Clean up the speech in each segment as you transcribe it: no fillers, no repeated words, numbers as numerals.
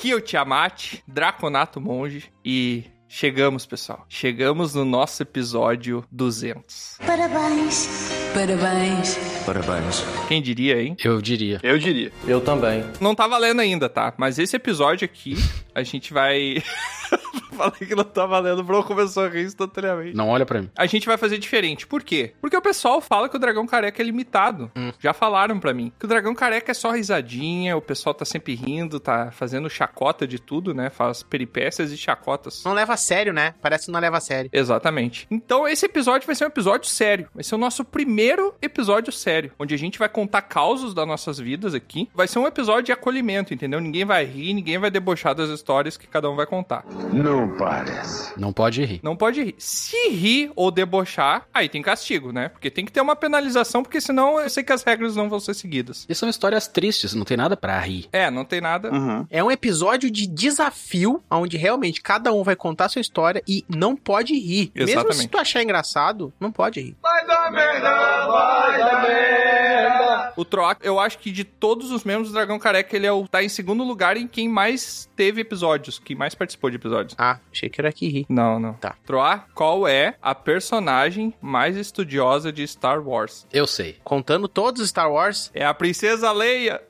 Aqui é o Tiamat, Draconato Monge, e chegamos, pessoal. Chegamos no nosso episódio 200. Parabéns. Parabéns. Parabéns. Quem diria, hein? Eu diria. Eu diria. Eu também. Não tá valendo ainda, tá? Mas esse episódio aqui, a gente vai... Falei que não tá valendo, o Bro começou a rir instantaneamente. Não olha pra mim. A gente vai fazer diferente. Por quê? Porque o pessoal fala que o Dragão Careca é limitado. Já falaram pra mim. Que o Dragão Careca é só risadinha, o pessoal tá sempre rindo, tá fazendo chacota de tudo, né? Faz peripécias e chacotas. Não leva a sério, né? Parece que não leva a sério. Exatamente. Então esse episódio vai ser um episódio sério. Vai ser o nosso primeiro episódio sério. Onde a gente vai contar causos das nossas vidas aqui. Vai ser um episódio de acolhimento, entendeu? Ninguém vai rir, ninguém vai debochar das histórias que cada um vai contar. Não parece. Não pode rir. Não pode rir. Se rir ou debochar, aí tem castigo, né? Porque tem que ter uma penalização, porque senão eu sei que as regras não vão ser seguidas. E são histórias tristes, não tem nada pra rir. É, não tem nada. É um episódio de desafio, onde realmente cada um vai contar a sua história e não pode rir. Exatamente. Mesmo se tu achar engraçado, não pode rir. Vai dar merda, vai dar merda. O Troá, eu acho que de todos os membros do Dragão Careca, ele tá em segundo lugar em quem mais teve episódios, quem mais participou de episódios. Ah, achei que era aqui rir. Não. Tá. Troá, qual é a personagem mais estudiosa de Star Wars? Eu sei. Contando todos os Star Wars, É a Princesa Leia.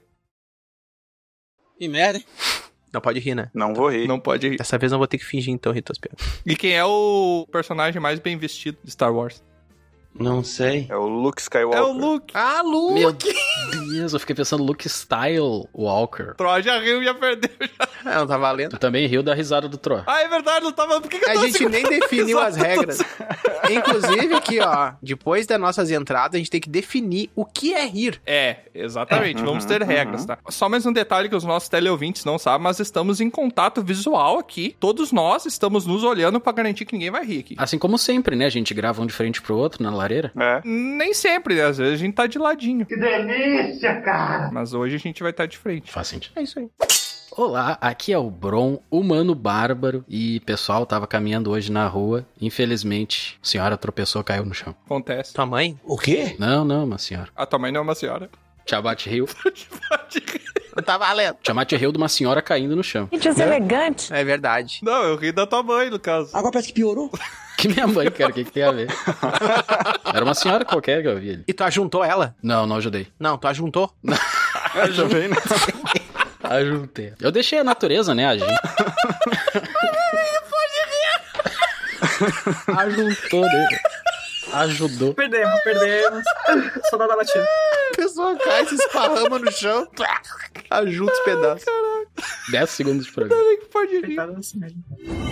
Que merda, hein? não pode rir, né? Não vou rir. Não pode rir. Dessa vez não vou ter que fingir, então, rir tuas piadas. E quem é o personagem mais bem vestido de Star Wars? Não sei. É o Luke Skywalker. É o Luke. Ah, Luke! Meu Deus, eu fiquei pensando Luke Style Walker. Troá já riu, já perdeu. Já. Não tá valendo. Tu também riu da risada do Troy. Ah, é verdade, não tava... Por que eu A tô gente nem definiu as Exato. regras. Inclusive aqui, ó, depois das nossas entradas, a gente tem que definir o que é rir. É, exatamente. Vamos ter regras, tá? Só mais um detalhe que os nossos teleouvintes não sabem, mas estamos em contato visual aqui. Todos nós estamos nos olhando pra garantir que ninguém vai rir aqui. Assim como sempre, né? A gente grava um de frente pro outro na lareira. É. Nem sempre, né? Às vezes a gente tá de ladinho. Que delícia, cara. Mas hoje a gente vai estar de frente. Faz sentido. É isso aí. Olá, aqui é o Bron, humano bárbaro. E pessoal, tava caminhando hoje na rua. Infelizmente, a senhora tropeçou, caiu no chão. Acontece. Tua mãe? O quê? Não, uma senhora. A tua mãe não é uma senhora. Tiamat riu. Não tá valendo. Tiamat riu de uma senhora caindo no chão. Que deselegante. É verdade. Não, eu ri da tua mãe, no caso. Agora parece que piorou. Que minha mãe, cara, o que tem a ver? Era uma senhora qualquer que eu vi ali. E tu ajuntou ela? Não ajudei. Não, tu ajuntou? Também não. Ajuntei. Eu deixei a natureza, né, agir. Ajuntou, né? Ajudou. Perdemos. Soldado abatido. A pessoa cai, se esparrama no chão. Ajunta os pedaços. 10 segundos de programa. Como é que pode rir? Coitado desse mesmo.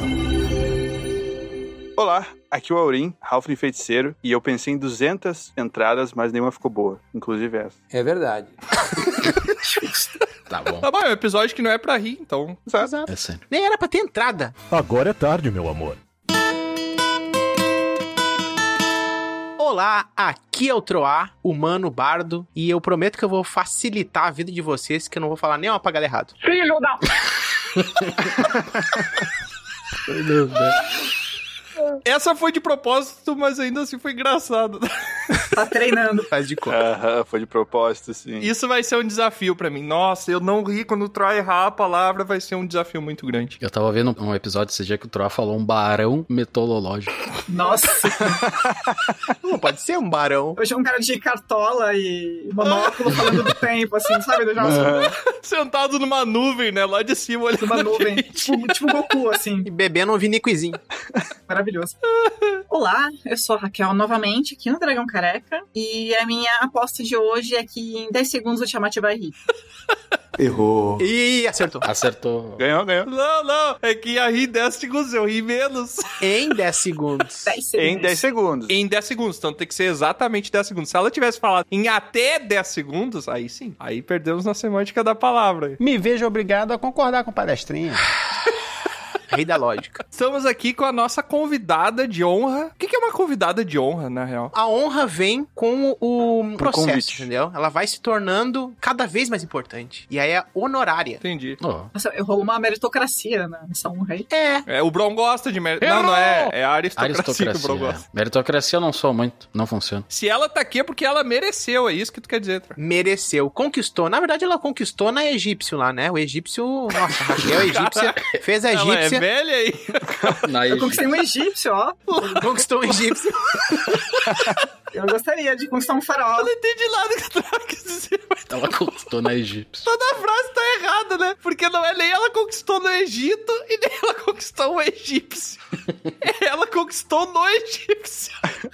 Olá, aqui é o Aurim, Halfling Feiticeiro, e eu pensei em 200 entradas, mas nenhuma ficou boa, inclusive essa. É verdade. Tá bom. Tá bom, é um episódio que não é pra rir, então... Exato. É sério. Nem era pra ter entrada. Agora é tarde, meu amor. Olá, aqui é o Troá, humano bardo, e eu prometo que eu vou facilitar a vida de vocês, que eu não vou falar nem uma pagalha errado. Filho da... Essa foi de propósito, mas ainda assim foi engraçado. Tá treinando. Faz de conta. Aham, foi de propósito, sim. Isso vai ser um desafio pra mim. Nossa, eu não ri quando o Troy errar a palavra, vai ser um desafio muito grande. Eu tava vendo um episódio esse dia que o Troá falou um barão metodológico. Nossa. Não, pode ser um barão. Hoje é um cara de cartola e monóculo falando do tempo, assim, sabe? Do Johnson. Sentado numa nuvem, né? Lá de cima, olhando Numa a nuvem. gente. Tipo Goku, assim. E bebendo um viniquizinho. Maravilhoso. Olá, eu sou a Raquel novamente, aqui no Dragão Careca. E a minha aposta de hoje é que em 10 segundos o Tiamat vai rir. Errou. Ih, acertou. Acertou. Ganhou. Não, é que ia rir 10 segundos, eu ri menos. Em 10 segundos. 10 segundos. Em 10 segundos. Em 10 segundos, então tem que ser exatamente 10 segundos. Se ela tivesse falado em até 10 segundos, aí sim. Aí perdemos na semântica da palavra. Me vejo obrigado a concordar com o palestrinha. Rei da lógica. Estamos aqui com a nossa convidada de honra. O que é uma convidada de honra, na real? A honra vem com o processo, convite. entendeu? Ela vai se tornando cada vez mais importante. E aí é honorária. Entendi. Ó, Nossa, eu rolo uma meritocracia nessa honra aí. O Bron gosta de Não é. É a aristocracia que o Bron gosta. Meritocracia eu não sou muito, não funciona. Se ela tá aqui é porque ela mereceu, é isso que tu quer dizer, Tra. Mereceu, conquistou. Na verdade, ela conquistou na egípcio lá, né? O egípcio, nossa, a Raquel egípcia, fez a Ela é egípcia, velha aí. Eu conquistei um egípcio, ó. conquistou o egípcio. Eu gostaria de conquistar um farol. Eu não entendi nada que o Tra quis dizer, mas Ela conquistou na egípcia. toda a frase tá errada, né? Porque não é nem ela conquistou no Egito e nem ela conquistou o egípcio. Ela conquistou no egípcio.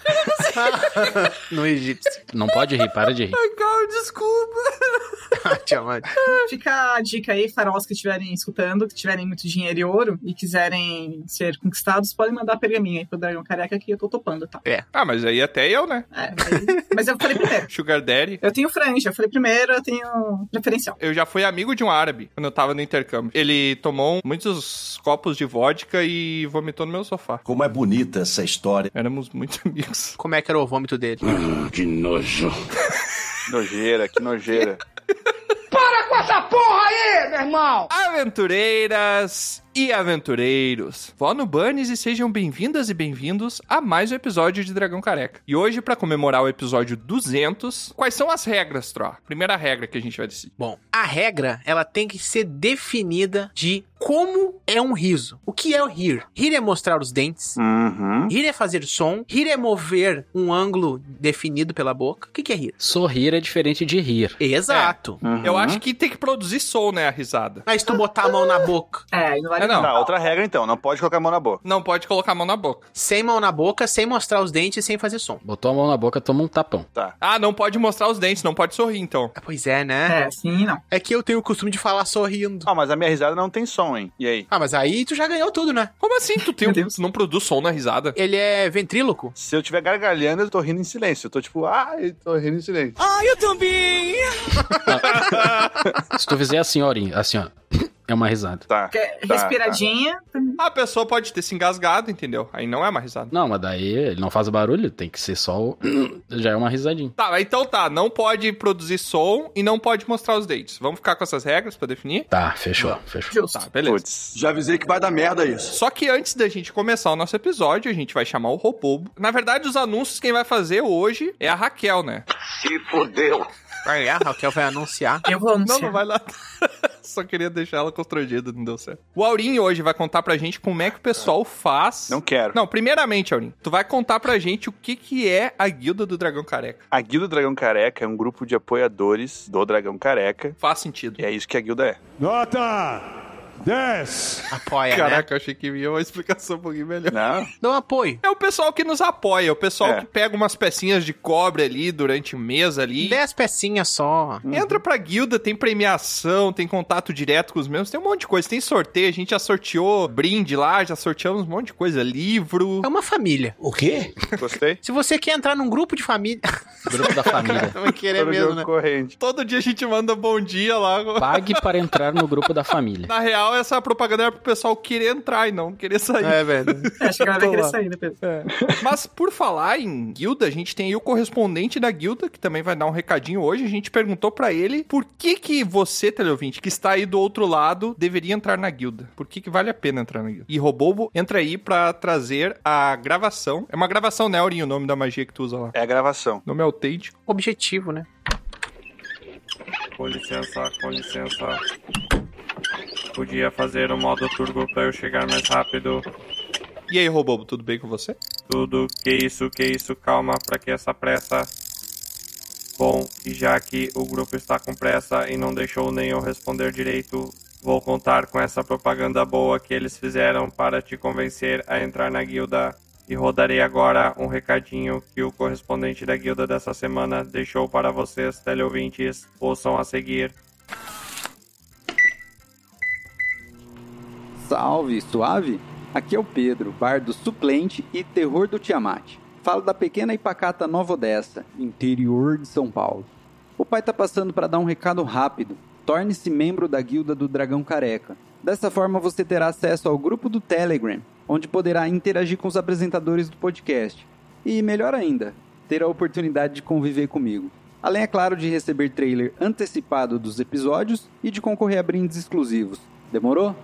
No egípcio. Não pode rir, para de rir. Ai, Carl, desculpa. Tiamat. Fica a dica aí, faróis que estiverem escutando, que tiverem muito dinheiro e ouro e quiserem ser conquistados, podem mandar pergaminho aí pro Dragão Careca que eu tô topando, tá? Ah, mas aí até eu, né? Mas eu falei primeiro. Sugar Daddy. Eu tenho franja, eu falei primeiro, eu tenho preferencial. Eu já fui amigo de um árabe quando eu tava no intercâmbio. Ele tomou muitos copos de vodka e vomitou no meu sofá. Como é bonita essa história. Éramos muito amigos. Como é que era o vômito dele? Que nojo. Nojeira, que nojeira. Para com essa porra aí, meu irmão! Aventureiras e aventureiros, vó no Bunnies e sejam bem-vindas e bem-vindos a mais um episódio de Dragão Careca. E hoje, pra comemorar o episódio 200, quais são as regras, Tro? Primeira regra que a gente vai decidir. Bom, a regra, ela tem que ser definida de como é um riso. O que é o rir? Rir é mostrar os dentes. Uhum. Rir é fazer som. Rir é mover um ângulo definido pela boca. O que é rir? Sorrir é diferente de rir. Exato. Eu acho que tem que produzir som, né, a risada. Mas se tu botar a mão na boca, Não vale Não. Tá, outra regra então, não pode colocar a mão na boca. Não pode colocar a mão na boca. sem mão na boca, sem mostrar os dentes e sem fazer som. Botou a mão na boca, toma um tapão. Tá. Ah, não pode mostrar os dentes, não pode sorrir, então. Ah, pois é, né? Sim, não. É que eu tenho o costume de falar sorrindo. Ah, mas a minha risada não tem som, hein? E aí? Ah, mas aí tu já ganhou tudo, né? Como assim? Tu Meu Deus. não produz som na risada? Ele é ventríloco. Se eu estiver gargalhando, eu tô rindo em silêncio. Eu tô tipo, eu tô rindo em silêncio. Eu também! Se tu fizer assim, Orinho, assim, ó, é uma risada. Tá. Respiradinha. A pessoa pode ter se engasgado, entendeu? Aí não é uma risada. Não, mas daí ele não faz barulho, tem que ser só o... Já é uma risadinha. Tá, então tá. Não pode produzir som e não pode mostrar os dentes. Vamos ficar com essas regras pra definir? Tá, fechou, fechou. Justo. Tá, beleza. Putz. Já avisei que vai dar merda isso. Só que antes da gente começar o nosso episódio, a gente vai chamar o Robobo. Na verdade, os anúncios quem vai fazer hoje é a Raquel, né? Se fodeu. Vai, a Raquel vai anunciar. Eu vou anunciar. Não vai lá. Só queria deixar ela constrangida, não deu certo. O Aurinho hoje vai contar pra gente como é que o pessoal faz... Não quero. Não, primeiramente, Aurinho, tu vai contar pra gente o que é a Guilda do Dragão Careca. A Guilda do Dragão Careca é um grupo de apoiadores do Dragão Careca. Faz sentido. E é isso que a guilda é. Nota 10. Apoia, né? Caraca, eu achei que ia uma explicação um pouquinho melhor. Não? Dá um apoio. É o pessoal que nos apoia, o pessoal É. que pega umas pecinhas de cobre ali durante o mês ali. 10 pecinhas só. Entra pra guilda, tem premiação, tem contato direto com os membros, tem um monte de coisa, tem sorteio, a gente já sorteou brinde lá, já sorteamos um monte de coisa, livro. É uma família. O quê? Gostei? Se você quer entrar num grupo de família... Grupo da família. Vai querer Todo mesmo, jogo né? corrente. Todo dia a gente manda bom dia lá. Pague para entrar no grupo da família. Na real, essa propaganda era pro pessoal querer entrar e não querer sair. É, velho. Acho que ela vai Tô querer lá. sair depois. Mas por falar em guilda, a gente tem aí o correspondente da guilda, que também vai dar um recadinho hoje. A gente perguntou pra ele por que você, teleouvinte, que está aí do outro lado, deveria entrar na guilda. Por que vale a pena entrar na guilda? E Robobo entra aí pra trazer a gravação. É uma gravação, né, Aurinho, o nome da magia que tu usa lá. É a gravação. Nome autêntico. Objetivo, né? Com licença, com licença. Podia fazer o modo turbo pra eu chegar mais rápido. E aí, Robobo, tudo bem com você? Tudo, que isso, calma, pra que essa pressa? Bom, e já que o grupo está com pressa e não deixou nem eu responder direito, vou contar com essa propaganda boa que eles fizeram para te convencer a entrar na guilda. E rodarei agora um recadinho que o correspondente da guilda dessa semana deixou para vocês, teleouvintes. Ouçam a seguir. Salve, suave? Aqui é o Pedro, bardo suplente e terror do Tiamat. Falo da pequena e pacata Nova Odessa, interior de São Paulo. O pai tá passando para dar um recado rápido. Torne-se membro da Guilda do Dragão Careca. Dessa forma, você terá acesso ao grupo do Telegram, onde poderá interagir com os apresentadores do podcast. E, melhor ainda, ter a oportunidade de conviver comigo. Além, é claro, de receber trailer antecipado dos episódios e de concorrer a brindes exclusivos. Demorou?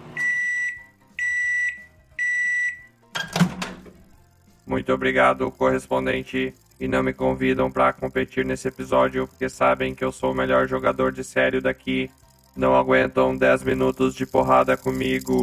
Muito obrigado, correspondente. E não me convidam pra competir nesse episódio, porque sabem que eu sou o melhor jogador de sério daqui. Não aguentam 10 minutos de porrada comigo.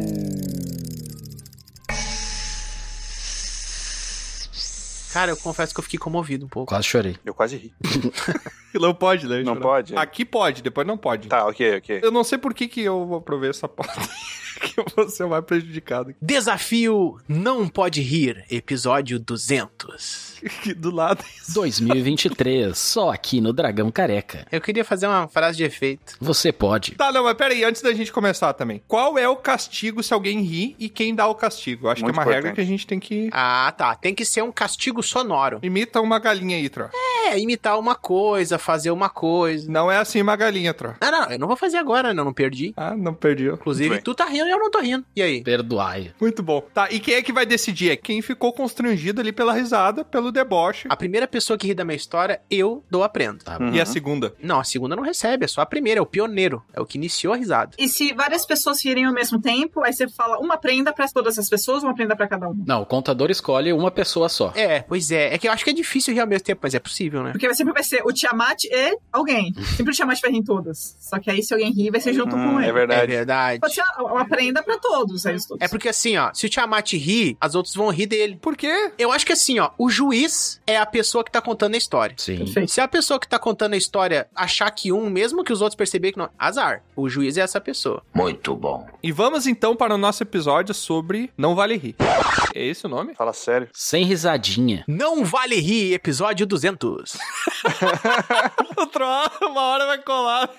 Cara, eu confesso que eu fiquei comovido um pouco. Quase chorei. Eu quase ri. Não pode, né? Não pode? Aqui pode, depois não pode. Tá, ok. Eu não sei por que eu aprovei essa pauta. Que eu vou ser o mais prejudicado. Desafio Não Pode Rir, episódio 200. Do lado isso. 2023, só aqui no Dragão Careca. Eu queria fazer uma frase de efeito. Você pode. Tá, não, mas peraí, antes da gente começar também. Qual é o castigo se alguém rir e quem dá o castigo? Eu acho Muito que é uma importante. regra que a gente tem que... Ah, tá. Tem que ser um castigo sonoro. Imita uma galinha aí, Tro. Imitar uma coisa, fazer uma coisa. Não é assim uma galinha, Tro. Não, eu não vou fazer agora, né? Eu não perdi. Ah, não perdi. Inclusive, tu tá rindo e eu não tô rindo. E aí? Perdoai. Muito bom. Tá, e quem é que vai decidir? É quem ficou constrangido ali pela risada, pelo deboche. A primeira pessoa que ri da minha história, eu dou a prenda. Tá. E a segunda? Não, a segunda não recebe, é só a primeira, é o pioneiro. É o que iniciou a risada. E se várias pessoas rirem ao mesmo tempo, aí você fala uma prenda pra todas as pessoas, uma prenda pra cada um. Não, o contador escolhe uma pessoa só. Pois é. É que eu acho que é difícil rir ao mesmo tempo, mas é possível, né? Porque sempre vai ser o Tiamat e alguém. Sempre o Tiamat vai rir em todas. Só que aí se alguém rir, vai ser junto com ele. É verdade. É verdade. Pode ser uma prenda pra todos, aí os todos. É porque assim, ó, se o Tiamat rir, as outras vão rir dele. Por quê? Eu acho que assim, ó, o juiz é a pessoa que tá contando a história. Sim. Perfeito. Se a pessoa que tá contando a história achar que mesmo que os outros perceberem que não, azar. O juiz é essa pessoa. Muito bom. E vamos então para o nosso episódio sobre Não Vale Rir. É esse o nome? Fala sério. Sem risadinha. Não Vale Rir, episódio 200. O Tro, uma hora vai colar.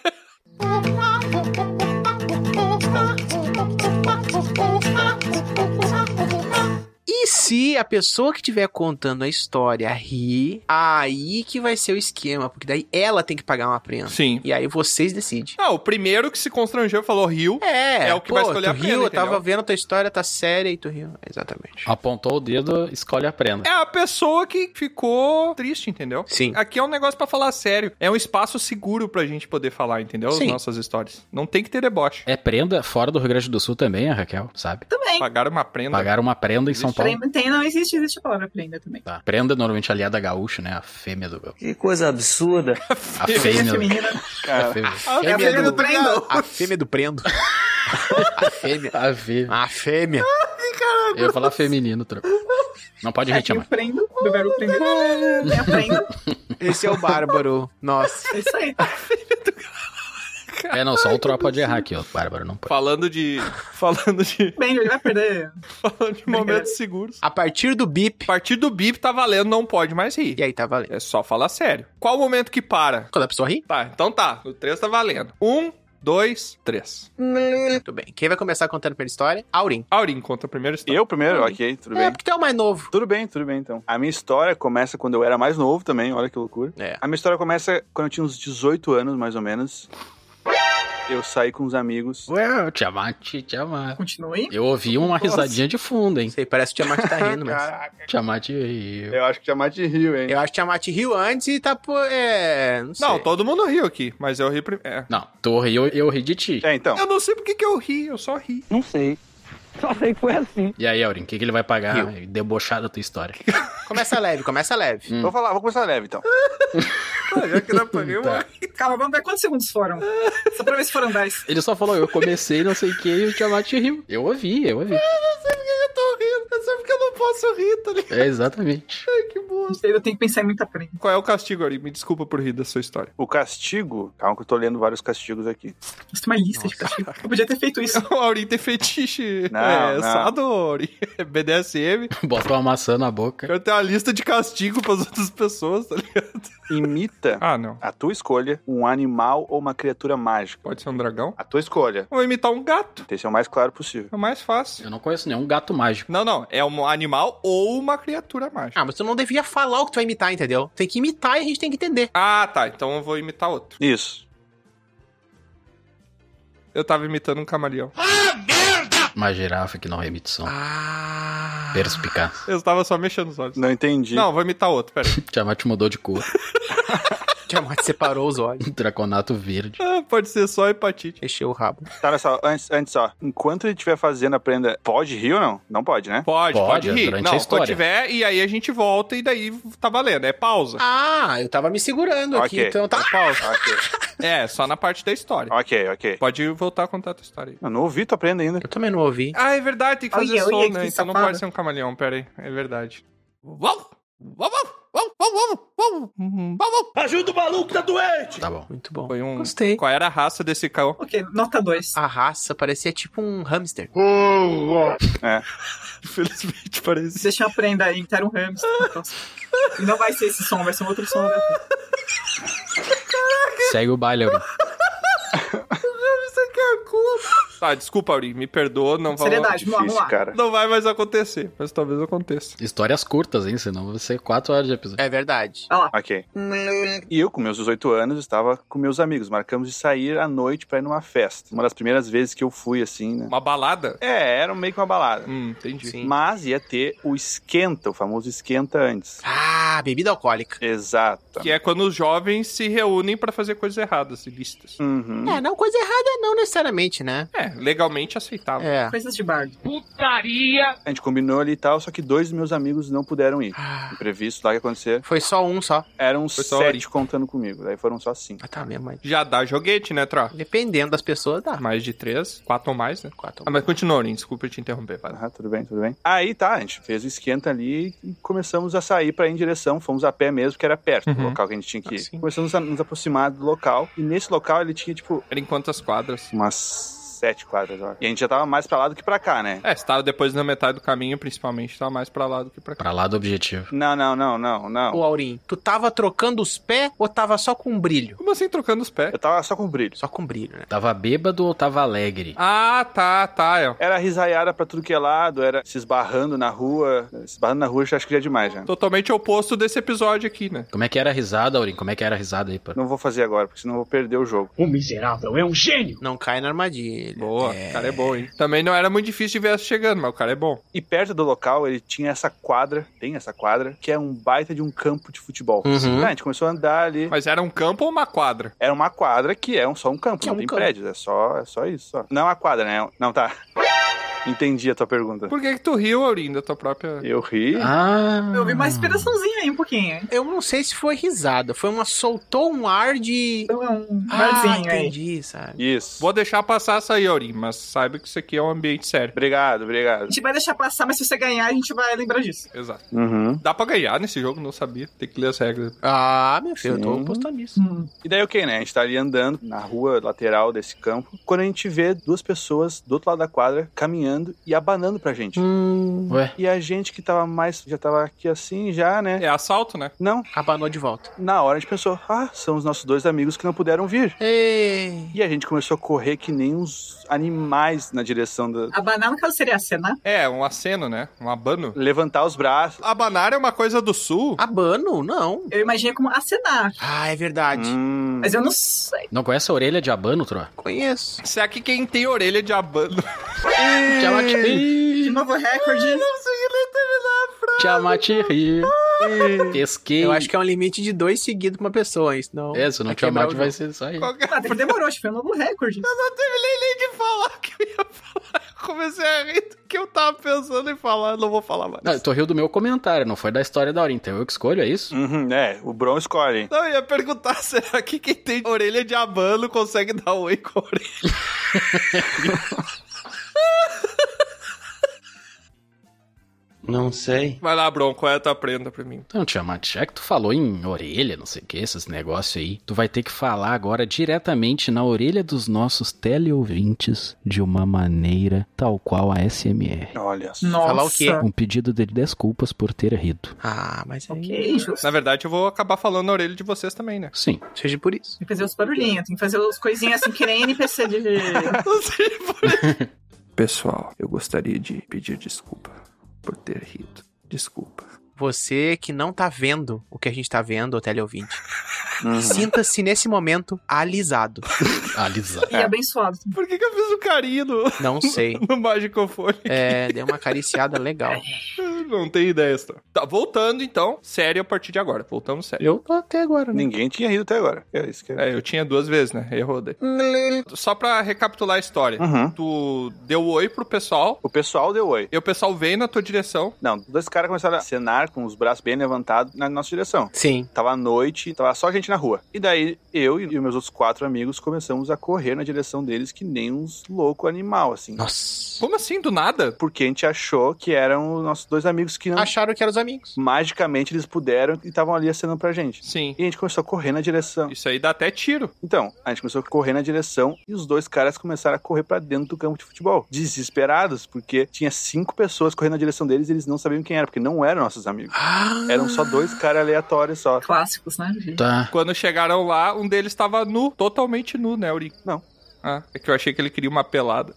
E se a pessoa que estiver contando a história rir, aí que vai ser o esquema, porque daí ela tem que pagar uma prenda. Sim. E aí vocês decidem. Ah, o primeiro que se constrangeu falou riu. É o que vai escolher a prenda, riu, eu entendeu? tava vendo a tua história, tá séria e tu riu. Exatamente. Apontou o dedo, escolhe a prenda. É a pessoa que ficou triste, entendeu? Sim. Aqui é um negócio pra falar sério. É um espaço seguro pra gente poder falar, entendeu? Sim. As nossas histórias. Não tem que ter deboche. É prenda fora do Rio Grande do Sul também, a Raquel, sabe? Também. Pagaram uma prenda. Pagaram uma prenda em São Paulo. Não existe a palavra prenda também. Tá. Prenda normalmente aliada a gaúcho, né? A fêmea do... Que coisa absurda. A fêmea. Feminina. A fêmea. É a fêmea do prendo. A fêmea do prendo. A fêmea. A fêmea. A fêmea. Eu ia falar feminino, troco. Não pode rir, Eu Tiamat. prendo, do verbo prender. É a prenda. Esse é o Bárbaro. Nossa. É isso aí. Não, só o Tro pode errar aqui, ó. Bárbaro não pode. Falando de Bem, ele vai perder. falando de momentos seguros. A partir do bip. A partir do bip tá valendo, não pode mais rir. E aí tá valendo. É só falar sério. Qual o momento que para? Quando a pessoa ri? Tá, então tá. O 3 tá valendo. 1, 2, 3. Muito bem. Quem vai começar contando a primeira história? Aurim. Aurim, conta a primeira história. Eu primeiro? Ok, tudo bem. Porque tu é o mais novo. Tudo bem então. A minha história começa quando eu era mais novo também, olha que loucura. É. A minha história começa quando eu tinha uns 18 anos, mais ou menos. Eu saí com uns amigos. Ué, Tiamat. Continue. Eu ouvi uma risadinha de fundo, hein? Sei, parece que o Tiamat tá rindo, mas... Caraca. Tiamat riu. Eu acho que Tiamat riu, hein? Eu acho que o Tiamat riu antes e tá por... Não sei. Não, todo mundo riu aqui, mas eu ri primeiro. Não, tu riu, eu ri de ti. Então. Eu não sei porque que eu ri, eu só ri. Não sei. Só sei que foi assim. E aí, Aurim, o que ele vai pagar e debochar da tua história? Começa leve. Vou começar leve, então. Já que não apaguei, eu Tá. Calma, vamos ver quantos segundos foram. Só pra ver se foram 10. Ele só falou, eu comecei, não sei o que, e o Tiamat riu. Eu ouvi. não sei porque eu tô rindo, é só porque eu não posso rir, tá ligado? É, exatamente. Ai, que boa. Eu tenho que pensar em muita prenda. Qual é o castigo, Aurim? Me desculpa por rir da sua história. O castigo... Calma que eu tô lendo vários castigos aqui. Você tem uma lista de castigo. Eu podia ter feito isso. O Aurim tem fetiche. Não. Sado, Aurim. BDSM. Bota uma maçã na boca. Eu tenho uma lista de castigo pras outras pessoas, tá ligado? Imita Não. a tua escolha um animal ou uma criatura mágica. Pode ser um dragão. A tua escolha. Vou imitar um gato. Tem que ser o mais claro possível. É o mais fácil. Eu não conheço nenhum gato mágico. Não. É um animal ou uma criatura mágica. Mas tu não devia falar o que tu vai imitar, entendeu? Tem que imitar e a gente tem que entender. Ah, tá. Então eu vou imitar outro. Isso. Eu tava imitando um camaleão. Uma girafa que não remite som. Perspicaz. Eu tava só mexendo os olhos. Não entendi. Não, vou imitar outro, peraí. Tiamat mudou de cor. Tiamat separou os olhos. Draconato verde. Pode ser só hepatite. Encheu o rabo. Tá, olha só, antes só. Enquanto ele estiver fazendo a prenda, pode rir ou não? Não pode, né? Pode rir. durante Não, a história. quando tiver, e aí a gente volta e daí tá valendo. É pausa. Eu tava me segurando aqui, Ok. então tá pausa. Ok, É, só na parte da história. ok. Pode voltar a contar a tua história aí. Eu não ouvi tua prenda ainda. Eu também não ouvi. Ah, é verdade, tem que fazer Olha, som, olha, né? que Então não safada. pode ser um camaleão, pera aí. É verdade. Ajuda o maluco, tá doente! Tá bom. Muito bom. Foi um... Gostei. Qual era a raça desse cão? Ok, nota 2. A raça parecia tipo um hamster. É. Infelizmente parece. Deixa eu aprender aí, que era um hamster. E não vai ser esse som, vai ser um outro som. Né? Segue o baile, Aurim. Tá, desculpa, Aurim, me perdoa, não vai... Seriedade, vamos lá. Cara. Não vai mais acontecer, mas talvez aconteça. Histórias curtas, hein? Senão vai ser 4 horas de episódio. É verdade. Olha lá. Ok. E eu, com meus 18 anos, estava com meus amigos. Marcamos de sair à noite pra ir numa festa. Uma das primeiras vezes que eu fui, assim, né? Uma balada? Era meio que uma balada. Entendi. Sim. Mas ia ter o esquenta, o famoso esquenta antes. Bebida alcoólica. Exato. Que é quando os jovens se reúnem pra fazer coisas erradas, ilícitas. Uhum. Não, coisa errada não necessariamente, né? É, legalmente aceitável. Coisas de bardo. Putaria! A gente combinou ali e tal, só que 2 dos meus amigos não puderam ir. Imprevisto lá que ia acontecer. Foi só um só. Eram Foi só 7 contando comigo, daí foram só 5. Tá mesmo, mas... Já dá joguete, né, Tro? Dependendo das pessoas, dá. Mais de 3, 4 ou mais, né? 4. Mas continua, Aurim, desculpa te interromper, vai. Tudo bem. Aí tá, a gente fez o esquenta ali e começamos a sair pra ir em direção, fomos a pé mesmo, que era perto do local que a gente tinha que ir. Sim. Começamos a nos aproximar do local, e nesse local ele tinha, tipo, Era em quantas quadras? umas 7 quadras, ó. E a gente já tava mais pra lá do que pra cá, né? É, você tava depois na metade do caminho, principalmente, tava mais pra lá do que pra cá. Pra lá do objetivo. Não. Ô, Aurim, tu tava trocando os pés ou tava só com brilho? Como assim, trocando os pés? Eu tava só com brilho. Só com brilho, né? Tava bêbado ou tava alegre? Ah, tá, é. Era risaiada pra tudo que é lado, era se esbarrando na rua. Esbarrando na rua eu acho que já é demais, já. Totalmente oposto desse episódio aqui, né? Como é que era a risada, Aurim? Como é que era a risada aí, pô? Não vou fazer agora, porque senão eu vou perder o jogo. O miserável é um gênio! Não cai na armadilha. Boa, o cara é bom, hein? Também não era muito difícil de ver essa chegando, mas o cara é bom. E perto do local ele tinha essa quadra, que é um baita de um campo de futebol. Uhum. A gente começou a andar ali. Mas era um campo ou uma quadra? Era uma quadra que é só um campo, não tem prédios, é só isso. Só. Não é uma quadra, né? Não, tá. Entendi a tua pergunta. Por que tu riu, Aurim, da tua própria... Eu ri. Eu vi uma inspiraçãozinha aí, um pouquinho. Hein? Eu não sei se foi risada, foi soltou um ar de... Um barzinho aí. Entendi, sabe? Isso. Vou deixar passar essa aí, Aurim, mas saiba que isso aqui é um ambiente sério. Obrigado. A gente vai deixar passar, mas se você ganhar, a gente vai lembrar disso. Exato. Uhum. Dá pra ganhar nesse jogo, não sabia. Tem que ler as regras. Meu filho, eu tô postando nisso. E daí, ok, né? A gente tá ali andando na rua lateral desse campo, quando a gente vê 2 pessoas do outro lado da quadra caminhando e abanando pra gente. Ué? E a gente que tava já tava aqui assim, já, né? É assalto, né? Não. Abanou de volta. Na hora a gente pensou, são os nossos 2 amigos que não puderam vir. Ei. E a gente começou a correr que nem uns animais na direção da... Abanar, no caso, seria acenar? É, um aceno, né? Um abano. Levantar os braços. Abanar é uma coisa do sul? Abano? Não. Eu imaginei como acenar. É verdade. Mas eu não sei. Não conhece a orelha de abano, Tro? Conheço. Será que quem tem orelha de abano... De novo recorde. Tiamat ri. Pesquei. Eu acho que é um limite de 2 seguidos pra uma pessoa, isso não. Se não Tiamat vai ser isso aí. Demorou, acho que foi um novo recorde. Eu não terminei nem de falar o que eu ia falar. Eu comecei a rir do que eu tava pensando em falar. Não vou falar mais. Não, tu riu do meu comentário, não foi da história da Aurim. Então eu que escolho, é isso? O Bron escolhe. Não, eu ia perguntar, será que quem tem orelha de abano consegue dar oi com a orelha? Não sei. Vai lá, Bron, qual é a tua prenda pra mim? Então, Tiamat, já que tu falou em orelha, não sei o que, esses negócios aí, tu vai ter que falar agora diretamente na orelha dos nossos teleouvintes de uma maneira tal qual a SMR. Olha só. Nossa. Falar o quê? Um pedido de desculpas por ter rido. Mas aí... Ok, justo. Na verdade, eu vou acabar falando na orelha de vocês também, né? Sim. Seja por isso. Tem que fazer os barulhinhos, tem que fazer as coisinhas assim que nem NPC de... Pessoal, eu gostaria de pedir desculpa por ter rido. Desculpa. Você que não tá vendo o que a gente tá vendo, o teleouvinte. Sinta-se nesse momento alisado. Alisado. E abençoado. Por que eu fiz o carinho Não sei. no Magical Folha? Deu uma acariciada legal. Não tenho ideia, só. Tá, voltando então, sério a partir de agora. Voltamos sério. Eu tô até agora, né? Ninguém tinha rido até agora. É isso que eu tinha 2 vezes, né? Errou daí. Só pra recapitular a história. Tu deu oi pro pessoal. O pessoal deu oi. E o pessoal veio na tua direção. Não, 2 caras começaram a acenar com os braços bem levantados na nossa direção. Sim. Tava à noite, tava só gente na rua. E daí, eu e meus outros 4 amigos começamos a correr na direção deles que nem uns louco animal, assim. Nossa. Como assim, do nada? Porque a gente achou que eram os nossos 2 amigos que não... Acharam que eram os amigos. Magicamente eles puderam e estavam ali acenando pra gente. Sim. E a gente começou a correr na direção. Isso aí dá até tiro. Então, a gente começou a correr na direção e os 2 caras começaram a correr pra dentro do campo de futebol. Desesperados, porque tinha 5 pessoas correndo na direção deles e eles não sabiam quem era, porque não eram nossos amigos. Eram só 2 caras aleatórios só. Clássicos, né? Tá. Quando chegaram lá, um deles tava nu, totalmente nu, né, Uri? Não. Ah, é que eu achei que ele queria uma pelada.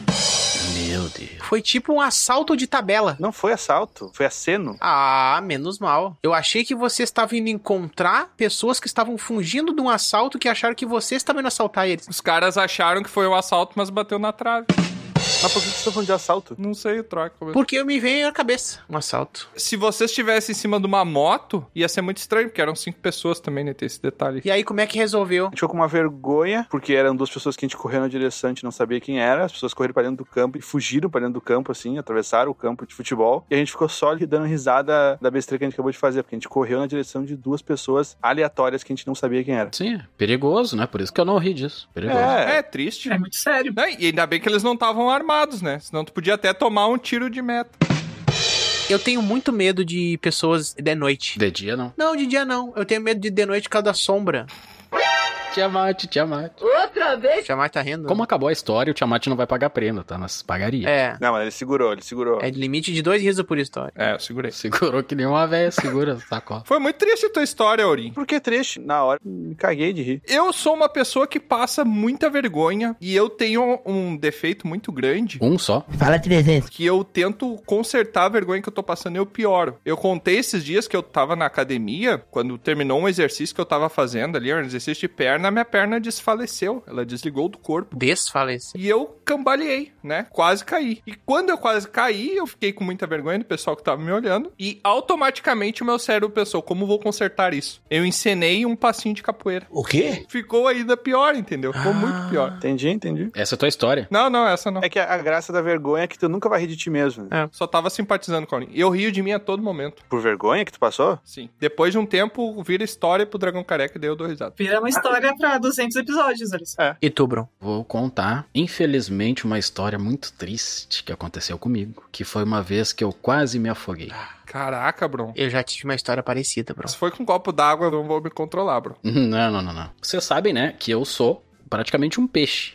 Meu Deus. Foi tipo um assalto de tabela. Não foi assalto, foi aceno. Ah, menos mal. Eu achei que você estava indo encontrar pessoas que estavam fugindo de um assalto que acharam que você estava indo assaltar eles. Os caras acharam que foi um assalto, mas bateu na trave. Mas por que vocês estão falando de assalto? Não sei, troca. Porque me veio à cabeça um assalto. Se você estivesse em cima de uma moto, ia ser muito estranho, porque eram 5 pessoas também, né? Tem esse detalhe. E aí, como é que resolveu? A gente ficou com uma vergonha, porque eram 2 pessoas que a gente correu na direção, a gente não sabia quem era. As pessoas correram pra dentro do campo e fugiram pra dentro do campo, assim, atravessaram o campo de futebol. E a gente ficou só dando risada da besteira que a gente acabou de fazer, porque a gente correu na direção de 2 pessoas aleatórias que a gente não sabia quem era. Sim, perigoso, né? Por isso que eu não ri disso. Perigoso. É triste. É muito sério. E ainda bem que eles não estavam armados, né? Senão tu podia até tomar um tiro de meta. Eu tenho muito medo de pessoas de noite. De dia, não. Não, de dia não. Eu tenho medo de noite por causa da sombra. Tiamat. Outra vez? Tiamat tá rindo? Como acabou a história, o Tiamat não vai pagar prenda, tá? Nas pagarias. É. Não, mas ele segurou. É de limite de 2 risos por história. É, eu segurei. Segurou que nem uma velha segura, sacou? Foi muito triste a tua história, Aurim. Por que triste? Na hora, me caguei de rir. Eu sou uma pessoa que passa muita vergonha e eu tenho um defeito muito grande. Um só? Fala 300. Que eu tento consertar a vergonha que eu tô passando e eu pioro. Eu contei esses dias que eu tava na academia, quando terminou um exercício que eu tava fazendo ali, um exercício de perna, minha perna desfaleceu. Ela desligou do corpo. Desfaleceu. E eu cambaleei, né? Quase caí. E quando eu quase caí, eu fiquei com muita vergonha do pessoal que tava me olhando. E automaticamente o meu cérebro pensou, como vou consertar isso? Eu encenei um passinho de capoeira. O quê? Ficou ainda pior, entendeu? Ficou muito pior. Entendi. Essa é a tua história. Não, essa não. É que a graça da vergonha é que tu nunca vai rir de ti mesmo. É, só tava simpatizando com a Aurim. Eu rio de mim a todo momento. Por vergonha que tu passou? Sim. Depois de um tempo, vira história pro Dragão Careca e daí eu dou risada. Vira uma história pra 200 episódios, Alice. É. E tu, Bruno? Vou contar, infelizmente, uma história muito triste que aconteceu comigo, que foi uma vez que eu quase me afoguei. Caraca, Bron. Eu já tive uma história parecida, Bruno. Se foi com um copo d'água, eu não vou me controlar, Bron. Não. Vocês sabem, né, que eu sou praticamente um peixe.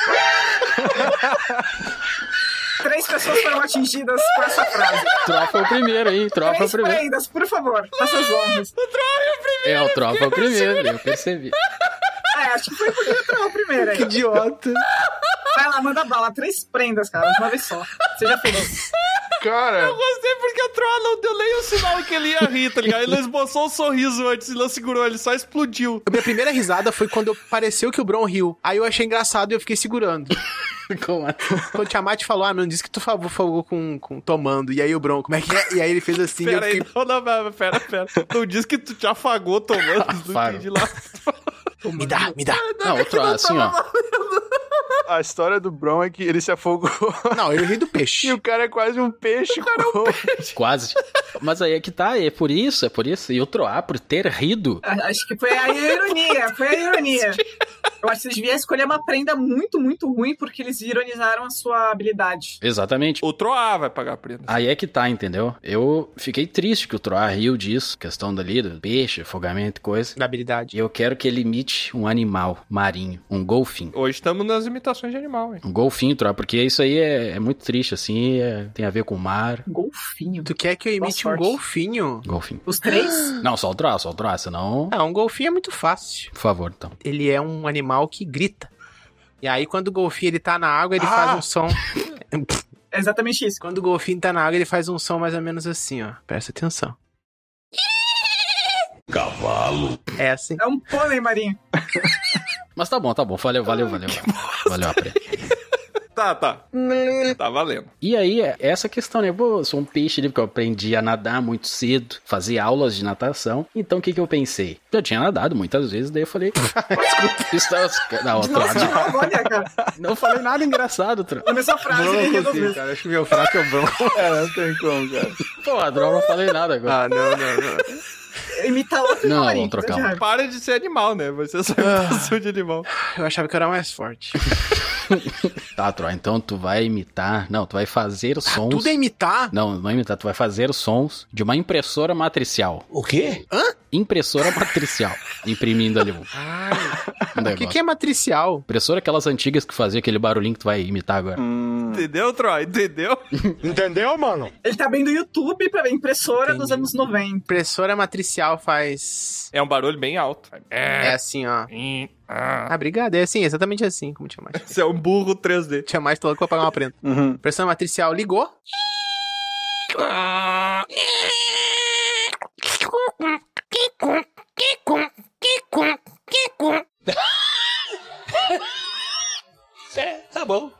3 pessoas foram atingidas com essa frase. Troll foi o primeiro, hein? Troll foi o 3 primeiro. prendas, por favor. Faça as honras. O Troll é o primeiro. O Troll foi o primeiro, eu percebi. Acho que foi porque o Troll primeiro aí. Que idiota. Vai lá, manda bala. 3 prendas, cara, de uma vez só. Seja feliz. Cara... Eu gostei porque o Troll não deu nem o sinal que ele ia rir, tá ligado? Ele esboçou um sorriso antes e não segurou, ele só explodiu. A minha primeira risada foi quando pareceu que o Bron riu. Aí eu achei engraçado e eu fiquei segurando. Como é? Quando o Tiamat falou, não disse que tu falou com tomando. E aí o Bron, como é que é? E aí ele fez assim. Pera eu aí, fiquei... não, pera. Não disse que tu te afagou tomando. Não entendi lá. Me dá. Não, o Troll, assim, ó. A história do Bron é que ele se afogou. Não, eu ri do peixe. E o cara é quase um peixe. Quase. Mas aí é que tá, é por isso. E o Troll, por ter rido. Acho que foi a ironia. Eu acho que vocês deviam escolher uma prenda muito, muito ruim, porque eles ironizaram a sua habilidade. Exatamente. O Troá vai pagar a prenda. Aí é que tá, entendeu? Eu fiquei triste que o Troá riu disso, questão dali, do peixe, afogamento e coisa. Da habilidade. E eu quero que ele imite um animal marinho, um golfinho. Hoje estamos nas imitações de animal, hein? Um golfinho, Troá, porque isso aí é muito triste, assim, tem a ver com o mar. Golfinho? Tu quer que eu imite um golfinho? Golfinho. Os 3? Não, só o Troá, senão... Não, um golfinho é muito fácil. Por favor, então. Ele é um animal que grita. E aí, quando o golfinho ele tá na água, ele faz um som... É exatamente isso. Quando o golfinho tá na água, ele faz um som mais ou menos assim, ó. Presta atenção. Cavalo. cavalo. É assim. É um pônei marinho. Mas tá bom. Valeu a prenda. Tá. Tá valendo. E aí, essa questão, né? Pô, eu sou um peixe ali, porque eu aprendi a nadar muito cedo, fazia aulas de natação. Então, o que eu pensei? Eu tinha nadado muitas vezes, daí eu falei... Desculpa, isso não falei nada engraçado, Tro. Começou a frase. Não consigo, cara. Acho que meu fraco é o bom. Não tem como, cara. Pô, Drol, não falei nada agora. Não. Imitar outro Não, marinho. vamos trocar. Para de ser animal, né? Você só imitação de animal. Eu achava que eu era mais forte. Tá, Tro, então tu vai imitar... Não, tu vai fazer sons... Tudo é imitar? Não é imitar. Tu vai fazer os sons de uma impressora matricial. O quê? Hã? Impressora matricial. Imprimindo ali um O que é matricial? Impressora aquelas antigas que fazia aquele barulhinho que tu vai imitar agora. Entendeu, Troy? Entendeu? Entendeu, mano? Ele tá bem do YouTube pra ver impressora dos anos 90. Impressora matricial faz... É um barulho bem alto. É assim, ó. Obrigado. É assim, exatamente assim, como tinha mais. Você é um burro 3D. Tinha mais, tô louco pra pagar uma prenda. Impressora matricial ligou. Tá bom.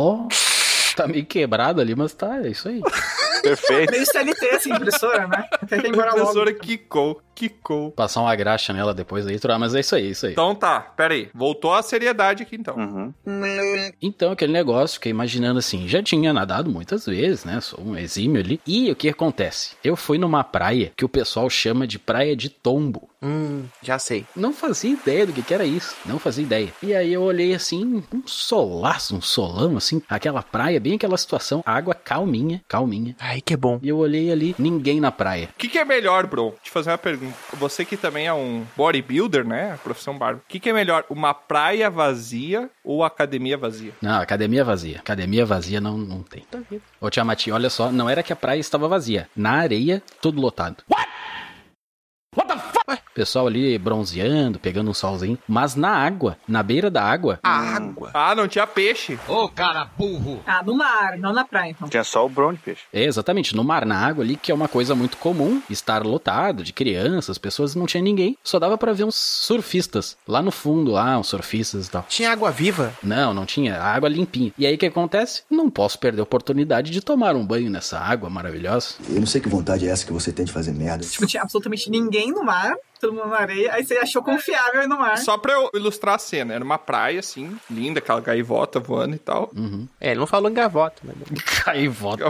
Tá meio quebrado ali, mas tá, é isso aí. Perfeito. Meio CLT essa impressora, né? Quer ir embora logo. Impressora quicou. Passar uma graxa nela depois aí, mas é isso aí. Então tá, pera aí. Voltou a seriedade aqui, então. Então, aquele negócio, fiquei imaginando assim, já tinha nadado muitas vezes, né? Sou um exímio ali. E o que acontece? Eu fui numa praia que o pessoal chama de praia de tombo. Já sei. Não fazia ideia do que era isso. Não fazia ideia. E aí eu olhei assim, um solaço, um solão, assim. Aquela praia, bem aquela situação. Água calminha. Ai, que bom. E eu olhei ali, ninguém na praia. O que é melhor, bro? Deixa eu fazer uma pergunta. Você que também é um bodybuilder, né? A profissão bárbaro. O que é melhor? Uma praia vazia ou academia vazia? Não, academia vazia. Academia vazia não tem. Ô, Tiamat, olha só. Não era que a praia estava vazia. Na areia, tudo lotado. What the fuck? Pessoal ali bronzeando, pegando um solzinho. Mas na água, na beira da água... Água? Ah, não tinha peixe. Ô, cara burro. Ah, no mar, não na praia, então. Tinha só o brão de peixe. É, exatamente. No mar, na água ali, que é uma coisa muito comum. Estar lotado de crianças, pessoas, não tinha ninguém. Só dava pra ver uns surfistas. Lá no fundo, lá, uns surfistas e tal. Tinha água viva? Não tinha. A água limpinha. E aí, o que acontece? Não posso perder a oportunidade de tomar um banho nessa água maravilhosa. Eu não sei que vontade é essa que você tem de fazer merda. Tipo, tinha absolutamente ninguém no mar, todo mundo na areia, aí você achou confiável ir no mar. Só pra eu ilustrar a cena, era uma praia, assim, linda, aquela gaivota voando e tal. É, ele não falou em gavota, mas... Gaivota.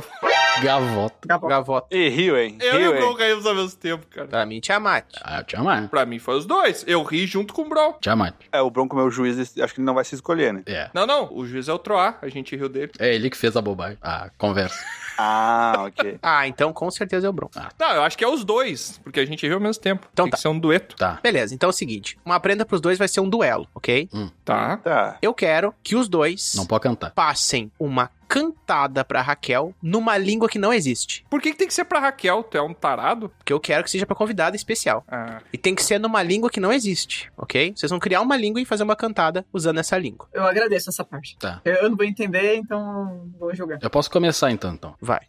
Gavota. E rio, hein? Eu e o Bron caímos ao mesmo tempo, cara. Pra mim, Tiamat. Ah, Tiamat. Pra mim foi os dois. Eu ri junto com o Bron. Tiamat. É, o Bron, como é o juiz, acho que ele não vai se escolher, né? É. Não, o juiz é o Troá, a gente riu dele. É ele que fez a bobagem, a conversa. Ah, ok. Ah, então com certeza é o Bron. Não, eu acho que é os dois, porque a gente riu ao mesmo tempo. Então tem tá. que ser um dueto. Tá. Beleza, então é o seguinte. Uma prenda pros dois vai ser um duelo, ok? Tá. Tá. Eu quero que os dois Não pode cantar. passem uma cantada pra Raquel numa língua que não existe. Por que tem que ser pra Raquel? Tu é um tarado? Porque eu quero que seja pra convidada especial. Ah. E tem que ser numa língua que não existe, ok? Vocês vão criar uma língua e fazer uma cantada usando essa língua. Eu agradeço essa parte. Tá. Eu não vou entender, então não vou julgar. Eu posso começar então. Vai.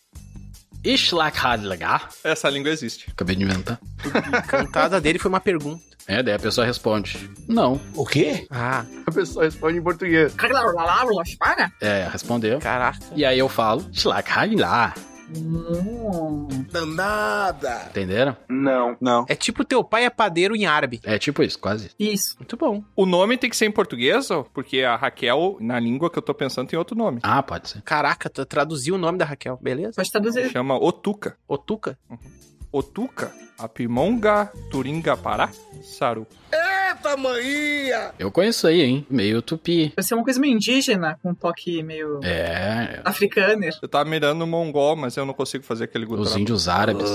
Ishlakadlagar. Essa língua existe. Acabei de inventar. A cantada dele foi uma pergunta. É, daí a pessoa responde. Não. O quê? Ah, A pessoa responde em português. É, respondeu. caraca. E aí eu falo, Ishlakadlagar. Danada. Entenderam? Não. É tipo teu pai é padeiro em árabe. É tipo isso, quase. Isso. Muito bom. O nome tem que ser em português, ó, porque a Raquel, na língua que eu tô pensando, tem outro nome. Ah, pode ser. Caraca, tu traduziu o nome da Raquel, beleza? Pode traduzir. Chama Otuca. Otuca? Otuca, Apimonga, Turinga, Pará, Saru. Eita, maninha! Eu conheço aí, hein? Meio tupi. Vai ser uma coisa meio indígena, com um toque meio É. africaner. Eu tava mirando no mongol, mas eu não consigo fazer aquele gutural. Os índios árabes.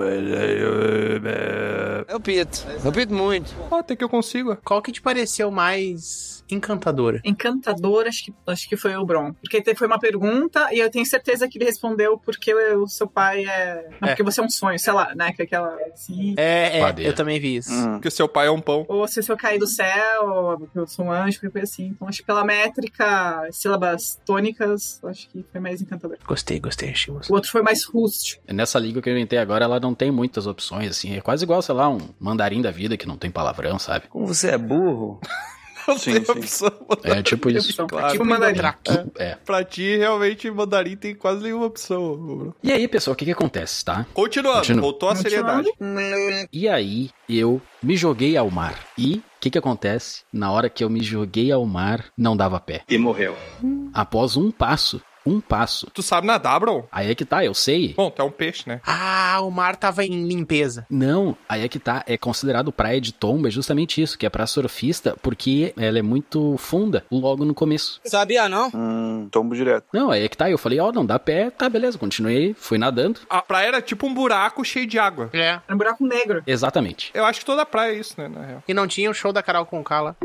Eu pito muito. Até que eu consigo. Qual que te pareceu mais encantadora? Encantador, acho que foi o Bron. Porque foi uma pergunta e eu tenho certeza que ele respondeu porque o seu pai é... Não, porque você é um sonho, sei lá, né? Que aquela... Assim, Padeiro. Eu também vi isso. Porque seu pai é um pão. ou se eu cair do céu, ou eu sou um anjo, qualquer coisa assim. Então acho que pela métrica, sílabas tônicas, acho que foi mais encantador. Gostei, achei. O outro foi mais rústico. Nessa língua que eu inventei agora, ela não tem muitas opções, assim. É quase igual, sei lá, um mandarim da vida que não tem palavrão, sabe? Como você é burro. Não tem opção. É tipo isso. Claro. Tipo mandarim. É. Pra ti, realmente, mandarim tem quase nenhuma opção. Bruno. E aí, pessoal, o que acontece, tá? Continuando, voltou a seriedade. E aí, eu me joguei ao mar. E o que acontece? Na hora que eu me joguei ao mar, não dava pé. E morreu. Após um passo. Tu sabe nadar, bro? Aí é que tá, eu sei. Bom, tu é um peixe, né? Ah, o mar tava em limpeza. Não, aí é que tá, é considerado praia de tomba, é justamente isso, que é pra surfista, porque ela é muito funda logo no começo. Sabia não? Tombo direto. Não, aí é que tá, eu falei, não dá pé, tá, beleza, continuei, fui nadando. A praia era tipo um buraco cheio de água. É. Era um buraco negro. Exatamente. Eu acho que toda praia é isso, né, na real. E não tinha o show da Carol Conká lá.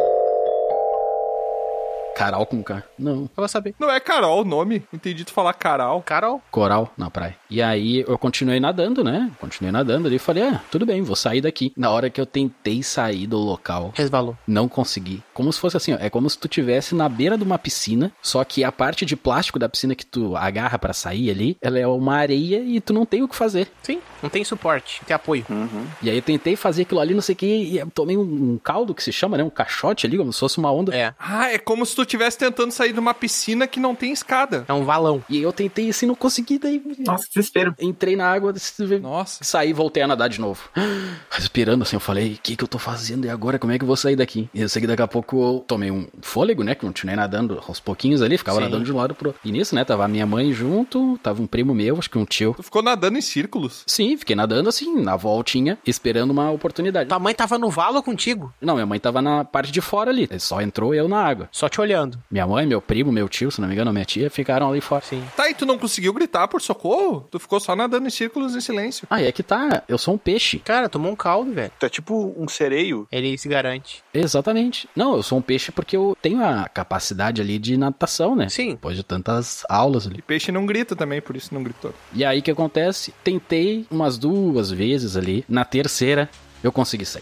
Carol com K. Não. Eu vou saber. Não é Carol o nome? Entendi tu falar Carol. Carol? Coral na praia. E aí eu continuei nadando, né? Continuei nadando ali e falei, tudo bem, vou sair daqui. Na hora que eu tentei sair do local, resvalou. Não consegui. Como se fosse assim, é como se tu tivesse na beira de uma piscina, só que a parte de plástico da piscina que tu agarra pra sair ali, ela é uma areia e tu não tem o que fazer. Sim, não tem suporte, não tem apoio. E aí eu tentei fazer aquilo ali, não sei o que, e eu tomei um caldo que se chama, né? Um caixote ali, como se fosse uma onda. É. É como se tu estivesse tentando sair de uma piscina que não tem escada. É um valão. E eu tentei assim, não consegui, daí... Nossa, desespero. Entrei na água, nossa. Saí e voltei a nadar de novo. Respirando assim, eu falei, o que eu tô fazendo e agora? Como é que eu vou sair daqui? E eu sei que daqui a pouco eu tomei um fôlego, né? Continuei nadando aos pouquinhos ali, ficava nadando de um lado pro outro. E nisso, né? Tava a minha mãe junto, tava um primo meu, acho que um tio. Tu ficou nadando em círculos? Sim, fiquei nadando assim, na voltinha, esperando uma oportunidade. Tua mãe tava no valo contigo? Não, minha mãe tava na parte de fora ali. Só entrou eu na água. Só te olhando. Minha mãe, meu primo, meu tio, se não me engano, minha tia, ficaram ali fora. Sim. Tá, e tu não conseguiu gritar por socorro? Tu ficou só nadando em círculos em silêncio. Ah, é que tá, eu sou um peixe. Cara, tomou um caldo, velho. Tu é tipo um sereio. Ele se garante. Exatamente. Não, eu sou um peixe porque eu tenho a capacidade ali de natação, né? Sim. Depois de tantas aulas ali. E peixe não grita também, por isso não gritou. E aí o que acontece? Tentei umas 2 vezes ali. Na terceira, eu consegui sair.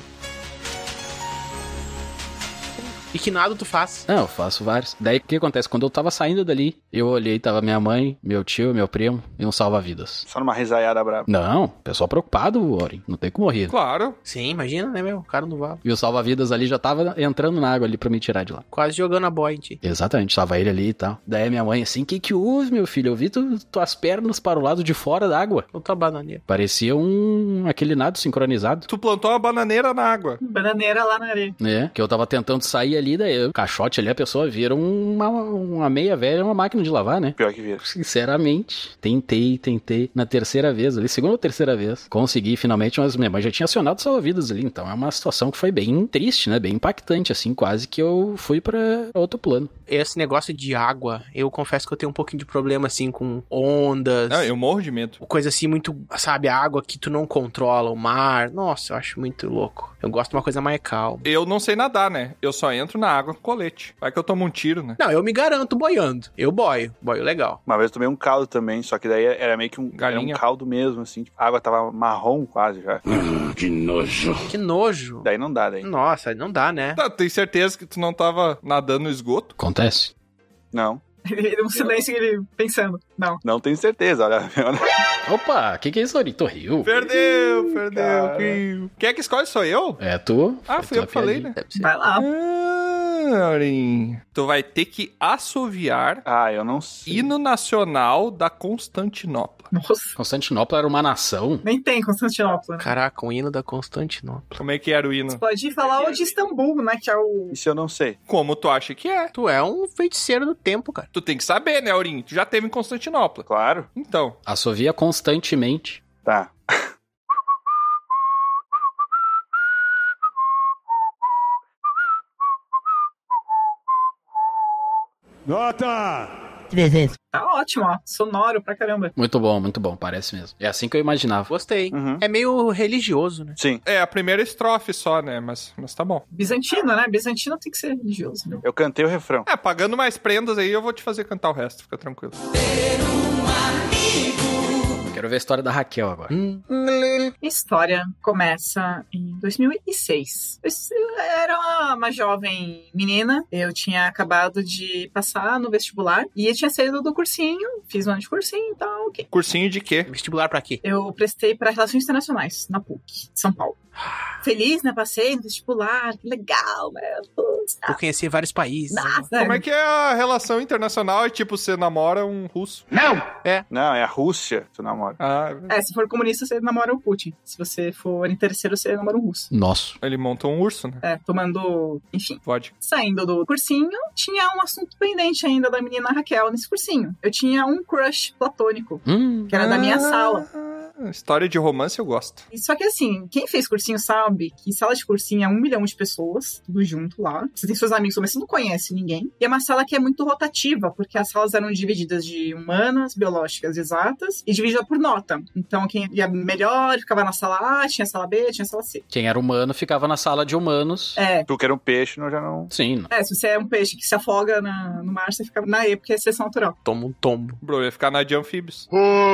E que nada tu faz? Não, eu faço vários. Daí o que acontece? Quando eu tava saindo dali, eu olhei, tava minha mãe, meu tio, meu primo e um salva-vidas. Só numa risaiada brava. Não, pessoal preocupado, Oren. Não tem como rir. Claro. Sim, imagina, né, meu? O cara no valo. E o salva-vidas ali já tava entrando na água ali pra me tirar de lá. Quase jogando a boia em ti. Exatamente, tava ele ali e tal. Daí minha mãe assim, que houve, meu filho? Eu vi tuas pernas para o lado de fora da água. Outra bananeira. Parecia aquele nado sincronizado. Tu plantou uma bananeira na água. Bananeira lá na areia. É, que eu tava tentando sair ali, daí o caixote ali, a pessoa vira uma meia velha, uma máquina de lavar, né? Pior que vira. Sinceramente, tentei. Na terceira vez ali, segunda ou terceira vez, consegui finalmente, mas minha mãe já tinha acionado salva-vidas ali, então é uma situação que foi bem triste, né? Bem impactante, assim, quase que eu fui pra outro plano. Esse negócio de água, eu confesso que eu tenho um pouquinho de problema, assim, com ondas. Não, eu morro de medo. Coisa assim, muito, sabe, água que tu não controla, o mar. Nossa, eu acho muito louco. Eu gosto de uma coisa mais calma. Eu não sei nadar, né? Eu só entro na água com colete. Vai que eu tomo um tiro, né? Não, eu me garanto boiando. Eu boio legal. Uma vez eu tomei um caldo também, só que daí era meio que era um caldo mesmo, assim. A água tava marrom quase já. Que nojo. Que nojo. Daí não dá, daí. Nossa, não dá, né? Tá, tem certeza que tu não tava nadando no esgoto? Acontece? Não. Um silêncio ele pensando. Não. Não tenho certeza, olha. Opa, que é isso, Dorito? Riu? Perdeu. Quem é que escolhe? Sou eu? É tu. Ah, fui eu que falei, né? Vai lá. Tu vai ter que assoviar eu não sei. Hino Nacional da Constantinopla. Nossa. Constantinopla era uma nação? Nem tem Constantinopla. Caraca, o hino da Constantinopla. Como é que era o hino? Você pode falar o de Istambul, né? Que é o... Isso eu não sei. Como tu acha que é? Tu é um feiticeiro do tempo, cara. Tu tem que saber, né, Aurinho? Tu já teve em Constantinopla. Claro. Então. Assovia constantemente. Tá. Nota! 300. Tá ótimo, ó. Sonoro pra caramba. Muito bom, parece mesmo. É assim que eu imaginava. Gostei. É meio religioso, né? Sim. É, a primeira estrofe só, né? Mas tá bom. Bizantino, né? Bizantino tem que ser religioso, né? Eu cantei o refrão. É, pagando mais prendas aí, eu vou te fazer cantar o resto. Fica tranquilo. Quero ver a história da Raquel agora. A história começa em 2006. Eu era uma jovem menina. Eu tinha acabado de passar no vestibular. E eu tinha saído do cursinho. Fiz um ano de cursinho e tal, ok. Cursinho de quê? Vestibular pra quê? Eu prestei para Relações Internacionais, na PUC, de São Paulo. Feliz, né? Passei no vestibular, que legal, meu Deus. Eu conheci vários países. Nossa, Como é que é a relação internacional? É tipo, você namora um russo? Não! Não, é a Rússia que tu namora. Ah, se for comunista, você namora o Putin. Se você for interesseiro, você namora um russo. Nossa. ele monta um urso, né? Tomando, enfim. Pode. Saindo do cursinho, tinha um assunto pendente ainda da menina Raquel nesse cursinho. Eu tinha um crush platônico, que era da minha sala. História de romance eu gosto. Só que assim, quem fez cursinho sabe que sala de cursinho é 1 milhão de pessoas, tudo junto lá. Você tem seus amigos, mas você não conhece ninguém. E é uma sala que é muito rotativa, porque as salas eram divididas de humanas, biológicas, exatas, e dividida por nota. Então quem ia melhor ficava na sala A, tinha a sala B, tinha a sala C. Quem era humano ficava na sala de humanos. Tu que era um peixe, já não... Sim. Se você é um peixe que se afoga no mar, você fica na E, porque é seleção natural. Toma um tombo. Bro, ia ficar na de anfíbios.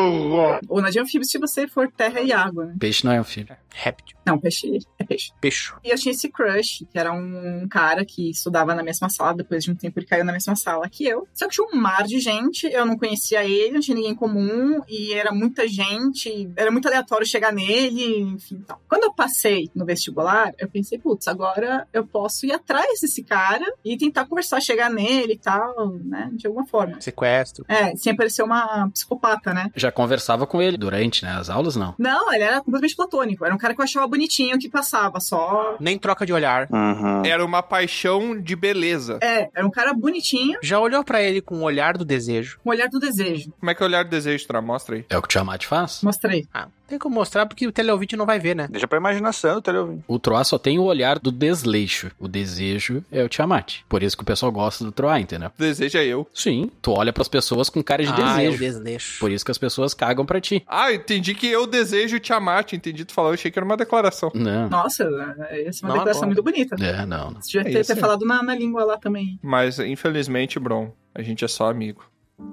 Ou na de anfíbios se você for terra e água, né? Peixe não é anfíbio. Réptil. Não, peixe é peixe. Peixo. E eu tinha esse crush, que era um cara que estudava na mesma sala, depois de um tempo ele caiu na mesma sala que eu. Só que tinha um mar de gente, eu não conhecia ele, não tinha ninguém em comum, e era muita gente, era muito aleatório chegar nele, enfim, tal. Quando eu passei no vestibular, eu pensei, putz, agora eu posso ir atrás desse cara e tentar conversar, chegar nele e tal, né, de alguma forma. Sequestro. Sem parecer uma psicopata, né? Já conversava com ele durante, né, as aulas, não? Não, ele era completamente platônico, era um cara que eu achava bonitinho, que passava só... Nem troca de olhar. Era uma paixão de beleza. Era um cara bonitinho. Já olhou pra ele com o olhar do desejo? Com o olhar do desejo. Como é que é o olhar do desejo, Tra? Mostra aí. É o que o Tiamat faz? Mostrei. Tem como mostrar porque o teleouvinte não vai ver, né? Deixa pra imaginação o teleouvinte. O Troá só tem o olhar do desleixo. O desejo é o Tiamat. Por isso que o pessoal gosta do Troá, entendeu? O desejo é eu. Sim. Tu olha pras pessoas com cara de desejo. É o desleixo. Por isso que as pessoas cagam pra ti. Entendi que eu desejo o Tiamat. Entendi tu falar, eu achei que era uma declaração. Não. Nossa, essa é uma declaração muito bonita. Não. Você devia ter falado na língua lá também. Mas, infelizmente, Bron, a gente é só amigo.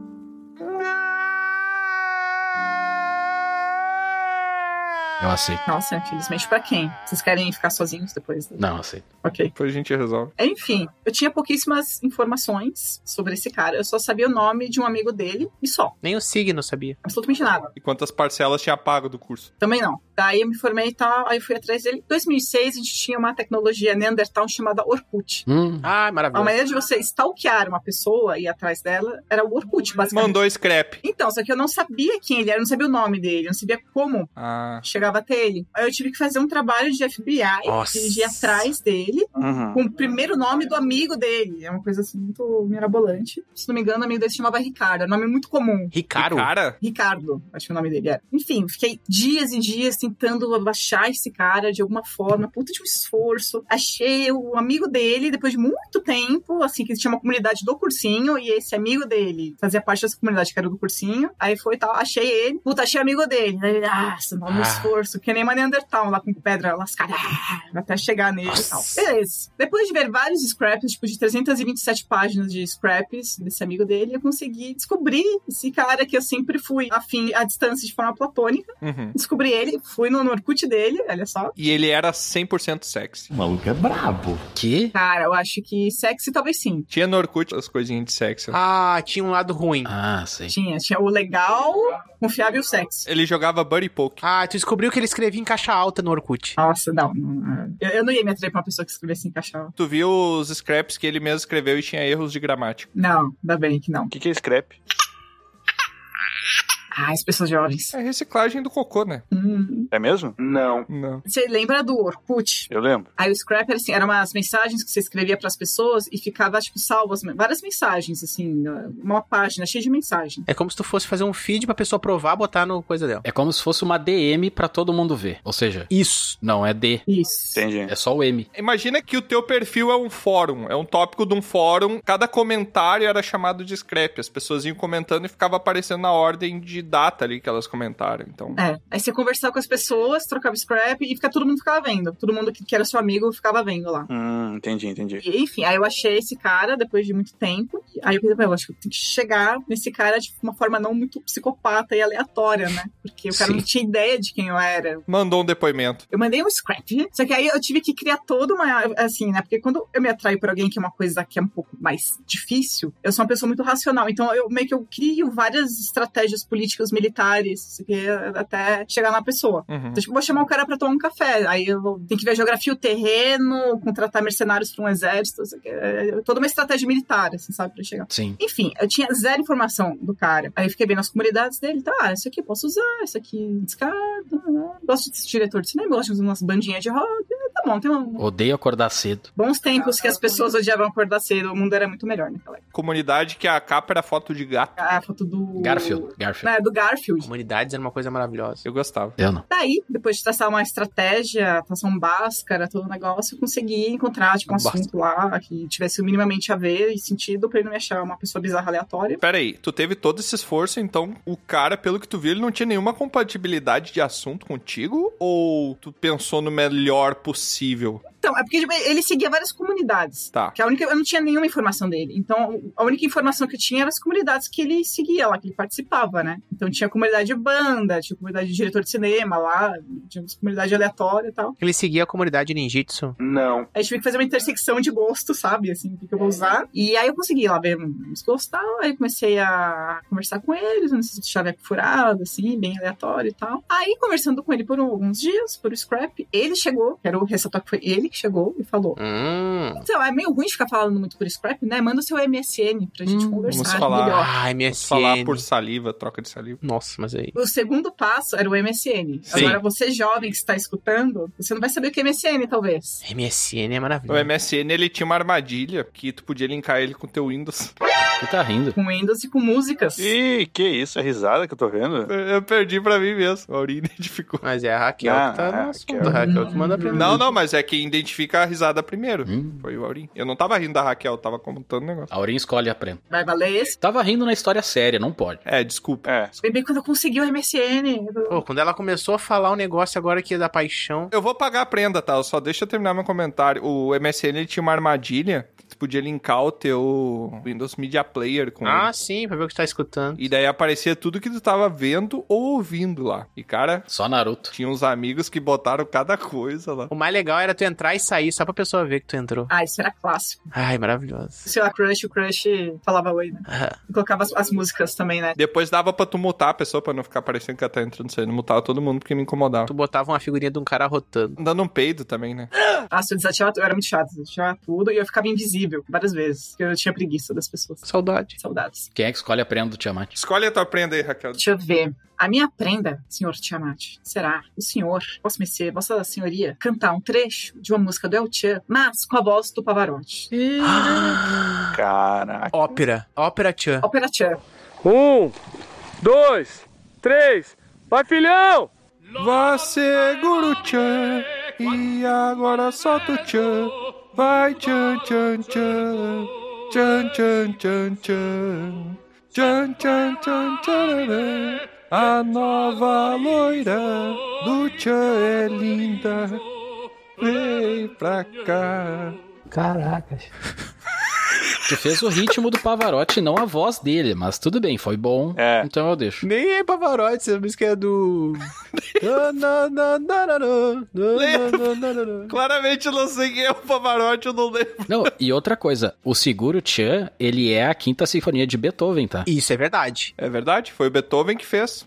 Eu aceito. Nossa, infelizmente pra quem? Vocês querem ficar sozinhos depois? Não, aceito. Ok. Depois a gente resolve. Enfim, eu tinha pouquíssimas informações sobre esse cara. Eu só sabia o nome de um amigo dele e só. Nem o signo sabia. Absolutamente nada. E quantas parcelas tinha pago do curso? Também não. Daí eu me formei e tal, aí eu fui atrás dele. Em 2006, a gente tinha uma tecnologia Neandertal chamada Orkut. Maravilhoso. A maneira de você stalkear uma pessoa e ir atrás dela era o Orkut, basicamente. Mandou scrap. Então, só que eu não sabia quem ele era, eu não sabia o nome dele, eu não sabia como chegava até ele. Aí eu tive que fazer um trabalho de FBI, de ir atrás dele, com o primeiro nome do amigo dele. É uma coisa assim muito mirabolante. Se não me engano, o amigo dele se chamava Ricardo, é um nome muito comum. Ricardo, acho que o nome dele era. Enfim, fiquei dias e dias tentando achar esse cara de alguma forma, puta de um esforço. Achei o amigo dele, depois de muito tempo, assim, que tinha uma comunidade do cursinho, e esse amigo dele fazia parte dessa comunidade que era do cursinho. Aí foi tal, achei ele, puta, achei o amigo dele. Aí, um esforço, que nem uma Neandertal lá com pedra lascada, até chegar nele e tal. Beleza. Depois de ver vários scraps, tipo de 327 páginas de scraps desse amigo dele, eu consegui descobrir esse cara que eu sempre fui afim à distância de forma platônica. Descobri ele, fui no Orkut dele, olha só. E ele era 100% sexy. O maluco é brabo. Que? Cara, eu acho que sexy talvez sim. Tinha no Orkut as coisinhas de sexy. Tinha um lado ruim. Sei. Tinha o legal, confiável e o sexy. Ele jogava Buddy Poke. Tu descobriu que ele escrevia em caixa alta no Orkut. Nossa, não. Eu não ia me atrever pra uma pessoa que escrevesse em caixa alta. Tu viu os scraps que ele mesmo escreveu e tinha erros de gramática? Não, ainda bem que não. O que é scrap? As pessoas jovens. É reciclagem do cocô, né? É mesmo? Não. Você lembra do Orkut? Eu lembro. Aí o scrap era assim, eram umas mensagens que você escrevia pras pessoas e ficava, tipo, salvas, várias mensagens, assim, uma página cheia de mensagens. É como se tu fosse fazer um feed pra pessoa provar, botar no coisa dela. É como se fosse uma DM pra todo mundo ver. Ou seja, isso. Não é D. Isso. Entendi. É só o M. Imagina que o teu perfil é um fórum, é um tópico de um fórum. Cada comentário era chamado de scrap. As pessoas iam comentando e ficava aparecendo na ordem de data ali que elas comentaram, então... Aí você conversava com as pessoas, trocava scrap e todo mundo ficava vendo. Todo mundo que era seu amigo ficava vendo lá. Entendi. E, enfim, aí eu achei esse cara depois de muito tempo. Aí eu pensei, eu acho que eu tenho que chegar nesse cara de uma forma não muito psicopata e aleatória, né? Porque o cara não tinha ideia de quem eu era. Mandou um depoimento. Eu mandei um scrap, só que aí eu tive que criar toda uma, assim, né? Porque quando eu me atraio por alguém que é uma coisa que é um pouco mais difícil, eu sou uma pessoa muito racional. Então eu meio que eu crio várias estratégias políticas, militares, até chegar na pessoa. Então, tipo, eu vou chamar o cara pra tomar um café. Aí eu tenho que ver a geografia, o terreno, contratar mercenários pra um exército. Toda uma estratégia militar, assim, sabe? Pra chegar. Sim. Enfim, eu tinha zero informação do cara. Aí eu fiquei vendo as comunidades dele. Tá, isso aqui eu posso usar, isso aqui descarto. Né? Gosto de diretor de cinema, gosto de umas bandinhas de rock. Tá bom, tem um... Odeio acordar cedo. Bons tempos que as pessoas odiavam acordar cedo. O mundo era muito melhor naquela época. Comunidade que a capa era foto de gato. A foto do... Garfield. É, do Garfield. Comunidades era uma coisa maravilhosa. Eu gostava. Eu não. Daí, depois de traçar uma estratégia, traçar um Bhaskara, todo o negócio, eu consegui encontrar, tipo, um assunto lá que tivesse minimamente a ver e sentido pra ele não me achar uma pessoa bizarra aleatória. Pera aí, tu teve todo esse esforço, então o cara, pelo que tu viu, ele não tinha nenhuma compatibilidade de assunto contigo? Ou tu pensou no melhor possível? Então, é porque ele seguia várias comunidades. Tá. Que eu não tinha nenhuma informação dele. Então, a única informação que eu tinha eram as comunidades que ele seguia lá, que ele participava, né? Então, tinha comunidade de banda, tinha comunidade de diretor de cinema lá, tinha comunidade aleatória e tal. Ele seguia a comunidade ninjitsu? Não. Aí, tive que fazer uma intersecção de gosto, sabe? Assim, o que eu vou usar. E aí, eu consegui lá ver uns gostos e tal. Aí, comecei a conversar com eles, nesse chaveco furado, assim, bem aleatório e tal. Aí, conversando com ele por alguns dias, por scrap, ele chegou, quero ressaltar que foi ele que chegou e falou. Então, é meio ruim ficar falando muito por scrap, né? Manda o seu MSN pra gente conversar. Vamos falar, melhor. MSN. Vamos falar por saliva, troca de saliva. Nossa, mas aí... O segundo passo era o MSN. Sim. Agora, você jovem que está escutando, você não vai saber o que é MSN, talvez. MSN é maravilhoso. O MSN, ele tinha uma armadilha que tu podia linkar ele com o teu Windows. Tu tá rindo? Com Windows e com músicas. Ih, que isso? É risada que eu tô vendo? Eu perdi pra mim mesmo. A Aurinha identificou. Mas é a Raquel que tá no assunto. A Raquel que manda pra mim. Não, mas é quem identifica a risada primeiro. Foi o Aurim. Eu não tava rindo da Raquel, eu tava comentando o negócio. A Aurim escolhe a prenda. Vai valer esse? Tava rindo na história séria, não pode. É, desculpa. Bem quando eu consegui o MSN. Pô, quando ela começou a falar um negócio agora que é da paixão... Eu vou pagar a prenda, tá? Só deixa eu terminar meu comentário. O MSN, ele tinha uma armadilha que tu podia linkar o teu Windows Media Player com ele. Sim, pra ver o que tu tá escutando. E daí aparecia tudo que tu tava vendo ou ouvindo lá. E, cara... Só Naruto. Tinha uns amigos que botaram cada coisa lá. O mais legal era tu entrar e sair só pra pessoa ver que tu entrou. Isso era clássico. Ai, maravilhoso. Sei lá, o Crush falava oi, né? E colocava as músicas também, né? Depois dava pra tu mutar a pessoa pra não ficar parecendo que ela tá entrando e saindo. Mutava todo mundo porque me incomodava. Tu botava uma figurinha de um cara rotando. Dando um peido também, né? Se eu desativava, eu era muito chato. Desativava tudo e eu ficava invisível várias vezes. Porque eu tinha preguiça das pessoas. Saudades. Quem é que escolhe a prenda do Tiamat? Escolhe a tua prenda aí, Raquel. Deixa eu ver. A minha prenda, senhor Tiamat, será o senhor, vossa senhoria, cantar um trecho de uma música do El Chan, mas com a voz do Pavarotti. Caraca. Ópera Chan. Ópera Chan. 1, 2, 3, vai, filhão! Vá seguro, Chan, e agora solta o Chan. Vai, Chan, Chan, Chan. Chan, Chan, Chan, Chan. Chan, Chan, Chan, Chan. A nova loira do Chan é linda. Vem pra cá. Caracas. Tu fez o ritmo do Pavarotti, não a voz dele, mas tudo bem, foi bom. Então eu deixo. Nem é Pavarotti, essa música é do... Claramente eu não sei quem é o Pavarotti, eu não lembro. Não, e outra coisa, o Seguro Chan, ele é a quinta sinfonia de Beethoven, tá? Isso é verdade. É verdade, foi o Beethoven que fez.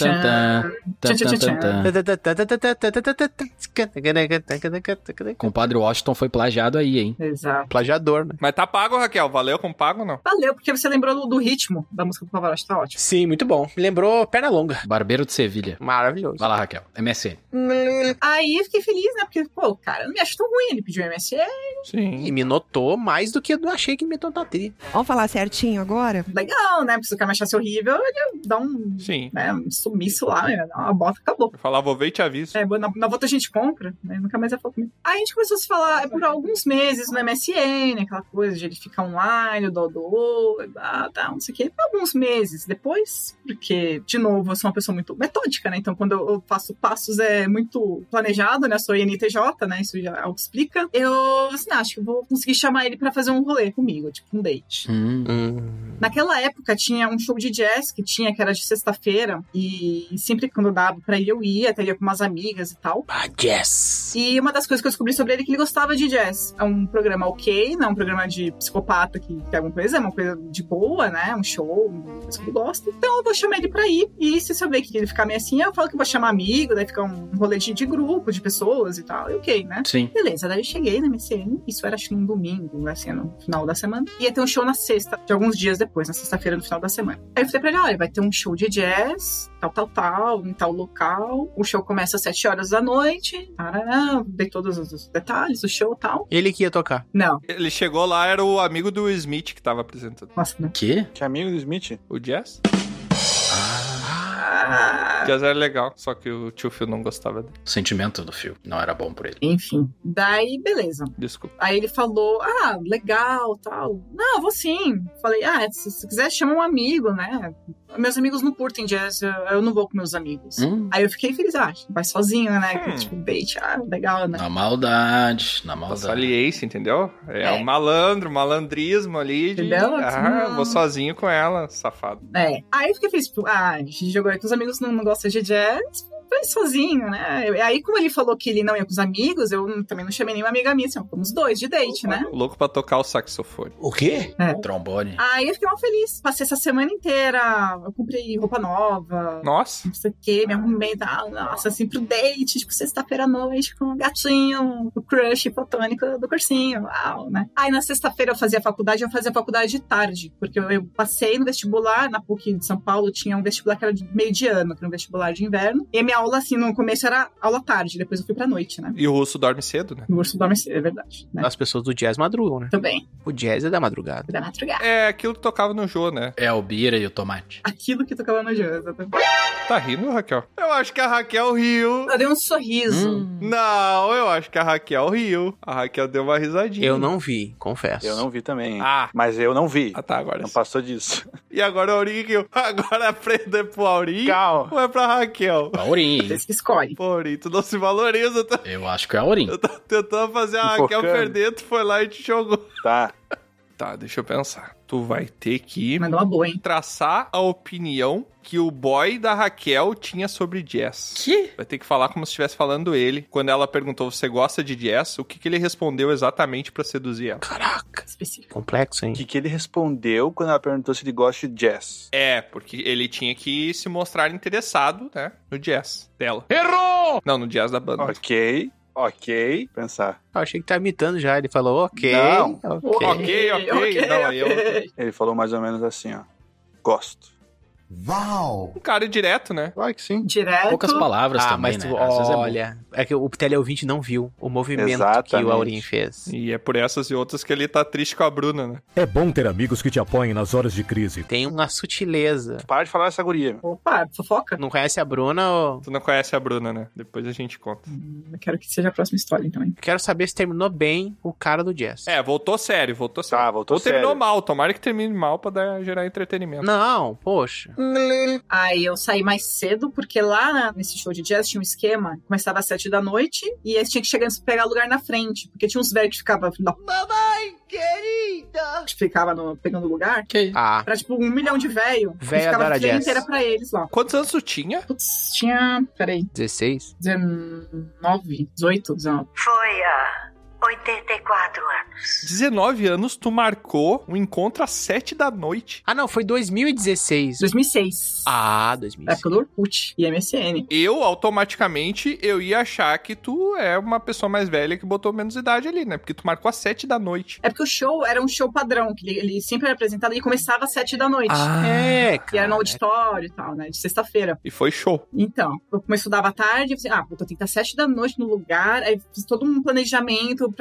Compadre Washington foi plagiado aí, hein? Exato. Plagiador, né? Mas tá pago, Raquel? Valeu com pago ou não? Valeu, porque você lembrou do ritmo da música do Pavarotti, tá ótimo. Sim, muito bom. Me lembrou Pernalonga. Barbeiro de Sevilha. Maravilhoso. Vai lá, Raquel. MSN. Aí eu fiquei feliz, né? Porque, pô, o cara não me acha tão ruim. Ele pediu MSN. Sim. E me notou mais do que eu achei que me notou. Vamos falar certinho agora? Legal, né? Porque se o cara me achasse horrível, ele ia dar um... Sim. Né, um sumiço lá, né? Dar uma bota, acabou. Eu falava, vou ver e te aviso. Na volta a gente compra, né? Nunca mais ia falar comigo. Aí a gente começou a se falar por alguns meses no MSN, aquela coisa de ele ficar online online, o Dodô, não sei o que, alguns meses depois, porque, de novo, eu sou uma pessoa muito metódica, né? Então, quando eu faço passos muito planejado, né? Eu sou INTJ, né? Isso já explica. Eu, assim, acho que eu vou conseguir chamar ele pra fazer um rolê comigo, tipo um date. Naquela época, tinha um show de jazz que era de sexta-feira, e sempre quando dava pra ir, eu ia, até ia com umas amigas e tal. Jazz! E uma das coisas que eu descobri sobre ele é que ele gostava de jazz. É um programa ok, não é um programa de psicopata que tem alguma coisa, é uma coisa de boa, né? Um show, uma coisa que ele gosta. Então eu vou chamar ele pra ir. E se eu ver que ele ficar meio assim, eu falo que vou chamar amigo, daí fica um rolê de grupo, de pessoas e tal. E ok, né? Sim. Beleza, daí eu cheguei na MCN, isso era acho que num domingo, assim, no final da semana. Ia ter um show na sexta, de alguns dias depois, na sexta-feira, no final da semana. Aí eu falei pra ele, olha, vai ter um show de jazz, tal, em tal local. O show começa às 7 horas da noite. Dei todos os detalhes do show e tal. Ele que ia tocar. Não. Ele chegou lá, era o amigo do Smith que tava apresentando. Nossa, né? Que? Que amigo do Smith? O Jazz? O Jazz era legal, só que o tio Phil não gostava dele. O sentimento do Phil não era bom por ele. Enfim, daí beleza. Desculpa. Aí ele falou, legal, tal. Não, eu vou sim. Falei, se quiser chama um amigo, né? Meus amigos não curtem jazz, eu não vou com meus amigos. Aí eu fiquei feliz, vai sozinho, né? Tipo, date, legal, né? Na maldade. Saliência, entendeu? É um malandrismo ali. Entendeu? Vou sozinho com ela, safado. Aí eu fiquei feliz, tipo, a gente jogou aí com os amigos, não gostam de jazz, foi sozinho, né? Aí, como ele falou que ele não ia com os amigos, eu também não chamei nenhuma amiga minha, assim, fomos dois de date, né? Louco pra tocar o saxofone. O quê? Trombone. Aí eu fiquei mal feliz. Passei essa semana inteira, eu comprei roupa nova. Nossa. Não sei o que, me arrumei, nossa, assim, pro date, tipo, sexta-feira à noite, com o gatinho, o crush platônico do cursinho, uau, né? Aí na sexta-feira eu fazia faculdade de tarde, porque eu passei no vestibular, na PUC de São Paulo, tinha um vestibular que era de meio de ano, que era um vestibular de inverno, e a minha aula, assim, no começo era aula tarde, depois eu fui pra noite, né? E o russo dorme cedo, né? O russo dorme cedo, é verdade. Né? As pessoas do jazz madrugam, né? Também. O jazz é da madrugada. É aquilo que tocava no Jô, né? É o Bira e o Tomate. Aquilo que tocava no Jô, exatamente. Tá rindo, Raquel? Eu acho que a Raquel riu. Eu dei um sorriso. Não, eu acho que a Raquel riu. A Raquel deu uma risadinha. Eu não vi, confesso. Eu não vi também. Mas eu não vi. Tá, agora não sim. Passou disso. E agora o Aurinho riu. Agora a prenda é pro Aurinho? Calma. Ou é pra Raquel? Aurinho. Vocês que escolhem. Pô, Aurinho, tu não se valoriza, tá? Eu acho que é Aurinho. Eu tava tentando fazer a Raquel perder, tu foi lá e te jogou. Tá, deixa eu pensar. Tu vai ter que mandar uma boa, hein? Traçar a opinião que o boy da Raquel tinha sobre jazz. Que? Vai ter que falar como se estivesse falando ele. Quando ela perguntou, você gosta de jazz? O que ele respondeu exatamente pra seduzir ela? Caraca. Específico. Complexo, hein? O que ele respondeu quando ela perguntou se ele gosta de jazz? Porque ele tinha que se mostrar interessado, né, no jazz dela. Errou! Não, no jazz da banda. Ok, pensar. Eu achei que tá imitando já. Ele falou, ok. Não. Ok. Não, aí eu... Ele falou mais ou menos assim, ó. Gosto. Uau! Um cara direto, né? Claro que sim. Direto. Poucas palavras também, mas né? Olha, é que o teleouvinte não viu o movimento que o Aurinho fez. E é por essas e outras que ele tá triste com a Bruna, né? É bom ter amigos que te apoiem nas horas de crise. Tem uma sutileza. Para de falar essa guria. Opa, fofoca? Não conhece a Bruna ou... Tu não conhece a Bruna, né? Depois a gente conta. Eu quero que seja a próxima história, então, hein? Quero saber se terminou bem o cara do jazz. Voltou sério. Tá, voltou sério. Terminou mal, tomara que termine mal pra gerar entretenimento. Não, poxa. Aí eu saí mais cedo, porque lá nesse show de jazz tinha um esquema, começava às 7 da noite, e aí você tinha que chegar e pegar lugar na frente, porque tinha uns velhos que ficavam... Mamãe querida! Ficava pegando lugar. Que? Pra tipo 1 milhão de velho. Velho ficava adora a fileira jazz. inteira pra eles lá. Quantos anos tu tinha? Putz, tinha... Peraí. 16? 19, 18, 19. Foi há 84 anos. 19 anos, tu marcou um encontro às 7 da noite. Ah, não, foi 2016. 2006. 2006. Época do Orkut e MSN. Eu, automaticamente, ia achar que tu é uma pessoa mais velha que botou menos idade ali, né? Porque tu marcou às 7 da noite. É porque o show era um show padrão, que ele sempre era apresentado e começava às 7 da noite. Cara. E era no auditório e tal, né? De sexta-feira. E foi show. Então, eu estudava à tarde, eu pensei, eu tenho que estar às 7 da noite no lugar, aí fiz todo um planejamento pra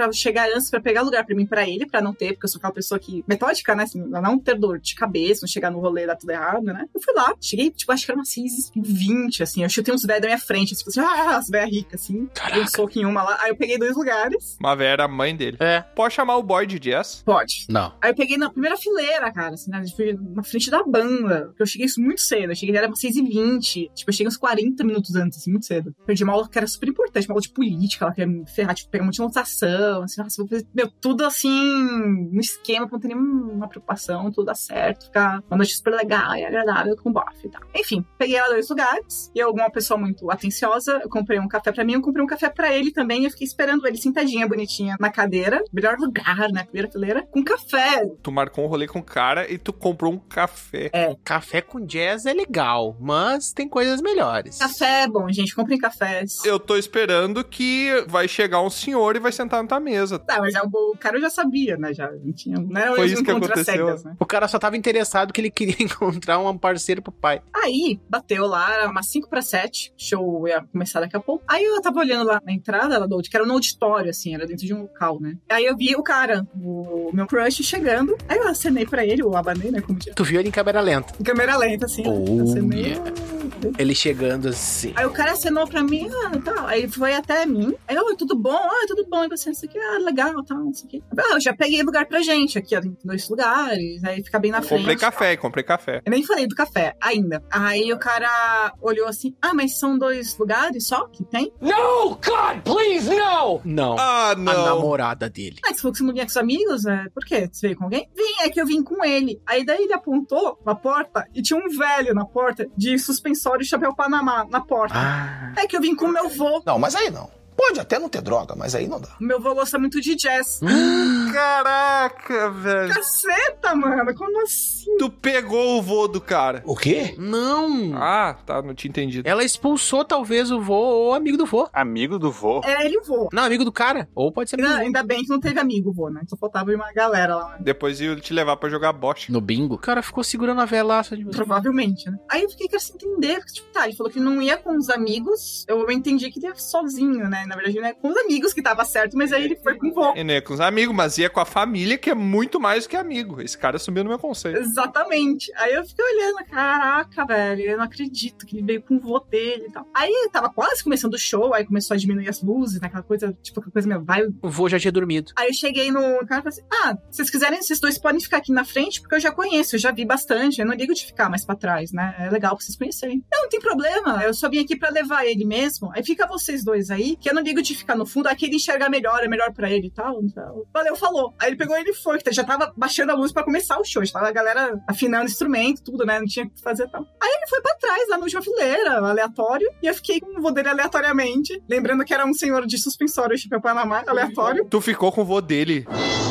tentava chegar antes pra pegar lugar pra mim e pra ele, pra não ter, porque eu sou aquela pessoa que, metódica, né, assim, não ter dor de cabeça, não chegar no rolê e dar tudo errado, né. Eu fui lá, cheguei, tipo, acho que era umas 6h20, assim, eu chutei uns velhos da minha frente, assim, as velhas ricas, assim, dei um soco em uma lá, aí eu peguei 2 lugares. Uma véia era a mãe dele. É. Pode chamar o boy de jazz? Pode. Não. Aí eu peguei na primeira fileira, cara, assim, né, fui na frente da banda, porque eu cheguei muito cedo, eu cheguei, era umas 6h20, tipo, eu cheguei uns 40 minutos antes, assim, muito cedo. Perdi uma aula que era super importante, uma aula de política, ela queria me ferrar, tipo, pegar um monte de notação, assim, nossa, vou fazer, tudo assim, no esquema, pra não ter nenhuma preocupação, tudo dá certo, ficar uma noite super legal e agradável com o bofe e tal. Enfim, peguei lá 2 lugares, e alguma pessoa muito atenciosa, eu comprei um café pra mim, eu comprei um café pra ele também, e eu fiquei esperando ele sentadinha, bonitinha, na cadeira, melhor lugar, né, primeira fileira, com café. Tu marcou um rolê com o cara e tu comprou um café. É, café com jazz é legal, mas tem coisas melhores. Café é bom, gente, comprem cafés. Eu tô esperando que vai chegar um senhor e vai sentar na tua mesa. Tá, mas o cara eu já sabia, né, já não tinha, não era Foi isso que aconteceu. cegas, né? O cara só tava interessado que ele queria encontrar um parceiro pro pai. Aí, bateu lá, era umas 5:07, show ia começar daqui a pouco. Aí eu tava olhando lá na entrada lá que era no auditório, assim, era dentro de um local, né? Aí eu vi o cara, o meu crush, chegando. Aí eu acenei pra ele, ou abanei, né, como tinha. Tu viu ele em câmera lenta? Em câmera lenta, assim. Acenei. Yeah. Ele chegando assim. Aí o cara acenou pra mim, tal. Aí foi até mim. Aí eu, tudo bom? Tudo bom. E você, isso aqui, legal, tal, não sei o quê. Eu já peguei lugar pra gente aqui, ó, tem 2 lugares. Aí fica bem na frente. Comprei café. Eu nem falei do café ainda. Aí o cara olhou assim, mas são 2 lugares só que tem? No, God, please, no! Não. Ah, não. A namorada dele. Você falou que você não vinha com os amigos? Por quê? Você veio com alguém? Vim, é que eu vim com ele. Aí daí ele apontou na porta e tinha um velho na porta de suspensório e chapéu Panamá na porta. É que eu vim com o meu vô. Não, mas aí não. Pode até não ter droga, mas aí não dá. Meu vô gosta muito de jazz. Caraca, velho. Caceta, mano. Como assim? Tu pegou o vô do cara. O quê? Não. Ah, tá, não tinha entendido. Ela expulsou talvez o vô ou amigo do vô. Amigo do vô? É ele o vô. Não, amigo do cara. Ou pode ser amigo do vô. Ainda bem que não teve amigo vô, né? Só faltava uma galera lá. Depois ia te levar pra jogar bote. No bingo. O cara ficou segurando a velaça de você. Provavelmente, né? Aí eu fiquei querendo se entender. Porque, tipo, ele falou que não ia com os amigos. Eu entendi que ele ia sozinho, né? Na verdade, não é com os amigos que tava certo, mas aí ele foi com o vô. E não ia com os amigos, mas ia com a família, que é muito mais do que amigo. Esse cara sumiu no meu conceito. Exatamente. Aí eu fiquei olhando, caraca, velho, eu não acredito que ele veio com o vô dele e tal. Aí tava quase começando o show, aí começou a diminuir as luzes, naquela coisa, tipo, aquela coisa meio vai. O vô já tinha dormido. Aí eu cheguei no cara e falei assim, se vocês quiserem, vocês 2 podem ficar aqui na frente, porque eu já conheço, eu já vi bastante, eu não ligo de ficar mais pra trás, né? É legal pra vocês conhecerem. Não tem problema, eu só vim aqui pra levar ele mesmo, aí fica vocês 2 aí, que eu não ligo de ficar no fundo, aqui ele enxerga melhor, é melhor pra ele e tal. Então, valeu, falou. Aí ele pegou e ele foi, que já tava baixando a luz pra começar o show, já tava a galera afinando o instrumento, tudo, né? Não tinha o que fazer e tal. Aí ele foi pra trás, lá na última fileira, aleatório, e eu fiquei com o vô dele aleatoriamente, lembrando que era um senhor de suspensório, chapéu Panamá, aleatório. Tu ficou com o vô dele.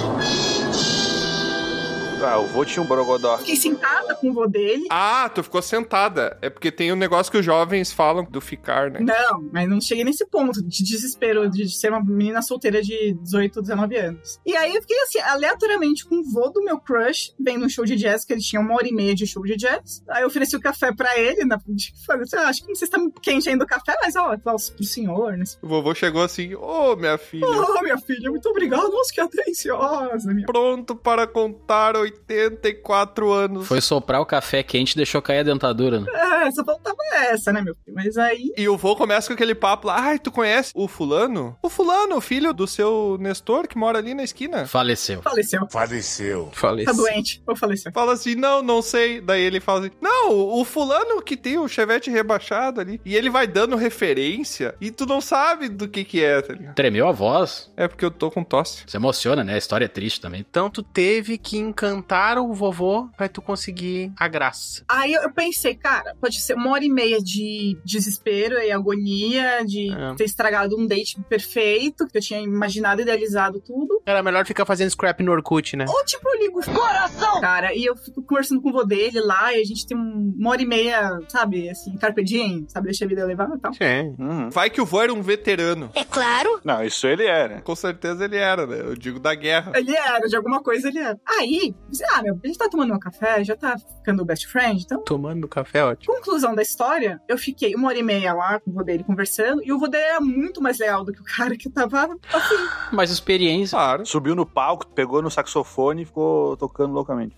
O vô tinha um borogodó. Fiquei sentada com o vô dele. Ah, tu ficou sentada. É porque tem um negócio que os jovens falam do ficar, né? Não, mas não cheguei nesse ponto de desespero de ser uma menina solteira de 18, 19 anos. E aí eu fiquei assim, aleatoriamente com o vô do meu crush, vendo um show de jazz, que ele tinha 1h30 de show de jazz. Aí eu ofereci o café pra ele, falei assim, acho que não sei se tá quente ainda o café, mas pro senhor, né? O vovô chegou assim, minha filha. Minha filha, muito obrigado, nossa, que atenciosa. Pronto para contar 84 anos. Foi soprar o café quente e deixou cair a dentadura, né? Só faltava essa, né, meu filho? Mas aí... E o vô começa com aquele papo lá, tu conhece o fulano? O fulano, o filho do seu Nestor, que mora ali na esquina. Faleceu. Tá doente, ou faleceu. Fala assim, não sei. Daí ele fala assim, não, o fulano que tem o Chevette rebaixado ali. E ele vai dando referência e tu não sabe do que é, tá ligado? Tremeu a voz. É porque eu tô com tosse. Se emociona, né? A história é triste também. Então tu teve que encantar o vovô pra tu conseguir a graça. Aí eu pensei, cara, pode ser 1h30 de desespero e agonia, de ter estragado um date perfeito, que eu tinha imaginado, idealizado tudo. Era melhor ficar fazendo scrap no Orkut, né? Ou tipo, eu ligo coração, cara, e eu fico conversando com o vô dele lá, e a gente tem 1h30, sabe, assim, carpe diem, sabe, deixa a vida levar e tal. Sim. Vai que o vô era um veterano. É claro. Não, isso ele era. Com certeza ele era, né? Eu digo da guerra. Ele era, de alguma coisa ele era. Aí, a gente tá tomando um café, já tá ficando best friend, então... Tomando café, ótimo. Conclusão da história, eu fiquei 1h30 lá com o vô dele conversando, e o vô dele era muito mais leal do que o cara que tava assim. Mais experiência. Claro. Subiu no palco, pegou no saxofone e ficou tocando loucamente.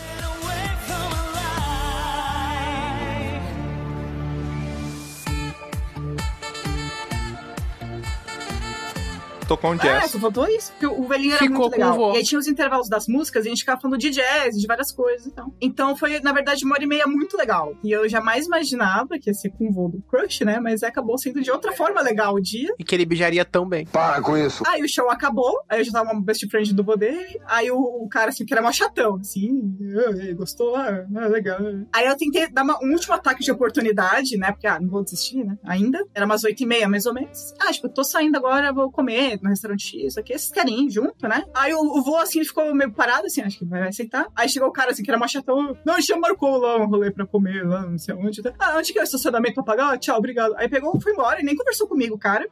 Tocou um jazz. Só faltou isso, porque o velhinho era muito legal. E aí tinha os intervalos das músicas e a gente ficava falando de jazz, de várias coisas e tal. Então foi, na verdade, 1h30 muito legal. E eu jamais imaginava que ia ser com o vô do crush, né? Mas acabou sendo de outra forma legal o dia. E que ele beijaria tão bem. Para com isso. Aí o show acabou, aí eu já tava uma best friend do vô dele. Aí o cara, assim, que era mó chatão, assim, gostou? Legal. Aí eu tentei dar um último ataque de oportunidade, né? Porque, não vou desistir, né? Ainda. Era umas 8h30, mais ou menos. Tipo, tô saindo agora, vou comer no restaurante X, aqui, esses carinhos junto, né? Aí o vô, assim, ficou meio parado, assim, acho que vai aceitar. Aí chegou o cara, assim, que era mó chatão. Não, a gente já marcou lá um rolê pra comer, lá, não sei onde. Tá? Onde que é o estacionamento pra pagar? Tchau, obrigado. Aí pegou, foi embora e nem conversou comigo, cara.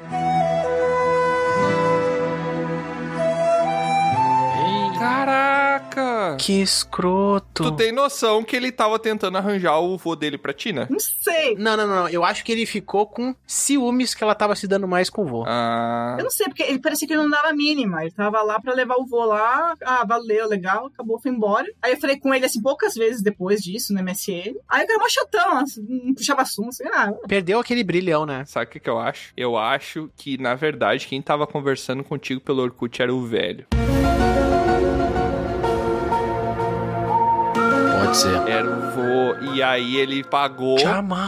Caraca! Que escroto. Tu tem noção que ele tava tentando arranjar o vô dele pra ti, né? Não sei. Não. Eu acho que ele ficou com ciúmes que ela tava se dando mais com o vô. Ah. Eu não sei, porque ele parecia que ele não dava a mínima. Ele tava lá pra levar o vô lá. Valeu, legal, acabou, foi embora. Aí eu falei com ele, assim, poucas vezes depois disso, no MSN. Aí eu era mó chatão, assim, não puxava assunto, assim, Perdeu aquele brilhão, né? Sabe o que eu acho? Eu acho que, na verdade, quem tava conversando contigo pelo Orkut era o velho. Pode ser. Era o vô, e aí ele pagou...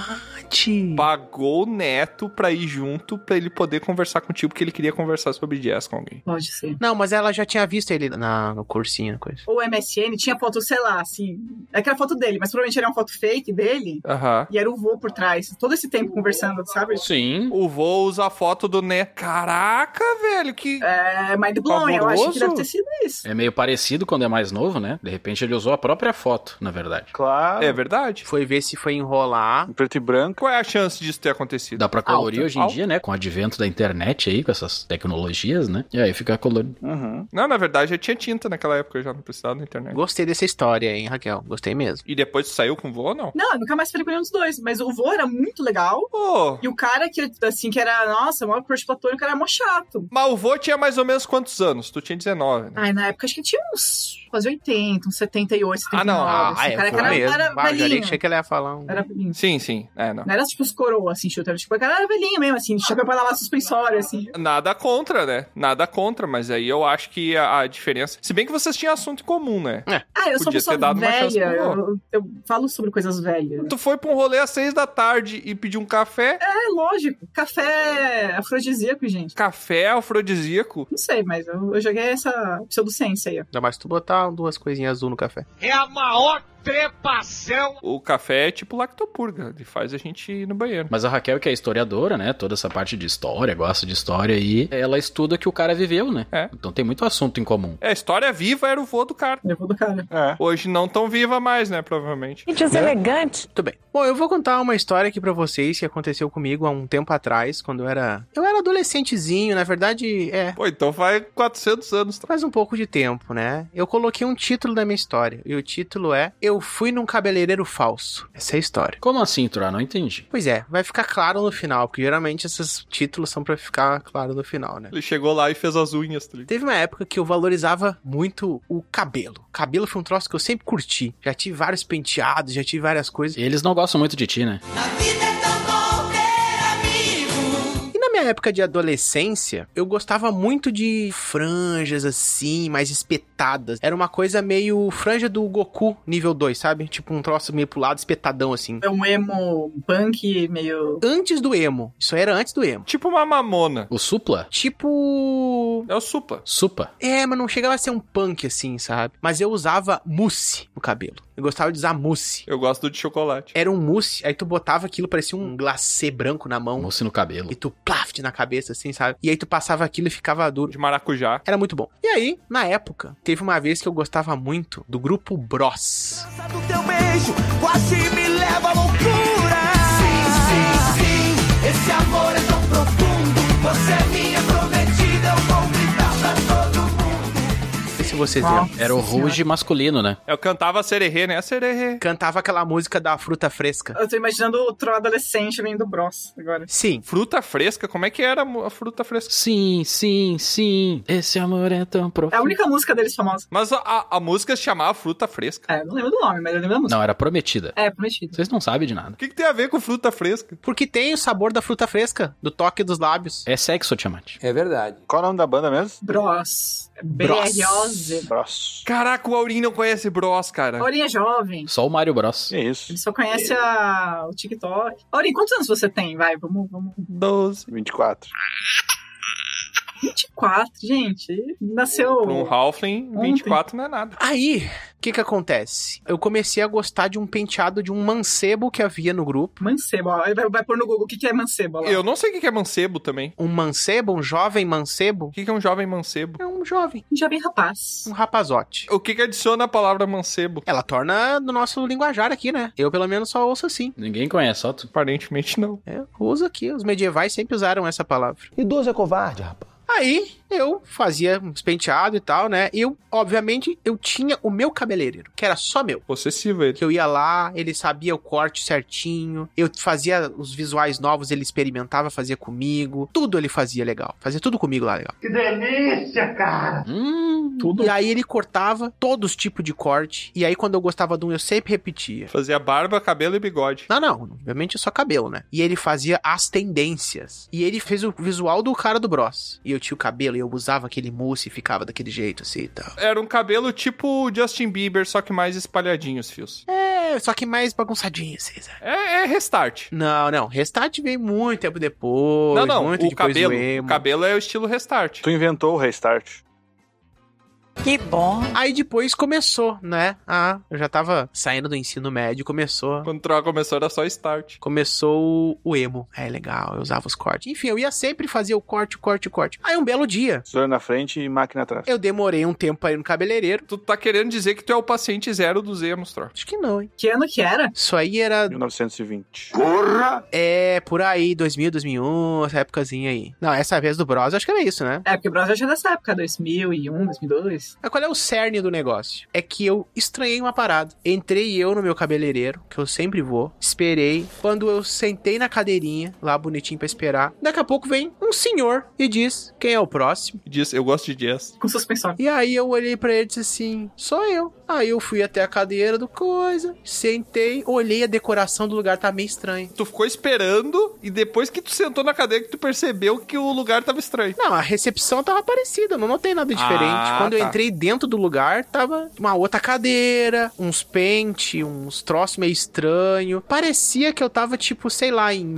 Pagou o neto pra ir junto, pra ele poder conversar contigo, porque ele queria conversar sobre jazz com alguém. Pode ser. Não, mas ela já tinha visto ele no cursinho, coisa. Ou o MSN tinha foto, sei lá, assim... É que era foto dele, mas provavelmente era uma foto fake dele. E era o vô por trás. Todo esse tempo conversando, sabe? Sim. O vô usa a foto do neto. Caraca, velho, que... É, mind blowing, eu acho que deve ter sido isso. É meio parecido quando é mais novo, né? De repente ele usou a própria foto, na verdade. Claro. É verdade. Foi ver se foi enrolar. Em preto e branco. Qual é a chance disso ter acontecido? Dá pra colorir hoje em dia, né? Com o advento da internet aí, com essas tecnologias, né? E aí fica colorido. Não, na verdade já tinha tinta naquela época, eu já não precisava da internet. Gostei dessa história, hein, Raquel? Gostei mesmo. E depois tu saiu com o vô ou não? Não, eu nunca mais falei com nenhum dos dois. Mas o vô era muito legal. E o cara que, assim, que era, nossa, o maior crush platônico, era mó chato. Mas o vô tinha mais ou menos quantos anos? Tu tinha 19, né? Ai, na época acho que tinha uns quase 80, uns 78, 79. Não. Assim, cara era velhinho. Achei que ele ia falar Era velhinho. Sim. Não era tipo os coroa, assim, chuta. Tipo, o cara era velhinho mesmo, assim, chapéu pra lavar suspensório, assim. Nada contra, né? Nada contra, mas aí eu acho que a diferença... Se bem que vocês tinham assunto em comum, né? Eu sou uma pessoa velha, eu falo sobre coisas velhas. Tu foi pra um rolê às 6 da tarde e pediu um café? É, lógico. Café afrodisíaco, gente. Café afrodisíaco? Não sei, mas eu joguei essa pseudociência aí, ó. Ainda mais tu botar 2 coisinhas azul no café. É a maior trepação. O café é tipo lactopurga, ele faz a gente ir no banheiro. Mas a Raquel, que é historiadora, né? Toda essa parte de história, gosta de história aí, ela estuda que o cara viveu, né? Então tem muito assunto em comum. A história viva era o vô do cara. É o vô do cara. Hoje não tão viva mais, né? Provavelmente. Que deselegante. Muito bem. Bom, eu vou contar uma história aqui pra vocês que aconteceu comigo há um tempo atrás, quando eu era adolescentezinho, na verdade, Pô, então faz 400 anos. Faz um pouco de tempo, né? Eu coloquei um título da minha história, e o título é Eu Fui Num Cabeleireiro Falso. Essa é a história. Como assim, Turá? Não entendi. Pois é, vai ficar claro no final, porque geralmente esses títulos são pra ficar claro no final, né? Ele chegou lá e fez as unhas. Teve uma época que eu valorizava muito o cabelo. O cabelo foi um troço que eu sempre curti. Já tive vários penteados, já tive várias coisas. Eles não gostam muito de ti, né? A vida é tão bom ter amigo. E na minha época de adolescência, eu gostava muito de franjas assim, mais espetadas. Era uma coisa meio franja do Goku nível 2, sabe? Tipo um troço meio pro lado, espetadão assim. É um emo punk meio... Antes do emo. Isso era antes do emo. Tipo uma mamona. O Supla? Tipo... É o Supa. Supa. É, mas não chegava a ser um punk assim, sabe? Mas eu usava mousse no cabelo. Eu gostava de usar mousse. Eu gosto do de chocolate. Era um mousse, aí tu botava aquilo, parecia um glacê branco na mão. Mousse no cabelo. E tu plaf na cabeça, assim, sabe? E aí tu passava aquilo e ficava duro. De maracujá. Era muito bom. E aí, na época, teve uma vez que eu gostava muito do grupo Bros. Do teu beijo quase me leva à loucura. Sim, sim, sim, esse amor é tão profundo. Você é minha prometida, eu vou gritar pra todo mundo. Se vocês viram. Era o Ruge masculino, né? Eu cantava sererê, né? Sererê. Cantava aquela música da fruta fresca. Eu tô imaginando o Tro adolescente vindo do Bros agora. Sim. Fruta fresca? Como é que era a fruta fresca? Sim, sim, sim. Esse amor é tão profundo. É a única música deles famosa. Mas a música se chamava Fruta Fresca. É, eu não lembro do nome, mas eu lembro da música. Não, era Prometida. É, Prometida. Vocês não sabem de nada. O que tem a ver com fruta fresca? Porque tem o sabor da fruta fresca, do toque dos lábios. É sexo, Tiamat. É verdade. Qual é o nome da banda mesmo? Bros. Bros. B-R-O-Z. Bros. Caraca, o Aurim não conhece Bros, cara. Aurim é jovem. Só o Mario Bros. É isso. Ele só conhece o TikTok. Aurim, quantos anos você tem? Vai, vamos. 12. 24. 24, gente. Nasceu... Pra um Halfling, 24 não é nada. Aí, o que acontece? Eu comecei a gostar de um penteado de um mancebo que havia no grupo. Mancebo, ó. Vai pôr no Google o que é mancebo. Ó lá. Eu não sei o que é mancebo também. Um mancebo, um jovem mancebo. O que é um jovem mancebo? É um jovem. Um jovem rapaz. Um rapazote. O que adiciona a palavra mancebo? Ela torna no nosso linguajar aqui, né? Eu, pelo menos, só ouço assim. Ninguém conhece, só tu. Aparentemente não. Eu uso aqui. Os medievais sempre usaram essa palavra. Idoso é covarde, rapaz. Aí, eu fazia uns penteados e tal, né? E eu, obviamente, eu tinha o meu cabeleireiro, que era só meu. Possessivo ele. Que eu ia lá, ele sabia o corte certinho, eu fazia os visuais novos, ele experimentava, fazia comigo. Tudo ele fazia legal. Fazia tudo comigo lá legal. Que delícia, cara! Tudo. E aí ele cortava todos os tipos de corte. E aí quando eu gostava de um, eu sempre repetia. Fazia barba, cabelo e bigode. Não. Obviamente só cabelo, né? E ele fazia as tendências. E ele fez o visual do cara do Bros. E eu tinha o cabelo e eu usava aquele mousse e ficava daquele jeito assim e tal. Era um cabelo tipo Justin Bieber, só que mais espalhadinho os fios. É, só que mais bagunçadinho, assim, sabe? É Restart. Não. Restart veio muito tempo depois. Não. Muito O depois cabelo. do emo. O cabelo é o estilo Restart. Tu inventou o Restart. Que bom. Aí depois começou, né? Eu já tava saindo do ensino médio, começou. Quando o Troll começou era só Start. Começou o emo. É legal, eu usava os cortes. Enfim, eu ia sempre fazer o corte. Aí um belo dia. Tesoura na frente e máquina atrás. Eu demorei um tempo pra ir no cabeleireiro. Tu tá querendo dizer que tu é o paciente zero dos emos, Troll? Acho que não, hein? Que ano que era? Isso aí era... 1920. Porra! É, por aí, 2000, 2001, essa épocazinha aí. Não, essa vez do Bros, acho que era isso, né? É, porque o Bros já é dessa época, 2001, 2002. Mas qual é o cerne do negócio? É que eu estranhei uma parada. Entrei eu no meu cabeleireiro, que eu sempre vou, esperei. Quando eu sentei na cadeirinha, lá bonitinho pra esperar, daqui a pouco vem um senhor e diz, quem é o próximo? Diz, eu gosto de jazz. Com suspensório. E aí eu olhei pra ele e disse assim, sou eu. Aí eu fui até a cadeira do coisa, sentei, olhei a decoração do lugar, tá meio estranho. Tu ficou esperando e depois que tu sentou na cadeira que tu percebeu que o lugar tava estranho. Não, a recepção tava parecida, eu não notei nada diferente. Quando eu entrei dentro do lugar, tava uma outra cadeira, uns pente, uns troços meio estranho. Parecia que eu tava, tipo, sei lá, em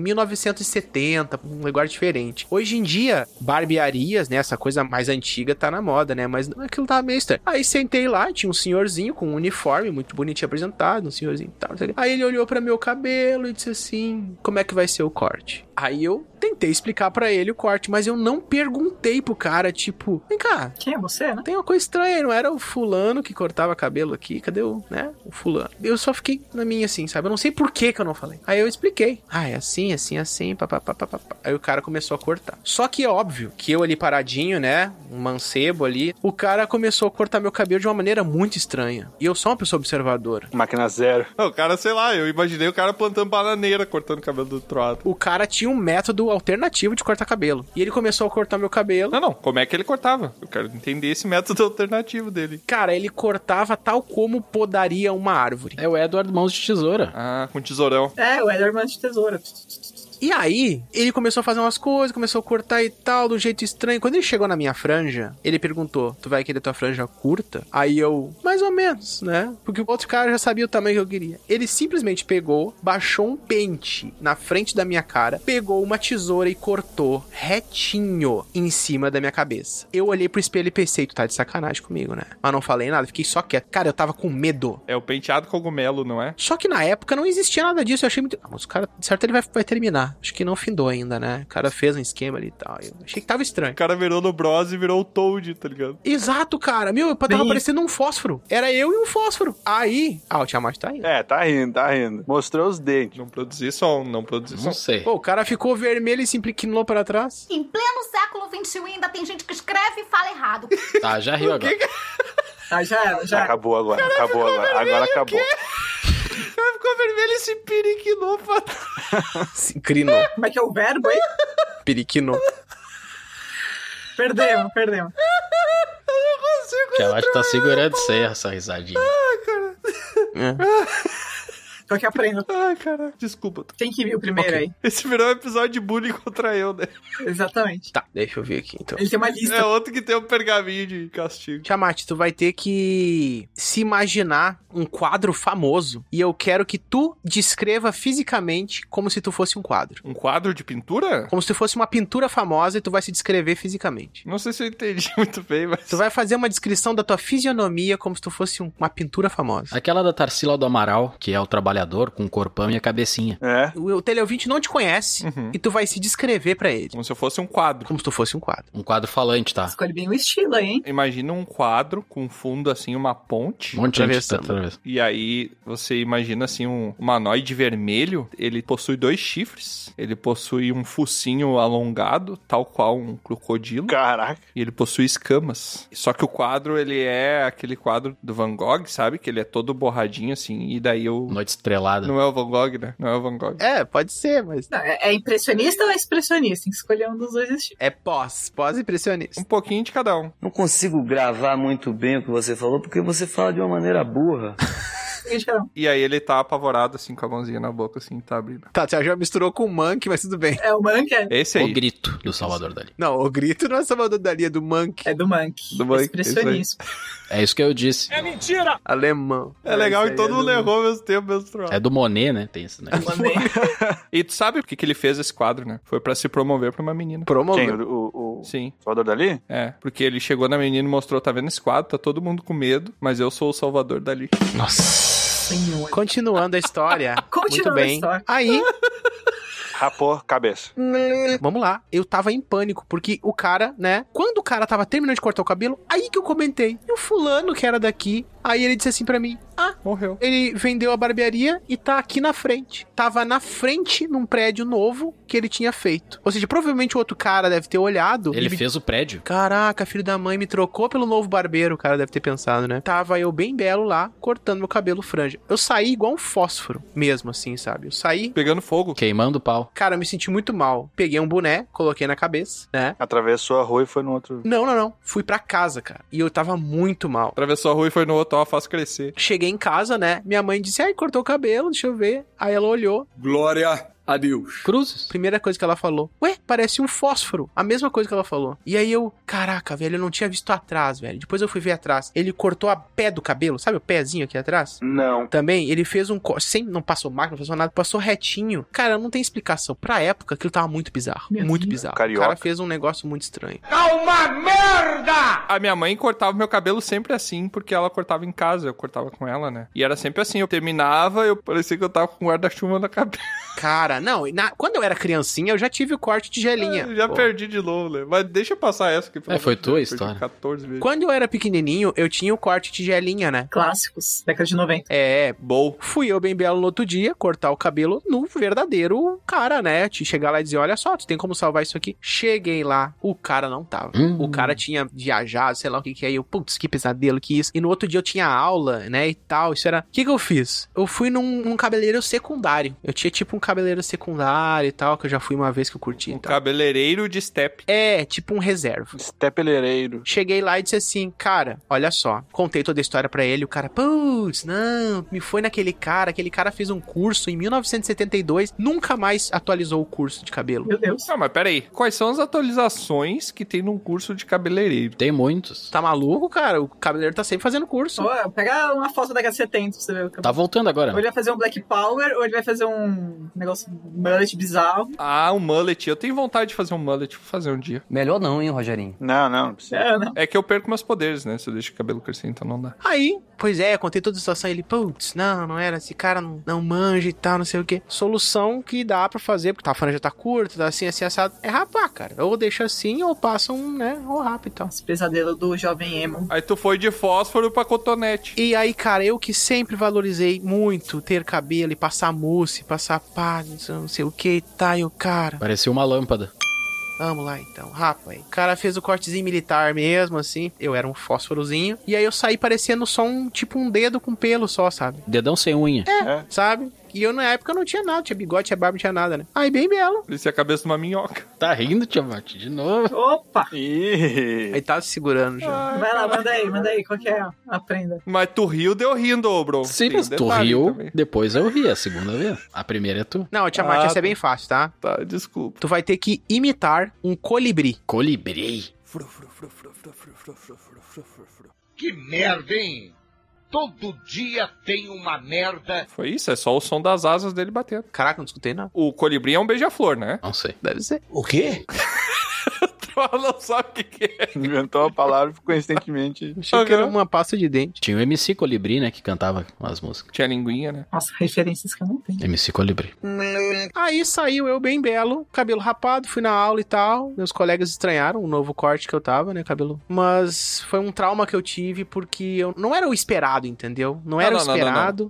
1970, um lugar diferente. Hoje em dia, barbearias, né, essa coisa mais antiga tá na moda, né, mas aquilo tava meio estranho. Aí sentei lá, tinha um senhorzinho com um uniforme muito bonitinho apresentado, um senhorzinho e tal. Aí ele olhou pra meu cabelo e disse assim, como é que vai ser o corte? Aí eu tentei explicar pra ele o corte, mas eu não perguntei pro cara, tipo, vem cá. Quem é você, né? Tem uma coisa estranha, não era o fulano que cortava cabelo aqui? Cadê o fulano? Eu só fiquei na minha assim, sabe? Eu não sei por que eu não falei. Aí eu expliquei. É assim, papapá. Aí o cara começou a cortar. Só que é óbvio que eu ali paradinho, né? Um mancebo ali. O cara começou a cortar meu cabelo de uma maneira muito estranha. E eu sou uma pessoa observadora. Máquina zero. O cara, sei lá, eu imaginei o cara plantando bananeira, cortando o cabelo do troado. O cara tinha um método alternativo de cortar cabelo. E ele começou a cortar meu cabelo. Não, como é que ele cortava? Eu quero entender esse método alternativo dele. Cara, ele cortava tal como podaria uma árvore. É o Edward Mãos de Tesoura. Com tesourão. É, o Edward Mãos de Tesoura. E aí, ele começou a fazer umas coisas, começou a cortar e tal, do jeito estranho. Quando ele chegou na minha franja, ele perguntou, tu vai querer tua franja curta? Aí eu, mais ou menos, né? Porque o outro cara já sabia o tamanho que eu queria. Ele simplesmente pegou, baixou um pente na frente da minha cara, pegou uma tesoura e cortou retinho em cima da minha cabeça. Eu olhei pro espelho e pensei, tu tá de sacanagem comigo, né? Mas não falei nada, fiquei só quieto. Cara, eu tava com medo. É o penteado cogumelo, não é? Só que na época não existia nada disso, eu achei muito... Ah, mas o cara, de certo, ele vai terminar. Acho que não findou ainda, né? O cara fez um esquema ali e tal. Eu achei que tava estranho. O cara virou no Bros e virou o Toad, tá ligado? Exato, cara. Meu, tava parecendo um fósforo. Era eu e um fósforo. Aí... Ah, o Tiamat tá rindo. É, tá rindo. Mostrou os dentes. Não produzi som, não produzi som. Não sei. Pô, o cara ficou vermelho e se inclinou para trás. Em pleno século XXI ainda tem gente que escreve e fala errado. Tá, já riu agora. Ah, já era. Acabou agora, Agora acabou. O cara ficou vermelho e se periquinou pra trás. Se inclinou. Como é que é o verbo aí? Periquinou. Perdemos. Eu não consigo. Que eu acho que tá segurando essa risadinha. Ai, cara. Tô que aprendo. Ai, cara. Desculpa. Quem que viu primeiro aí? Esse virou um episódio de bullying contra eu, né? Exatamente. Tá, deixa eu ver aqui, então. Ele tem uma lista. É outro que tem um pergaminho de castigo. Tiamat, tu vai ter que se imaginar um quadro famoso e eu quero que tu descreva fisicamente como se tu fosse um quadro. Um quadro de pintura? Como se tu fosse uma pintura famosa e tu vai se descrever fisicamente. Não sei se eu entendi muito bem, mas... Tu vai fazer uma descrição da tua fisionomia como se tu fosse uma pintura famosa. Aquela da Tarsila do Amaral, que é o trabalhador com o corpão e a cabecinha. É. O teleouvinte não te conhece e tu vai se descrever pra ele. Como se eu fosse um quadro. Como se tu fosse um quadro. Um quadro falante, tá? Escolhe bem o estilo aí, hein? Imagina um quadro com fundo, assim, uma ponte. Um monte de gente atravessando. E aí, você imagina, assim, um humanoide vermelho. Ele possui 2 chifres. Ele possui um focinho alongado, tal qual um crocodilo. Caraca. E ele possui escamas. Só que o quadro, ele é aquele quadro do Van Gogh, sabe? Que ele é todo borradinho, assim. E daí eu... Noite estrelada. Não é o Van Gogh, né? Não é o Van Gogh. É, pode ser, mas... Não, é impressionista ou é expressionista? Tem que escolher um dos dois estilos. É pós-impressionista. Um pouquinho de cada um. Não consigo gravar muito bem o que você falou, porque você fala de uma maneira burra. E aí ele tá apavorado, assim, com a mãozinha na boca, assim, tá abrindo. Tá, você já misturou com o Monkey, mas tudo bem. É o Monkey? Esse aí. O grito do Salvador Dali. Não, o grito não é Salvador Dali, é do Monkey. É do Monkey. Do Monkey. Expressionismo. É isso que eu disse. É mentira! Alemão. É legal que todo mundo errou ao mesmo tempo, menstrual. É do Monet, né? Tem isso, né? E tu sabe por que ele fez esse quadro, né? Foi pra se promover pra uma menina. Promover? Quem? O Sim. Salvador Dali? É, porque ele chegou na menina e mostrou, tá vendo esse quadro? Tá todo mundo com medo, mas eu sou o Salvador Dali. Nossa. Continuando a história. Muito bem. História. Aí... Rapou cabeça. Vamos lá. Eu tava em pânico, porque o cara, né? Quando o cara tava terminando de cortar o cabelo, aí que eu comentei. E o fulano que era daqui, aí ele disse assim pra mim, morreu. Ele vendeu a barbearia e tá aqui na frente. Tava na frente num prédio novo que ele tinha feito. Ou seja, provavelmente o outro cara deve ter olhado. Ele fez o prédio. Caraca, filho da mãe me trocou pelo novo barbeiro, o cara deve ter pensado, né? Tava eu bem belo lá, cortando meu cabelo franja. Eu saí igual um fósforo, mesmo assim, sabe? Eu saí... Pegando fogo. Queimando o pau. Cara, eu me senti muito mal. Peguei um boné, coloquei na cabeça, né? Atravessou a rua e foi no outro... Não. Fui pra casa, cara. E eu tava muito mal. Atravessou a rua e foi no outro, ó, faço crescer. Cheguei em casa, né? Minha mãe disse, cortou o cabelo, deixa eu ver. Aí ela olhou. Glória a Deus. Cruzes. Primeira coisa que ela falou. Ué, parece um fósforo. A mesma coisa que ela falou. E aí eu, caraca, velho, eu não tinha visto atrás, velho. Depois eu fui ver atrás. Ele cortou a pé do cabelo, sabe o pezinho aqui atrás? Não. Também, ele fez um corte, não passou máquina, não passou nada, passou retinho. Cara, não tem explicação. Pra época, aquilo tava muito bizarro. Muito bizarro. Carioca. O cara fez um negócio muito estranho. É uma merda! A minha mãe cortava meu cabelo sempre assim, porque ela cortava em casa, eu cortava com ela, né? E era sempre assim, eu terminava, eu parecia que eu tava com guarda-chuva na cabeça. Cara, não, quando eu era criancinha, eu já tive o corte de gelinha. Eu já perdi de novo, né? Mas deixa eu passar essa aqui. Foi tua história. 14 vezes. Quando eu era pequenininho, eu tinha o corte de gelinha, né? Clássicos, década de 90. Bom. Fui eu bem belo no outro dia, cortar o cabelo no verdadeiro cara, né? Te chegar lá e dizer, olha só, tu tem como salvar isso aqui? Cheguei lá, o cara não tava. O cara tinha viajado, sei lá o que é. Eu, putz, que pesadelo que isso. E no outro dia eu tinha aula, né, e tal. Isso era... O que eu fiz? Eu fui num cabeleireiro secundário. Eu tinha tipo um cabeleireiro cabeleireiro secundário e tal, que eu já fui uma vez que eu curti. Cabeleireiro de step. É, tipo um reserva. Stepeleireiro. Cheguei lá e disse assim, cara, olha só. Contei toda a história pra ele, o cara, putz, não, me foi naquele cara, aquele cara fez um curso em 1972, nunca mais atualizou o curso de cabelo. Meu Deus. Não, mas peraí, quais são as atualizações que tem num curso de cabeleireiro? Tem muitos. Tá maluco, cara? O cabeleireiro tá sempre fazendo curso. Pega uma foto da década de 70 pra você ver o cabelo. Tá voltando agora. Ou ele vai fazer um Black Power, ou ele vai fazer um negócio mullet bizarro. Ah, um mullet. Eu tenho vontade de fazer um mullet, vou fazer um dia. Melhor não, hein, Rogerinho? Não precisa. É que eu perco meus poderes, né? Se eu deixo o cabelo crescer, então não dá. Aí, pois é, contei toda a situação, ele, putz, não era, esse cara não manja e tal, não sei o quê. Solução que dá pra fazer, porque a franja tá curta, tá assim, assado, é rapar, cara. Ou deixa assim, ou passa ou rapa e tal. Esse pesadelo do jovem emo. Aí tu foi de fósforo pra cotonete. E aí, cara, eu que sempre valorizei muito ter cabelo e passar mousse, passar pá, não sei o que, tá, e o cara... Parecia uma lâmpada. Vamos lá então, rapa aí. O cara fez o cortezinho militar mesmo, assim. Eu era um fósforozinho. E aí eu saí parecendo só tipo um dedo com pelo só, sabe? Dedão sem unha. É. Sabe? E eu na época não tinha nada, tinha bigode, tinha barba, não tinha nada, né? Aí bem belo. Parecia a cabeça de uma minhoca. Tá rindo, Tiamat, de novo. Opa! Aí tava se segurando já. Vai lá, manda aí, qual que é a prenda? Mas tu riu, deu rindo, bro. Sim, mas tu riu, depois eu ri, a segunda vez. A primeira é tu. Não, Tiamat, essa é bem fácil, tá? Tá, desculpa. Tu vai ter que imitar um colibri. Colibri? Que merda, hein? Todo dia tem uma merda. Foi isso, é só o som das asas dele batendo. Caraca, não escutei nada. O colibri é um beija-flor, né? Não sei. Deve ser. O quê? Não sabe o que é. Inventou a palavra coincidentemente. Achei que era uma pasta de dente. Tinha o MC Colibri, né, que cantava as músicas. Tinha linguinha, né? Nossa, referências que eu não tenho. MC Colibri. Aí saiu eu bem belo, cabelo rapado, fui na aula e tal. Meus colegas estranharam o novo corte que eu tava, né, cabelo. Mas foi um trauma que eu tive porque eu não era o esperado, entendeu? Não era o esperado.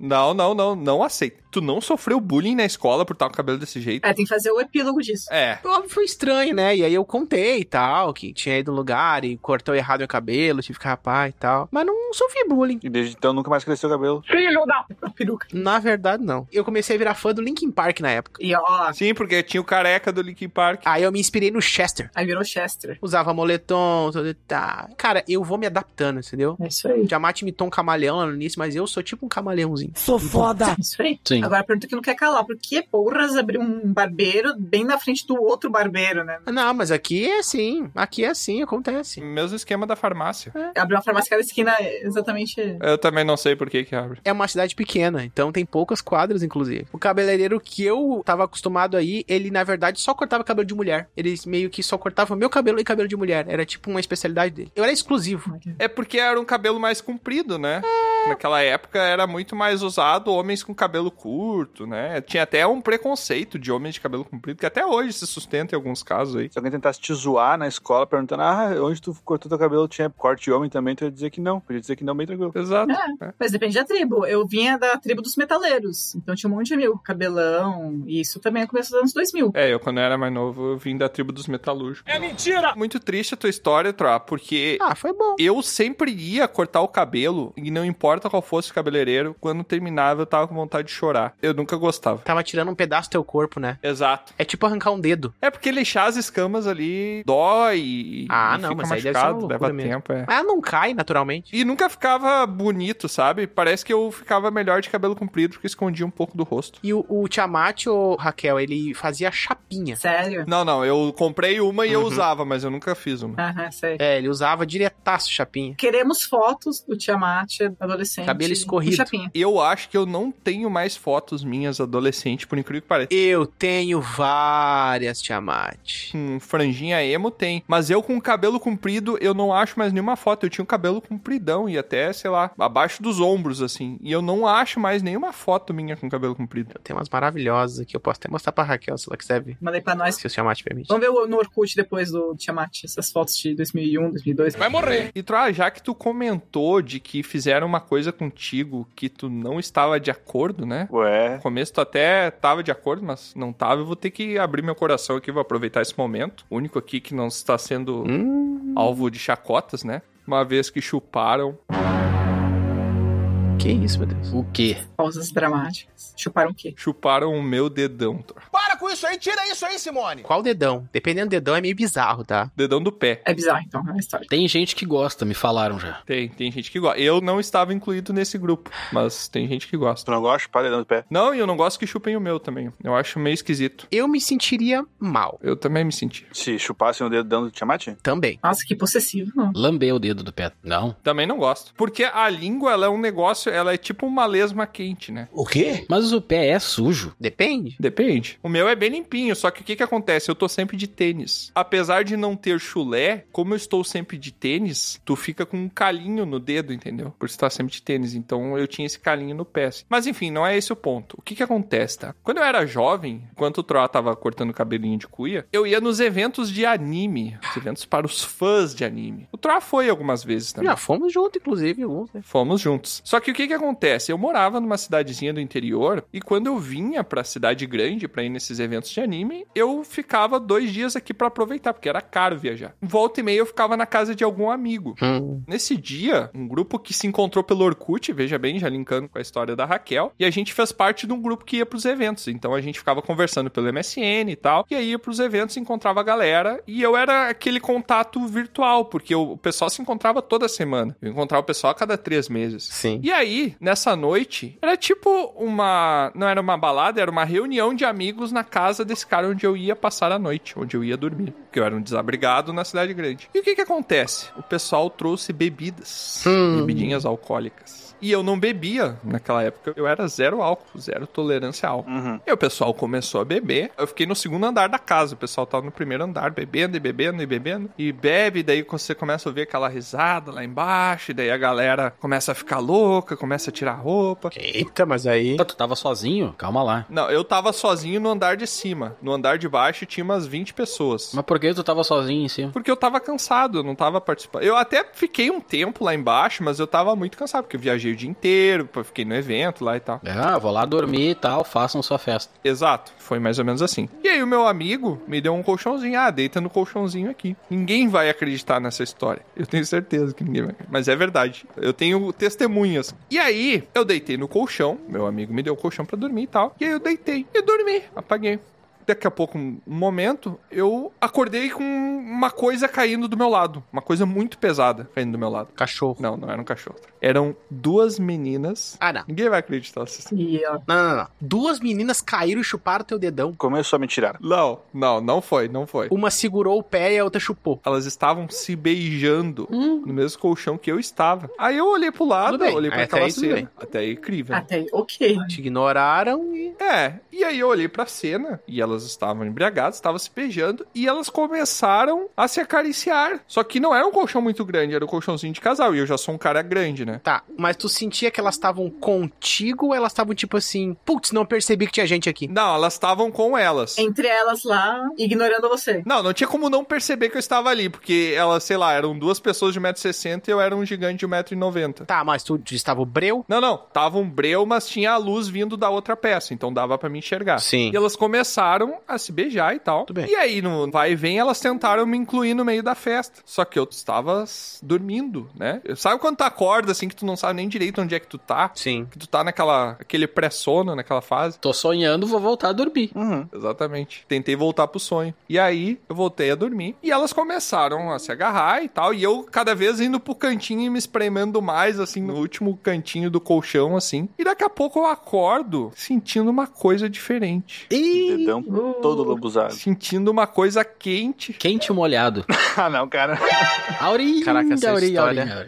Não aceito. Tu não sofreu bullying na escola por estar com o cabelo desse jeito? É, tem que fazer o epílogo disso. É. Óbvio, foi estranho, né? E aí eu contei e tal, que tinha ido no lugar e cortou errado meu cabelo, tive que rapar e tal. Mas não sofri bullying. E desde então nunca mais cresceu o cabelo. Filho da peruca. Na verdade, não. Eu comecei a virar fã do Linkin Park na época. E ó... Sim, porque tinha o careca do Linkin Park. Aí eu me inspirei no Chester. Aí virou Chester. Usava moletom, tudo e tal. Cara, eu vou me adaptando, entendeu? É isso aí. Tiamat imitou um camaleão lá no início, mas eu sou tipo um camaleãozinho. Sou foda! Isso aí. Sim. Agora a pergunta que não quer calar. Por que porras abrir um barbeiro bem na frente do outro barbeiro, né? Não, mas aqui é assim. Aqui é assim, acontece. Mesmo esquema da farmácia. Abriu uma farmácia cada esquina exatamente... Eu também não sei por que abre. É uma cidade pequena, então tem poucas quadras, inclusive. O cabeleireiro que eu tava acostumado aí, ele, na verdade, só cortava cabelo de mulher. Ele meio que só cortava meu cabelo e cabelo de mulher. Era tipo uma especialidade dele. Eu era exclusivo. É porque era um cabelo mais comprido, né? Naquela época era muito mais usado homens com cabelo curto, né? Tinha até um preconceito de homens de cabelo comprido, que até hoje se sustenta em alguns casos aí. Se alguém tentasse te zoar na escola, perguntando, onde tu cortou teu cabelo, tinha corte de homem também, tu ia dizer que não. Podia dizer que não, bem tranquilo. Exato. Mas depende da tribo. Eu vinha da tribo dos metaleiros, então tinha um monte de amigo, cabelão, e isso também começou nos anos 2000. Eu quando eu era mais novo, eu vim da tribo dos metalúrgicos. É mentira! Muito triste a tua história, Troá, porque... foi bom. Eu sempre ia cortar o cabelo, e não importa qual fosse o cabeleireiro, quando terminava eu tava com vontade de chorar. Eu nunca gostava. Tava tirando um pedaço do teu corpo, né? Exato. É tipo arrancar um dedo. É porque lixar as escamas ali dói e não, fica mas machucado, aí deve ser uma leva mesmo. tempo. Mas não cai naturalmente. E nunca ficava bonito, sabe? Parece que eu ficava melhor de cabelo comprido, porque escondia um pouco do rosto. E o Tiamat, ou Raquel, ele fazia chapinha. Sério? Não, eu comprei uma e eu usava, mas eu nunca fiz uma. Sério. Ele usava diretaço chapinha. Queremos fotos do Tiamat adolescente. Cabelo escorrido. Chapinha. Eu acho que eu não tenho mais fotos minhas adolescente, por incrível que pareça. Eu tenho várias, Tiamat. Franjinha emo tem. Mas eu com cabelo comprido, eu não acho mais nenhuma foto. Eu tinha um cabelo compridão e até, sei lá, abaixo dos ombros, assim. E eu não acho mais nenhuma foto minha com cabelo comprido. Eu tenho umas maravilhosas aqui. Eu posso até mostrar pra Raquel, se ela quiser ver. Mandei pra nós. Se o Tiamat permite. Vamos ver no Orkut depois do Tiamat. Essas fotos de 2001, 2002. Vai morrer. E já que tu comentou de que fizeram uma coisa contigo que tu não estava de acordo, né? Ué. No começo tu até tava de acordo, mas não tava. Eu vou ter que abrir meu coração aqui, vou aproveitar esse momento. O único aqui que não está sendo alvo de chacotas, né? Uma vez que chuparam... Que isso, meu Deus? O quê? Pausas dramáticas. Chuparam o quê? Chuparam o meu dedão, Thor. Para com isso aí, tira isso aí, Simone. Qual dedão? Dependendo do dedão, é meio bizarro, tá? Dedão do pé. É bizarro, então, a história. Tem gente que gosta, me falaram já. Tem gente que gosta. Eu não estava incluído nesse grupo, mas tem gente que gosta. Tu não gosta de chupar dedão do pé? Não, e eu não gosto que chupem o meu também. Eu acho meio esquisito. Eu me sentiria mal. Eu também me senti. Se chupassem o dedão do Tiamat? Também. Nossa, que possessivo, não. Lamber o dedo do pé. Não. Também não gosto. Porque a língua, ela é um negócio, ela é tipo uma lesma quente, né? O quê? Mas o pé é sujo. Depende. Depende. O meu é bem limpinho, só que o que acontece? Eu tô sempre de tênis. Apesar de não ter chulé, como eu estou sempre de tênis, tu fica com um calinho no dedo, entendeu? Por estar sempre de tênis. Então eu tinha esse calinho no pé. Mas enfim, não é esse o ponto. O que acontece, tá? Quando eu era jovem, enquanto o Troá tava cortando o cabelinho de cuia, eu ia nos eventos de anime. Os eventos para os fãs de anime. O Troá foi algumas vezes também. Já fomos juntos, inclusive. Né? Fomos juntos. Só que o que acontece? Eu morava numa cidadezinha do interior e quando eu vinha pra cidade grande pra ir nesses eventos de anime, eu ficava 2 dias aqui pra aproveitar, porque era caro viajar. Volta e meia eu ficava na casa de algum amigo. Nesse dia, um grupo que se encontrou pelo Orkut, veja bem, já linkando com a história da Raquel, e a gente fez parte de um grupo que ia pros eventos. Então a gente ficava conversando pelo MSN e tal, e aí ia pros eventos, encontrava a galera, e eu era aquele contato virtual, porque o pessoal se encontrava toda semana. Eu encontrava o pessoal a cada 3 meses. Sim. E aí, nessa noite, era tipo uma... Não era uma balada, era uma reunião de amigos na casa desse cara onde eu ia passar a noite, onde eu ia dormir. Porque eu era um desabrigado na cidade grande. E o que acontece? O pessoal trouxe bebidas. Bebidinhas alcoólicas. E eu não bebia naquela época. Eu era 0 álcool, 0 tolerância a álcool. E o pessoal começou a beber. Eu fiquei no 2º andar da casa. O pessoal tava no 1º andar, bebendo e bebendo e bebendo. E bebe, daí você começa a ouvir aquela risada lá embaixo. E daí a galera começa a ficar louca, começa a tirar roupa. Eita, mas aí... Tu tava sozinho? Calma lá. Não, eu tava sozinho no andar de cima. No andar de baixo tinha umas 20 pessoas. Mas por que tu tava sozinho em cima? Porque eu tava cansado, eu não tava participando. Eu até fiquei um tempo lá embaixo, mas eu tava muito cansado, porque eu viajei o dia inteiro, fiquei no evento lá e tal. Vou lá dormir e tal, façam sua festa. Exato, foi mais ou menos assim. E aí o meu amigo me deu um colchãozinho, deita no colchãozinho aqui. Ninguém vai acreditar nessa história. Eu tenho certeza que ninguém vai acreditar. Mas é verdade. Eu tenho testemunhas. E aí, eu deitei no colchão, meu amigo me deu um colchão pra dormir e tal. E aí eu deitei e dormi, apaguei. Daqui a pouco, um momento, eu acordei com uma coisa caindo do meu lado. Uma coisa muito pesada caindo do meu lado. Cachorro. Não era um cachorro. Eram 2 meninas. Não. Ninguém vai acreditar. Não. 2 meninas caíram e chuparam teu dedão. Começou a me tirar. Não foi. Uma segurou o pé e a outra chupou. Elas estavam se beijando no mesmo colchão que eu estava. Aí eu olhei pro lado, olhei pra aquela cena. Até aí, incrível. Até aí, ok. Te ignoraram e... E aí eu olhei pra cena e elas estavam embriagadas, estavam se beijando e elas começaram a se acariciar. Só que não era um colchão muito grande, era um colchãozinho de casal. E eu já sou um cara grande, né? Tá, mas tu sentia que elas estavam contigo ou elas estavam tipo assim, putz, não percebi que tinha gente aqui? Não, elas estavam com elas. Entre elas lá, ignorando você. Não tinha como não perceber que eu estava ali, porque elas, sei lá, eram 2 pessoas de 1,60m e eu era um gigante de 1,90m. Tá, mas tu estava o breu? Não, tava um breu, mas tinha a luz vindo da outra peça, então dava pra me enxergar. Sim. E elas começaram a se beijar e tal. Tudo bem. E aí, no vai e vem, elas tentaram me incluir no meio da festa. Só que eu estava dormindo, né? Sabe quando tu acorda, assim, que tu não sabe nem direito onde é que tu tá? Sim. Que tu tá aquele pré-sono, naquela fase. Tô sonhando, vou voltar a dormir. Exatamente. Tentei voltar pro sonho. E aí, eu voltei a dormir. E elas começaram a se agarrar e tal. E eu, cada vez, indo pro cantinho e me espremendo mais, assim, no último cantinho do colchão, assim. E daqui a pouco eu acordo sentindo uma coisa diferente. Dedão todo lambuzado. Sentindo uma coisa quente. Quente molhado. Não, cara. Aurim. Caraca, essa história...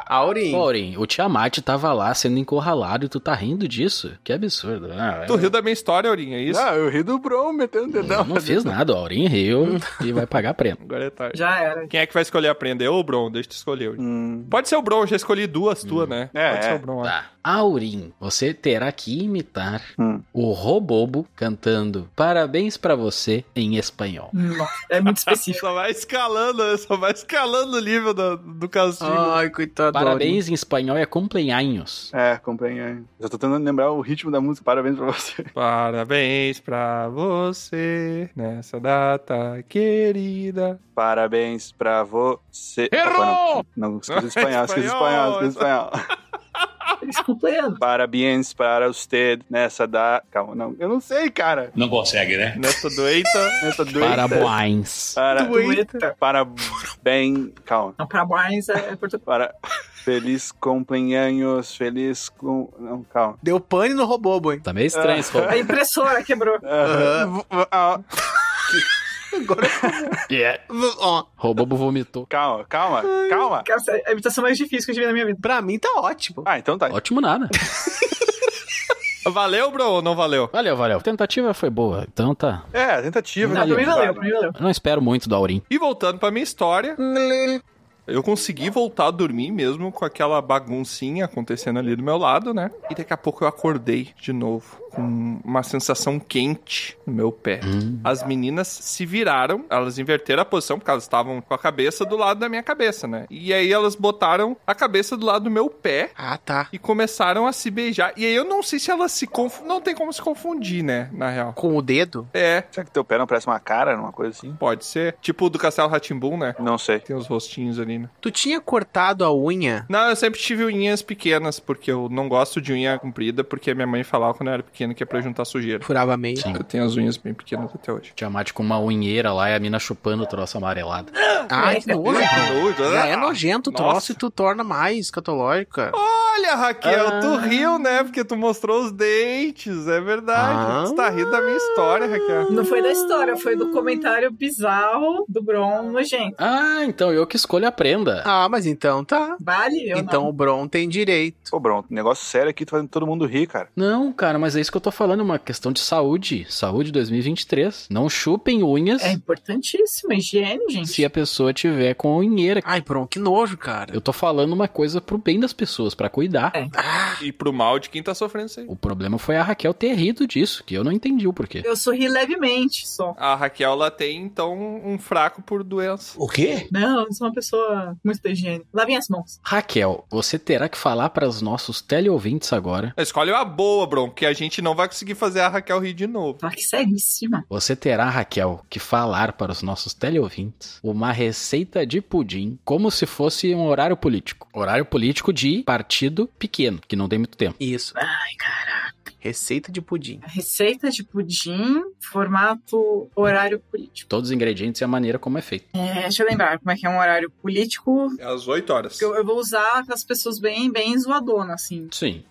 Aurim, o Tiamat tava lá sendo encurralado e tu tá rindo disso? Que absurdo. Tu riu da minha história, Aurim, é isso? Não, eu ri do Bron metendo dedão. Não fiz nada, o Aurim riu e vai pagar a prenda. Agora é tarde. Já era. Quem é que vai escolher a prenda? Eu ou o Bron? Deixa eu escolher. Pode ser o Bron, eu já escolhi 2 tuas, né? Pode ser o Bron. Tá. Aurim, você terá que imitar o Robobo cantando Parabéns pra você em espanhol. Nossa, é muito específico. Só vai escalando o nível do castigo. Ai, coitado. Parabéns em espanhol é cumpleaños. Cumpleaños. Eu tô tentando lembrar o ritmo da música. Parabéns pra você. Parabéns pra você nessa data querida. Parabéns pra você. Errou! Não, esqueci espanhol. Feliz cumpleaños. Parabéns para usted nessa da... Calma, não. Eu não sei, cara. Não consegue, né? Nessa doita. Parabéns. Parabéns. Calma. Não, parabéns é português. Feliz cumpleaños, Não, calma. Deu pane no robô, boy. Tá meio estranho esse robô. A impressora quebrou. Agora Robô vomitou. Calma. Cara, a imitação mais difícil que eu tive na minha vida. Pra mim tá ótimo. Então tá. Ótimo nada. Valeu, bro, ou não valeu? Valeu. A tentativa foi boa, então tá. A tentativa. Pra mim valeu. Eu não espero muito do Aurim. E voltando pra minha história... Eu consegui voltar a dormir mesmo com aquela baguncinha acontecendo ali do meu lado, né? E daqui a pouco eu acordei de novo com uma sensação quente no meu pé. As meninas se viraram, elas inverteram a posição porque elas estavam com a cabeça do lado da minha cabeça, né? E aí elas botaram a cabeça do lado do meu pé. Tá. E começaram a se beijar. E aí eu não sei se elas se não tem como se confundir, né? Na real. Com o dedo? É. Será que teu pé não parece uma cara, uma coisa assim? Pode ser. Tipo o do Castelo Rá-Tim-Bum, né? Não sei. Tem os rostinhos ali, né? Tu tinha cortado a unha? Não, eu sempre tive unhas pequenas, porque eu não gosto de unha comprida, porque minha mãe falava quando eu era pequeno que é pra juntar sujeira. Furava meio. Sim. Eu tenho as unhas bem pequenas até hoje. Tiamat com uma unheira lá e a mina chupando o troço amarelado. Ai, que nojo. Já é nojento o troço e tu torna mais escatológico, cara. Olha, Raquel, tu riu, né? Porque tu mostrou os dentes, é verdade. Tu tá rindo da minha história, Raquel. Não foi da história, foi do comentário bizarro do Bron nojento. Então eu que escolho a prenda. Mas então tá. Vale, então o Bron tem direito. Ô, Bron, negócio sério aqui, tu fazendo todo mundo rir, cara. Não, cara, mas é isso que eu tô falando, uma questão de saúde. Saúde 2023. Não chupem unhas. É importantíssimo, higiene, gente. Se a pessoa tiver com a unheira. Ai, Bron, que nojo, cara. Eu tô falando uma coisa pro bem das pessoas, pra cuidar. E pro mal de quem tá sofrendo isso aí. O problema foi a Raquel ter rido disso, que eu não entendi o porquê. Eu sorri levemente, só. A Raquel, ela tem, então, um fraco por doença. O quê? Não, eu sou uma pessoa muito da higiene. Lavem as mãos. Raquel, você terá que falar para os nossos teleouvintes agora. Escolhe uma boa, Bron, porque a gente não vai conseguir fazer a Raquel rir de novo. Que seríssima. Você terá, Raquel, que falar para os nossos teleouvintes uma receita de pudim como se fosse um horário político. Horário político de partido pequeno, que não tem muito tempo. Isso. Ai, caraca. Receita de pudim. Receita de pudim, formato horário político. Todos os ingredientes e a maneira como é feito. Deixa eu lembrar como é que é um horário político. É às 8 horas. Eu vou usar aquelas pessoas bem zoadonas, assim. Sim.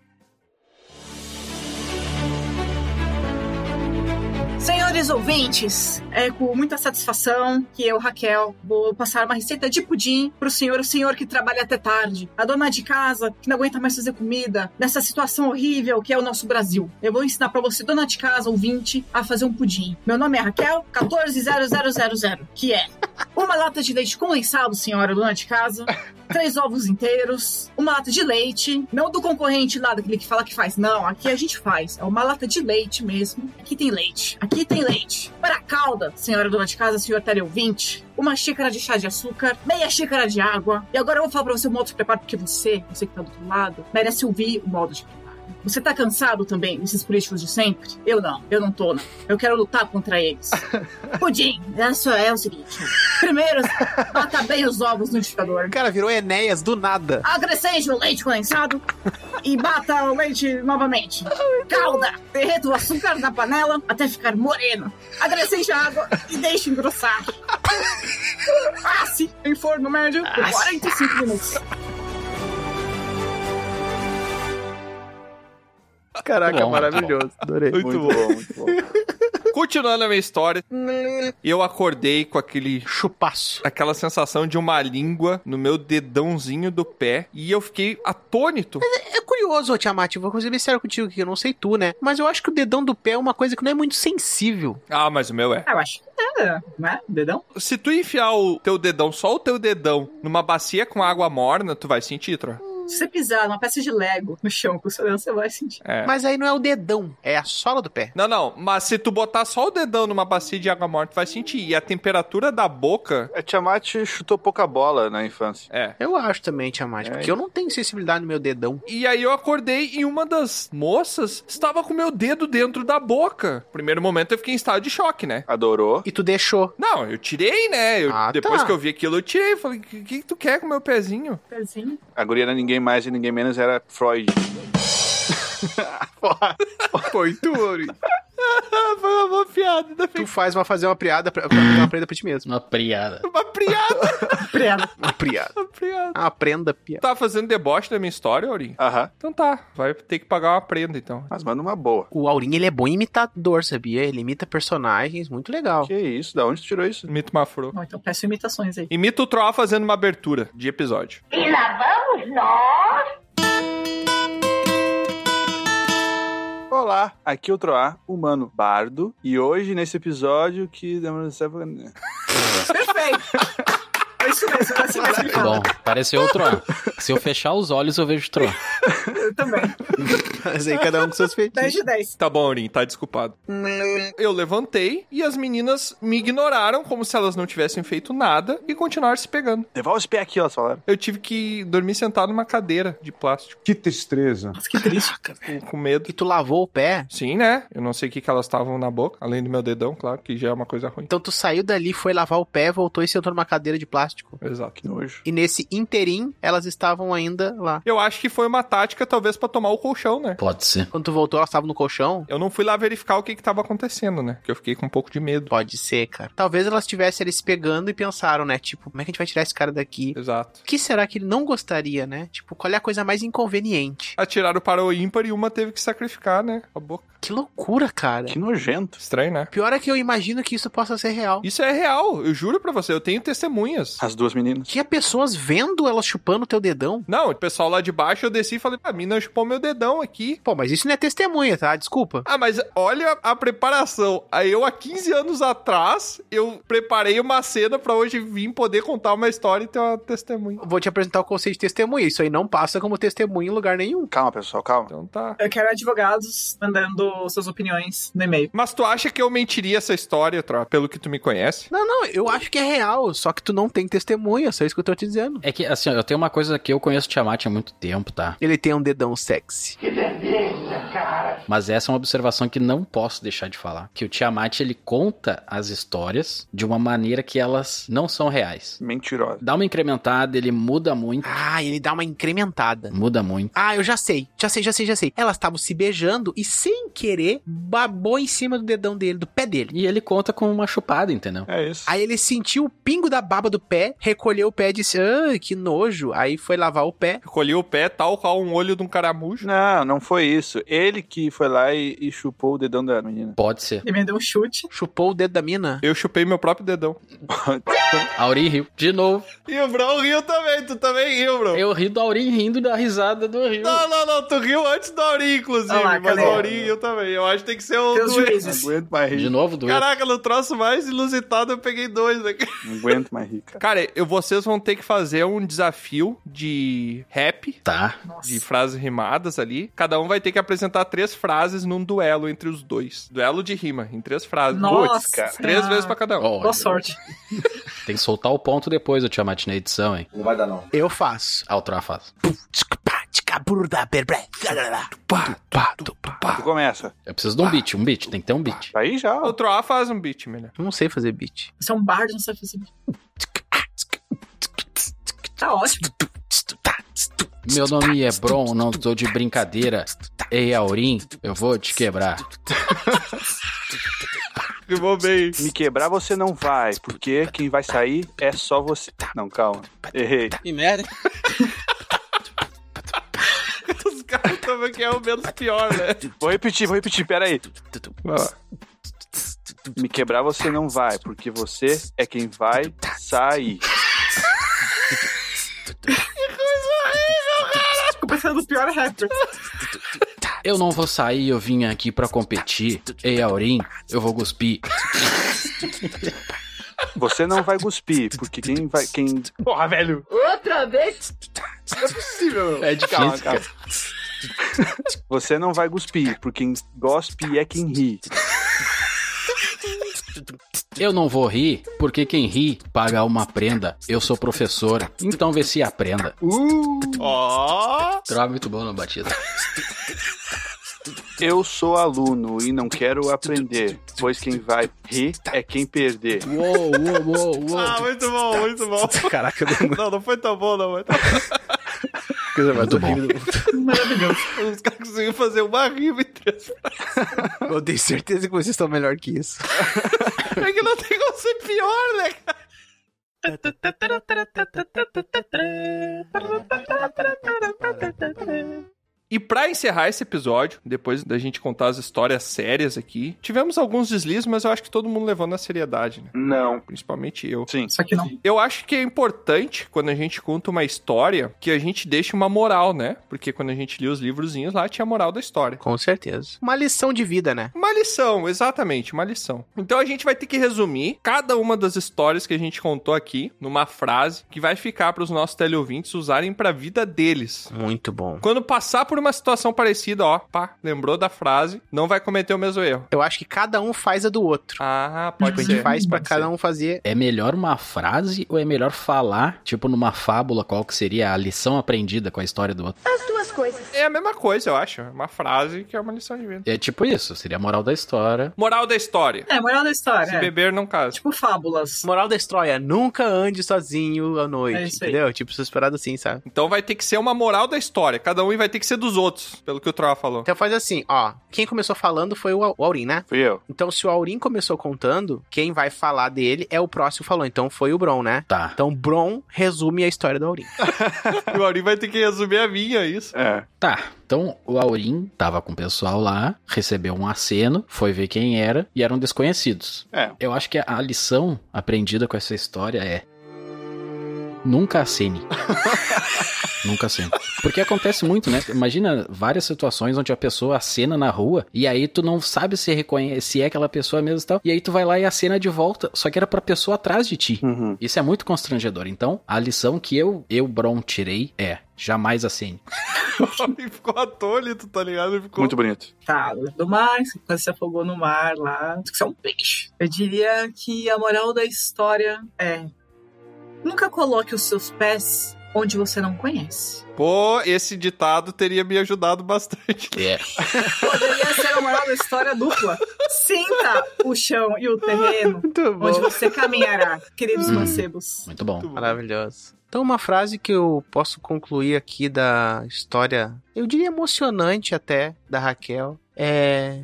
Senhores ouvintes, é com muita satisfação que eu, Raquel, vou passar uma receita de pudim pro senhor, o senhor que trabalha até tarde, a dona de casa que não aguenta mais fazer comida, nessa situação horrível que é o nosso Brasil. Eu vou ensinar pra você, dona de casa, ouvinte, a fazer um pudim. Meu nome é Raquel, 140000, que é uma lata de leite condensado, senhora dona de casa, 3 ovos inteiros, uma lata de leite, não do concorrente lá, daquele que fala que faz, não, aqui a gente faz, é uma lata de leite mesmo, aqui tem leite. Aqui tem leite. Para a calda, senhora dona de casa, senhor teleouvinte, uma xícara de chá de açúcar, meia xícara de água. E agora eu vou falar pra você o modo de preparo, porque você que tá do outro lado, merece ouvir o modo de preparo. Você tá cansado também desses políticos de sempre? Eu não tô, não. Eu quero lutar contra eles. Pudim, é o seguinte. Primeiro, bata bem os ovos no liquidificador. Cara, virou Enéas do nada. Acrescente o leite condensado e bata o leite novamente. Calda, derreta o açúcar na panela até ficar moreno. Acrescente a água e deixe engrossar. Passe em forno médio por 45 minutos. Caraca, maravilhoso. Adorei. Muito bom. Continuando a minha história, eu acordei com aquele chupaço, aquela sensação de uma língua no meu dedãozinho do pé, e eu fiquei atônito. Mas é curioso, Tiamat, eu vou ser bem sério contigo aqui, eu não sei tu, né? Mas eu acho que o dedão do pé é uma coisa que não é muito sensível. Ah, mas o meu é. Eu acho que não é? Dedão? Se tu enfiar o teu dedão, só o teu dedão, numa bacia com água morna, tu vai sentir, Tro? Se você pisar numa peça de Lego no chão com o seu dedo, você vai sentir. É. Mas aí não é o dedão, é a sola do pé. Não, mas se tu botar só o dedão numa bacia de água morta, tu vai sentir. E a temperatura da boca... A Tiamat chutou pouca bola na infância. É. Eu acho também, Tiamat, porque eu não tenho sensibilidade no meu dedão. E aí eu acordei e uma das moças estava com o meu dedo dentro da boca. Primeiro momento eu fiquei em estado de choque, né? Adorou. E tu deixou? Não, eu tirei, né? Depois que eu vi aquilo, eu tirei. Falei, o que tu quer com o meu pezinho? Pezinho? A guria era ninguém ninguém mais e ninguém menos era Freud. Foi tu, Aurim. Foi uma boa piada. Tu vai fazer uma piada pra fazer uma prenda pra ti mesmo. Uma priada. Uma piada. Uma piada. Uma prenda piada. Tá fazendo deboche da minha história, Aurim? Aham. Então tá, vai ter que pagar uma prenda, então. Mas manda uma boa. O Aurim, ele é bom imitador, sabia? Ele imita personagens, muito legal. Que isso? Da onde tu tirou isso? Imita uma afro. Bom, então peço imitações aí. Imita o Troá fazendo uma abertura de episódio. E lá vamos nós. Olá, aqui é o Troá, humano bardo, e hoje nesse episódio que... Perfeito! É isso mesmo, é assim mesmo que fala. Bom, pareceu o Troá. Se eu fechar os olhos, eu vejo o Troá. Eu também. Mas aí cada um com seus feitos. 10 de 10. Tá bom, Aurim, tá desculpado. Eu levantei e as meninas me ignoraram como se elas não tivessem feito nada e continuaram se pegando. Devolve os pés aqui, elas falaram. Eu tive que dormir sentado numa cadeira de plástico. Que tristeza. Nossa, que triste. Com medo. E tu lavou o pé? Sim, né? Eu não sei o que elas estavam na boca, além do meu dedão, claro, que já é uma coisa ruim. Então tu saiu dali, foi lavar o pé, voltou e sentou numa cadeira de plástico. Exato. Que nojo. E nesse interim, elas estavam ainda lá. Eu acho que foi uma tática, talvez, pra tomar o colchão, né? Pode ser. Quando tu voltou, elas estavam no colchão? Eu não fui lá verificar o que tava acontecendo, né? Porque eu fiquei com um pouco de medo. Pode ser, cara. Talvez elas estivessem ali se pegando e pensaram, né? Tipo, como é que a gente vai tirar esse cara daqui? Exato. O que será que ele não gostaria, né? Tipo, qual é a coisa mais inconveniente? Atiraram para o ímpar e uma teve que sacrificar, né? A boca. Que loucura, cara. Que nojento. Estranho, né? Pior é que eu imagino que isso possa ser real. Isso é real, eu juro pra você, eu tenho testemunhas. As duas meninas. Tinha pessoas vendo elas chupando o teu dedão? Não, o pessoal lá de baixo eu desci e falei, a mina chupou meu dedão aqui. Pô, mas isso não é testemunha, tá? Desculpa. Ah, mas olha a preparação. Aí eu, há 15 anos atrás, eu preparei uma cena pra hoje vir poder contar uma história e ter uma testemunha. Vou te apresentar o conceito de testemunha. Isso aí não passa como testemunha em lugar nenhum. Calma, pessoal, calma. Então tá. Eu quero advogados mandando suas opiniões no e-mail. Mas tu acha que eu mentiria essa história, Troa, pelo que tu me conhece? Não, eu acho que é real, só que tu não tem testemunha, só isso que eu tô te dizendo. É que, assim, ó, eu tenho uma coisa que eu conheço o Tiamat há muito tempo, tá? Ele tem um dedão sexy. Que delícia, cara. Mas essa é uma observação que não posso deixar de falar. Que o Tiamat, ele conta as histórias de uma maneira que elas não são reais. Mentirosa. Dá uma incrementada, ele muda muito. Ah, ele dá uma incrementada. Muda muito. Ah, eu já sei. Elas estavam se beijando e sem querer babou em cima do dedão dele, do pé dele. E ele conta com uma chupada, entendeu? É isso. Aí ele sentiu o pingo da baba do pé, recolheu o pé e disse, que nojo. Aí foi lavar o pé. Recolheu o pé tal qual um olho de um caramujo. Não foi isso. Ele que foi lá e chupou o dedão da menina. Pode ser. Ele me deu um chute. Chupou o dedo da mina. Eu chupei meu próprio dedão. Aurim riu. De novo. E o Brão riu também. Tu também riu, Brão. Eu ri do Aurim rindo da risada do Rio. Não. Tu riu antes do Aurim, inclusive. Olá, mas cadê? o Aurim riu também. Eu acho que tem que ser o Teus dueto. juízes. Não aguento mais rir. De novo, doeu. Caraca, no troço mais inusitado eu peguei 2 aqui. Não aguento mais rir, cara. Cara, vocês vão ter que fazer um desafio de rap. Tá. De frases rimadas ali. Cada um vai ter que apresentar 3 frases num duelo entre os dois. Duelo de rima, em 3 frases. Nossa, Puts, cara. 3 vezes pra cada um. Olha, boa sorte. Tem que soltar o ponto depois do Tiamat na edição, hein? Não vai dar, não. Eu faço. A outra faz. Tu começa. Eu preciso de um beat, tem que ter um beat. Aí já. O Troá faz um beat, melhor. Eu não sei fazer beat. Você é um bardo, não sabe fazer beat. Tá ótimo. Meu nome é Bron, não tô de brincadeira. Ei, Aurim, eu vou te quebrar. Rimou bem. Me quebrar você não vai, porque quem vai sair é só você. Não, calma. Errei. Que merda. Os caras também que é o menos pior, né? Vou repetir, pera aí. Vai lá. Me quebrar você não vai, porque você é quem vai sair. Fico pensando no pior rapper. Eu não vou sair, eu vim aqui pra competir. Ei, Aurim, eu vou cuspir. Você não vai cuspir, porque quem vai... Porra, velho. Outra vez? Não é possível. É difícil, cara. Você não vai cuspir, porque quem gospe é quem ri. Eu não vou rir, porque quem ri paga uma prenda. Eu sou professor, então vê se aprenda. Ó. Troca muito bom na batida. Eu sou aluno e não quero aprender, pois quem vai rir é quem perder. Uou. Ah, muito bom. Caraca, Não foi tão bom, não. Coisa mais horrível do mundo. Maravilhoso. Os caras conseguiram fazer uma rima em 3 frases. Eu tenho certeza que vocês estão melhor que isso. É que não tem como ser pior, né, cara? E pra encerrar esse episódio, depois da gente contar as histórias sérias aqui, tivemos alguns deslizes, mas eu acho que todo mundo levou na seriedade, né? Não. Principalmente eu. Sim. Só que não. Eu acho que é importante, quando a gente conta uma história, que a gente deixe uma moral, né? Porque quando a gente lia os livrozinhos lá, tinha a moral da história. Com certeza. Uma lição de vida, né? Uma lição, exatamente, uma lição. Então a gente vai ter que resumir cada uma das histórias que a gente contou aqui numa frase que vai ficar para os nossos teleouvintes usarem pra vida deles. Muito bom. Quando passar por uma situação parecida, ó, pá, lembrou da frase, não vai cometer o mesmo erro. Eu acho que cada um faz a do outro. Ah, pode Tipo, ser. a gente faz pra Pode cada ser. um fazer. É melhor uma frase ou é melhor falar, tipo numa fábula, qual que seria a lição aprendida com a história do outro? As duas coisas. É a mesma coisa, eu acho. Uma frase que é uma lição de vida. É tipo isso, seria a moral da história. Moral da história. É, moral da história. Se beber, não casa. Tipo fábulas. Moral da história, nunca ande sozinho à noite, É isso aí. entendeu? Tipo, essas paradas assim, sabe? Então vai ter que ser uma moral da história. Cada um vai ter que ser dos outros, pelo que o Troá falou. Então faz assim, ó. Quem começou falando foi o Aurim, né? Fui eu. Então se o Aurim começou contando, quem vai falar dele é o próximo falou. Então foi o Bron, né? Tá. Então o Bron resume a história do Aurim. O Aurim vai ter que resumir a minha, isso. É. Tá, então o Aurim tava com o pessoal lá, recebeu um aceno, foi ver quem era e eram desconhecidos. É. Eu acho que a lição aprendida com essa história é: nunca acene. Nunca acene. Porque acontece muito, né? Imagina várias situações onde a pessoa acena na rua e aí tu não sabe se reconhece, se é aquela pessoa mesmo e tal. E aí tu vai lá e acena de volta, só que era pra pessoa atrás de ti. Uhum. Isso é muito constrangedor. Então, a lição que eu Bron, tirei é: jamais acene. O Aurim ficou atônito, tá ligado? Ele ficou... Muito bonito. Tá, do mar, quando você afogou no mar lá, diz que você é um peixe. Eu diria que a moral da história é: nunca coloque os seus pés onde você não conhece. Pô, esse ditado teria me ajudado bastante. É. Poderia ser a moral da história dupla. Sinta o chão e o terreno onde você caminhará, queridos mancebos. Muito bom. Maravilhoso. Então uma frase que eu posso concluir aqui da história, eu diria emocionante até, da Raquel, é: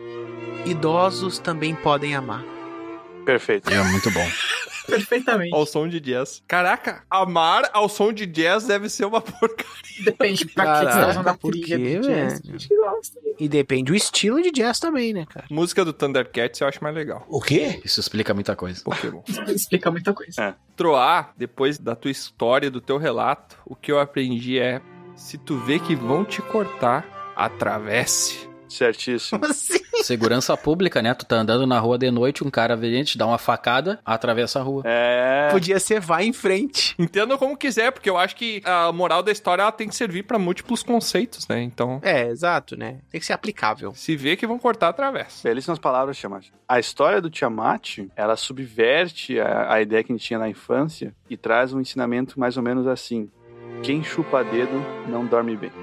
idosos também podem amar. Perfeito. É muito bom. Perfeitamente. Ao som de jazz. Caraca, amar ao som de jazz deve ser uma porcaria. Depende pra que você tá usando a por trilha quê, do jazz. velho? A gente gosta. E depende do estilo de jazz também, né, cara? Música do Thundercats eu acho mais legal. O quê? Isso explica muita coisa. Pokémon. Explica muita coisa. É. Troá, depois da tua história, do teu relato, o que eu aprendi é: se tu vê que vão te cortar, atravesse. Certíssimo. Assim. Segurança pública, né? Tu tá andando na rua de noite, um cara vem te dá uma facada, atravessa a rua. É. Podia ser vai em frente. Entendam como quiser, porque eu acho que a moral da história ela tem que servir pra múltiplos conceitos, né? Então, É, exato, né? Tem que ser aplicável. se vê que vão cortar, atravessa. Belíssimas palavras, Tiamat. A história do Tiamat, ela subverte a ideia que a gente tinha na infância e traz um ensinamento mais ou menos assim: quem chupa dedo não dorme bem.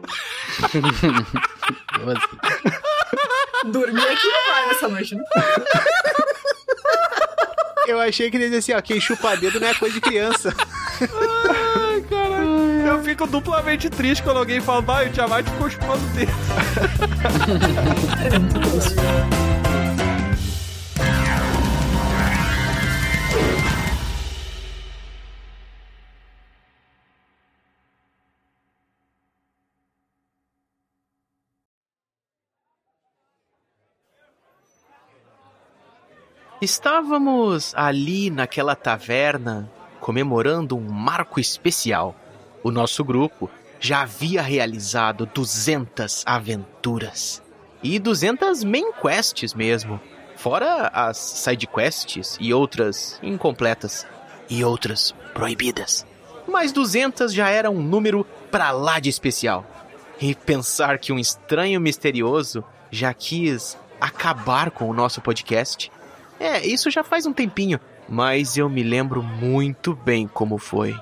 Dormir aqui não vai nessa noite, né? Eu achei que ele ia dizer assim, ó, quem chupa dedo não é coisa de criança. Ai, caralho. Eu fico duplamente triste quando alguém fala: ah, o Tiamat ficou chupando o dedo. Estávamos ali naquela taverna comemorando um marco especial. O nosso grupo já havia realizado 200 aventuras. E 200 main quests mesmo. Fora as side quests e outras incompletas. E outras proibidas. Mas 200 já era um número pra lá de especial. E pensar que um estranho misterioso já quis acabar com o nosso podcast... isso já faz um tempinho, mas eu me lembro muito bem como foi.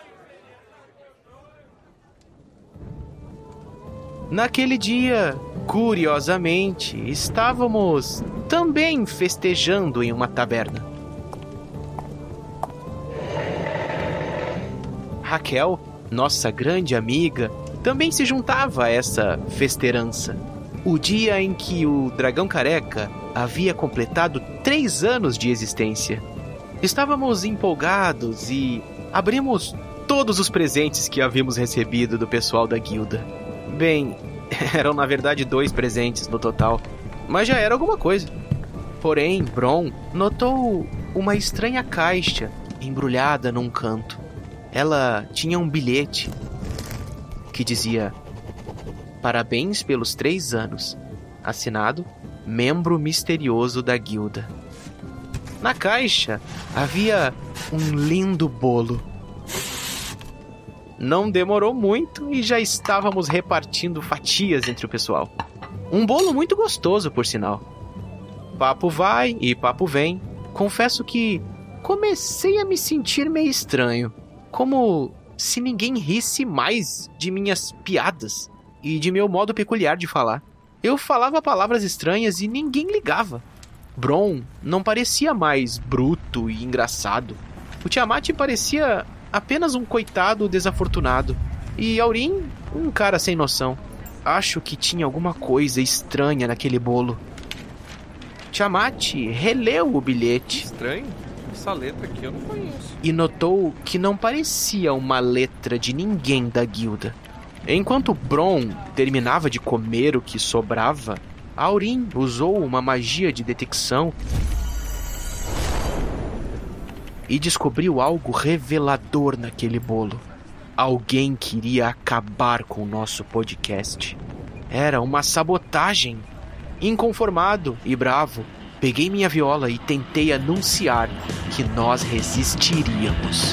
Naquele dia, curiosamente, estávamos também festejando em uma taberna. Raquel nossa grande amiga, também se juntava a essa festeirança. O dia em que o Dragão Careca havia completado 3 anos de existência. Estávamos empolgados e abrimos todos os presentes que havíamos recebido do pessoal da guilda. Bem, eram na verdade 2 presentes no total, mas já era alguma coisa. Porém, Bron notou uma estranha caixa embrulhada num canto. Ela tinha um bilhete que dizia: "Parabéns pelos 3 anos. Assinado, membro misterioso da guilda." Na caixa havia um lindo bolo. Não demorou muito e já estávamos repartindo fatias entre o pessoal. Um bolo muito gostoso, por sinal. Papo vai e papo vem. Confesso que comecei a me sentir meio estranho. Como se ninguém risse mais de minhas piadas e de meu modo peculiar de falar. Eu falava palavras estranhas e ninguém ligava. Bron não parecia mais bruto e engraçado. O Tiamat parecia apenas um coitado desafortunado. E Aurim, um cara sem noção. Acho que tinha alguma coisa estranha naquele bolo. Tiamat releu o bilhete. Estranho? Essa letra aqui eu não conheço. E notou que não parecia uma letra de ninguém da guilda. Enquanto Bron terminava de comer o que sobrava, Aurim usou uma magia de detecção e descobriu algo revelador naquele bolo. Alguém queria acabar com o nosso podcast. Era uma sabotagem. Inconformado e bravo, peguei minha viola e tentei anunciar que nós resistiríamos.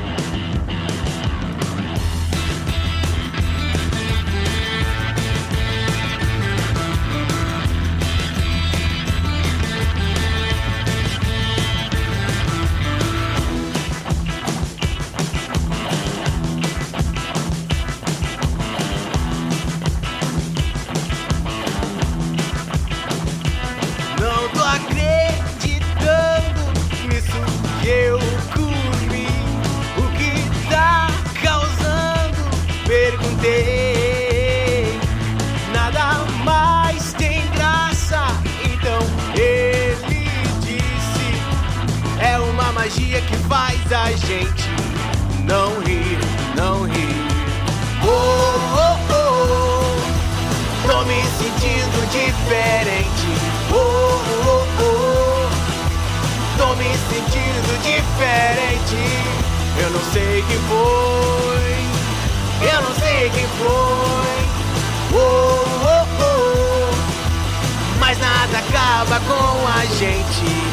Que faz a gente não rir, não rir. Oh, oh, oh, tô me sentindo diferente. Oh, oh, oh, tô me sentindo diferente. Eu não sei quem foi, eu não sei quem foi. Oh, oh, oh, mas nada acaba com a gente.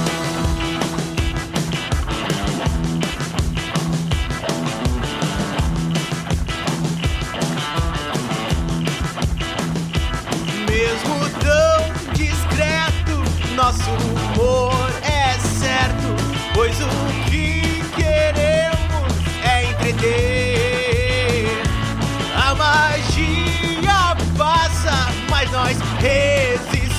Nosso humor é certo, pois o que queremos é entreter. A magia passa, mas nós resistimos.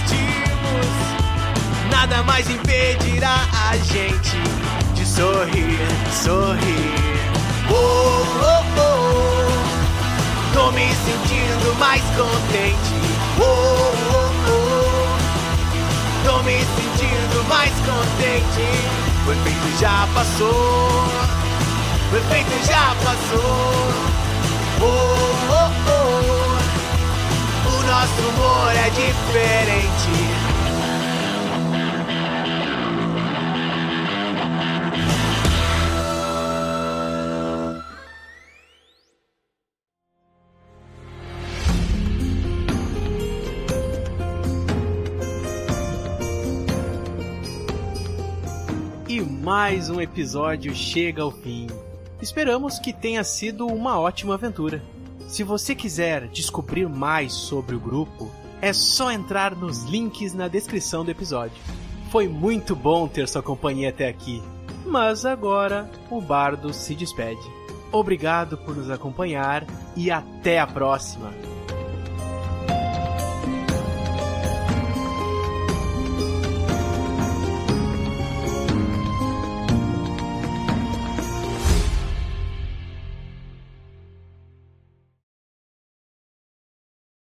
Nada mais impedirá a gente de sorrir, sorrir. Oh, oh, oh, tô me sentindo mais contente. Oh, oh, oh, tô me sentindo mais contente. O efeito já passou, o efeito já passou. Oh, oh, oh, o nosso humor é diferente. Mais um episódio chega ao fim. Esperamos que tenha sido uma ótima aventura. Se você quiser descobrir mais sobre o grupo, é só entrar nos links na descrição do episódio. Foi muito bom ter sua companhia até aqui, mas agora o Bardo se despede. Obrigado por nos acompanhar e até a próxima!